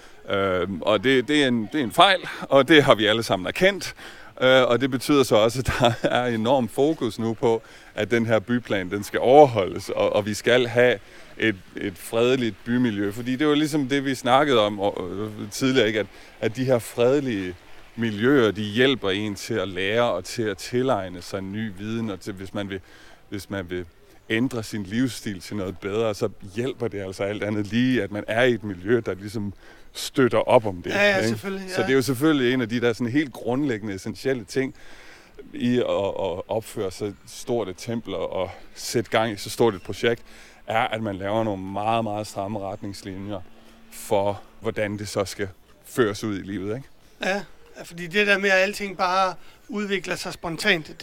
Og det er en fejl, og det har vi alle sammen erkendt. Og det betyder så også, at der er enorm fokus nu på, at den her byplan, den skal overholdes, og vi skal have et fredeligt bymiljø. Fordi det var ligesom det, vi snakkede om tidligere, ikke? At de her fredelige miljøer, de hjælper en til at lære og til at tilegne sig en ny viden, og til, hvis man vil ændre sin livsstil til noget bedre, så hjælper det altså alt andet lige, at man er i et miljø, der ligesom støtter op om det. Ja, selvfølgelig. Ja. Så det er jo selvfølgelig en af de der sådan helt grundlæggende, essentielle ting i at opføre så stort et tempel og sætte gang i så stort et projekt, er, at man laver nogle meget, meget stramme retningslinjer for, hvordan det så skal føres ud i livet, ikke? Ja, fordi det der med, at alting bare udvikler sig spontant,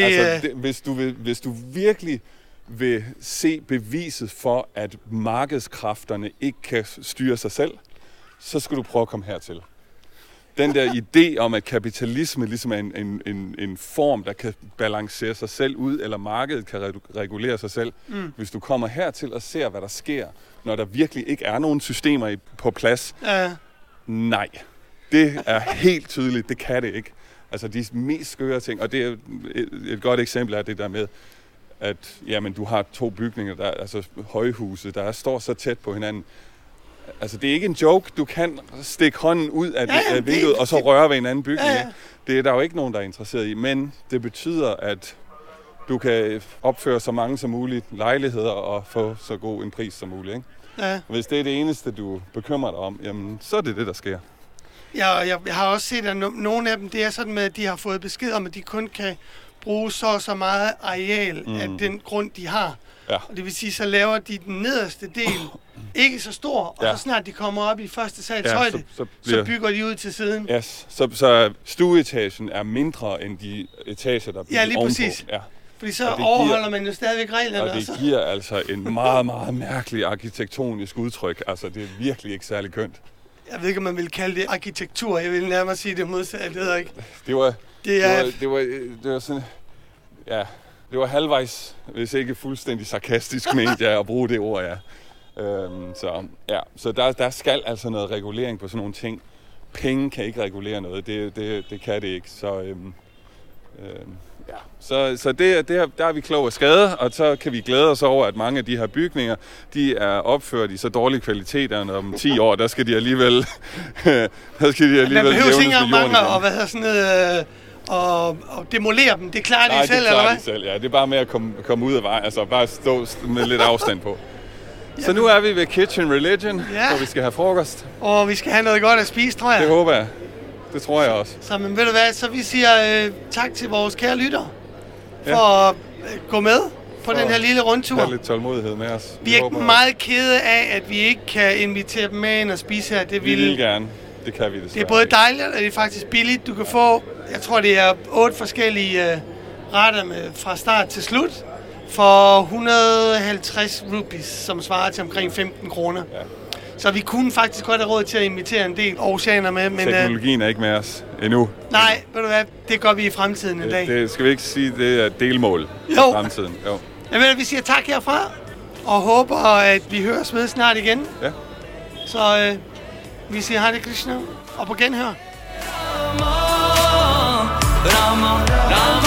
hvis du virkelig vil se beviset for, at markedskræfterne ikke kan styre sig selv, så skal du prøve at komme hertil. Den der idé om, at kapitalisme ligesom er en form, der kan balancere sig selv ud, eller markedet kan regulere sig selv. Hvis du kommer hertil og ser, hvad der sker, når der virkelig ikke er nogen systemer på plads. Nej, det er helt tydeligt, det kan det ikke. Altså de mest skøre ting, og det er et godt eksempel af det der med, at jamen, du har 2 bygninger, altså højhuse, der står så tæt på hinanden. Altså, det er ikke en joke. Du kan stikke hånden ud af vinduet og så røre ved en anden bygning. Ja. Det er der jo ikke nogen, der er interesseret i. Men det betyder, at du kan opføre så mange som muligt lejligheder og få så god en pris som muligt. Ikke? Ja. Hvis det er det eneste, du bekymrer dig om, jamen, så er det det, der sker. Ja, jeg har også set, at nogle af dem, det er sådan med, at de har fået besked om, at de kun kan bruge så meget areal af den grund, de har. Ja. Og det vil sige, så laver de den nederste del ikke så stor, og så snart de kommer op i første sals højde, så bygger de ud til siden. Yes. Så stueetagen er mindre end de etager, der bliver lige ovenpå. Præcis. Ja. Fordi så overholder man jo stadigvæk reglerne. Og det giver altså en meget, meget mærkelig arkitektonisk udtryk. Altså, det er virkelig ikke særlig kønt. Jeg ved ikke, om man vil kalde det arkitektur. Jeg vil nærmere sige det modsatte. Det ved jeg ikke. Det var sådan... Ja, det var halvvejs, hvis ikke fuldstændig sarkastisk ment, at bruge det ord, ja. Så der skal altså noget regulering på sådan nogle ting. Penge kan ikke regulere noget, det kan det ikke. Så der er vi klog af skade, og så kan vi glæde os over, at mange af de her bygninger, de er opført i så dårlig kvalitet, at om 10 år, der skal de alligevel man behøver ikke engang mange og sådan noget... Og demolere dem, det klarer de selv, eller hvad? Nej, det klarer de selv, ja. Det er bare med at komme ud af vejen, altså bare stå med lidt afstand på. Så nu er vi ved Kitchen Religion, hvor vi skal have frokost. Og vi skal have noget godt at spise, tror jeg. Det håber jeg. Det tror jeg også. Så men ved du hvad, så vi siger tak til vores kære lyttere for at gå med på den her lille rundtur. Have lidt tålmodighed med os. Vi er meget kede af, at vi ikke kan invitere dem med ind og spise her. Vi vil gerne. Det kan vi desværre. Det er både dejligt, og det er faktisk billigt. Du kan få, jeg tror det er 8 forskellige retter fra start til slut for 150 rupees, som svarer til omkring 15 kroner. Ja. Så vi kunne faktisk godt have råd til at invitere en del oceaner med. Men teknologien er ikke med os endnu. Nej, ved du hvad, det gør vi i fremtiden en dag. Det skal vi ikke sige, det er delmål i fremtiden. Jo. Jamen, vi siger tak herfra, og håber, at vi høres med snart igen. Ja. Så vi siger Hare Krishna og på genhør. Rama, Rama.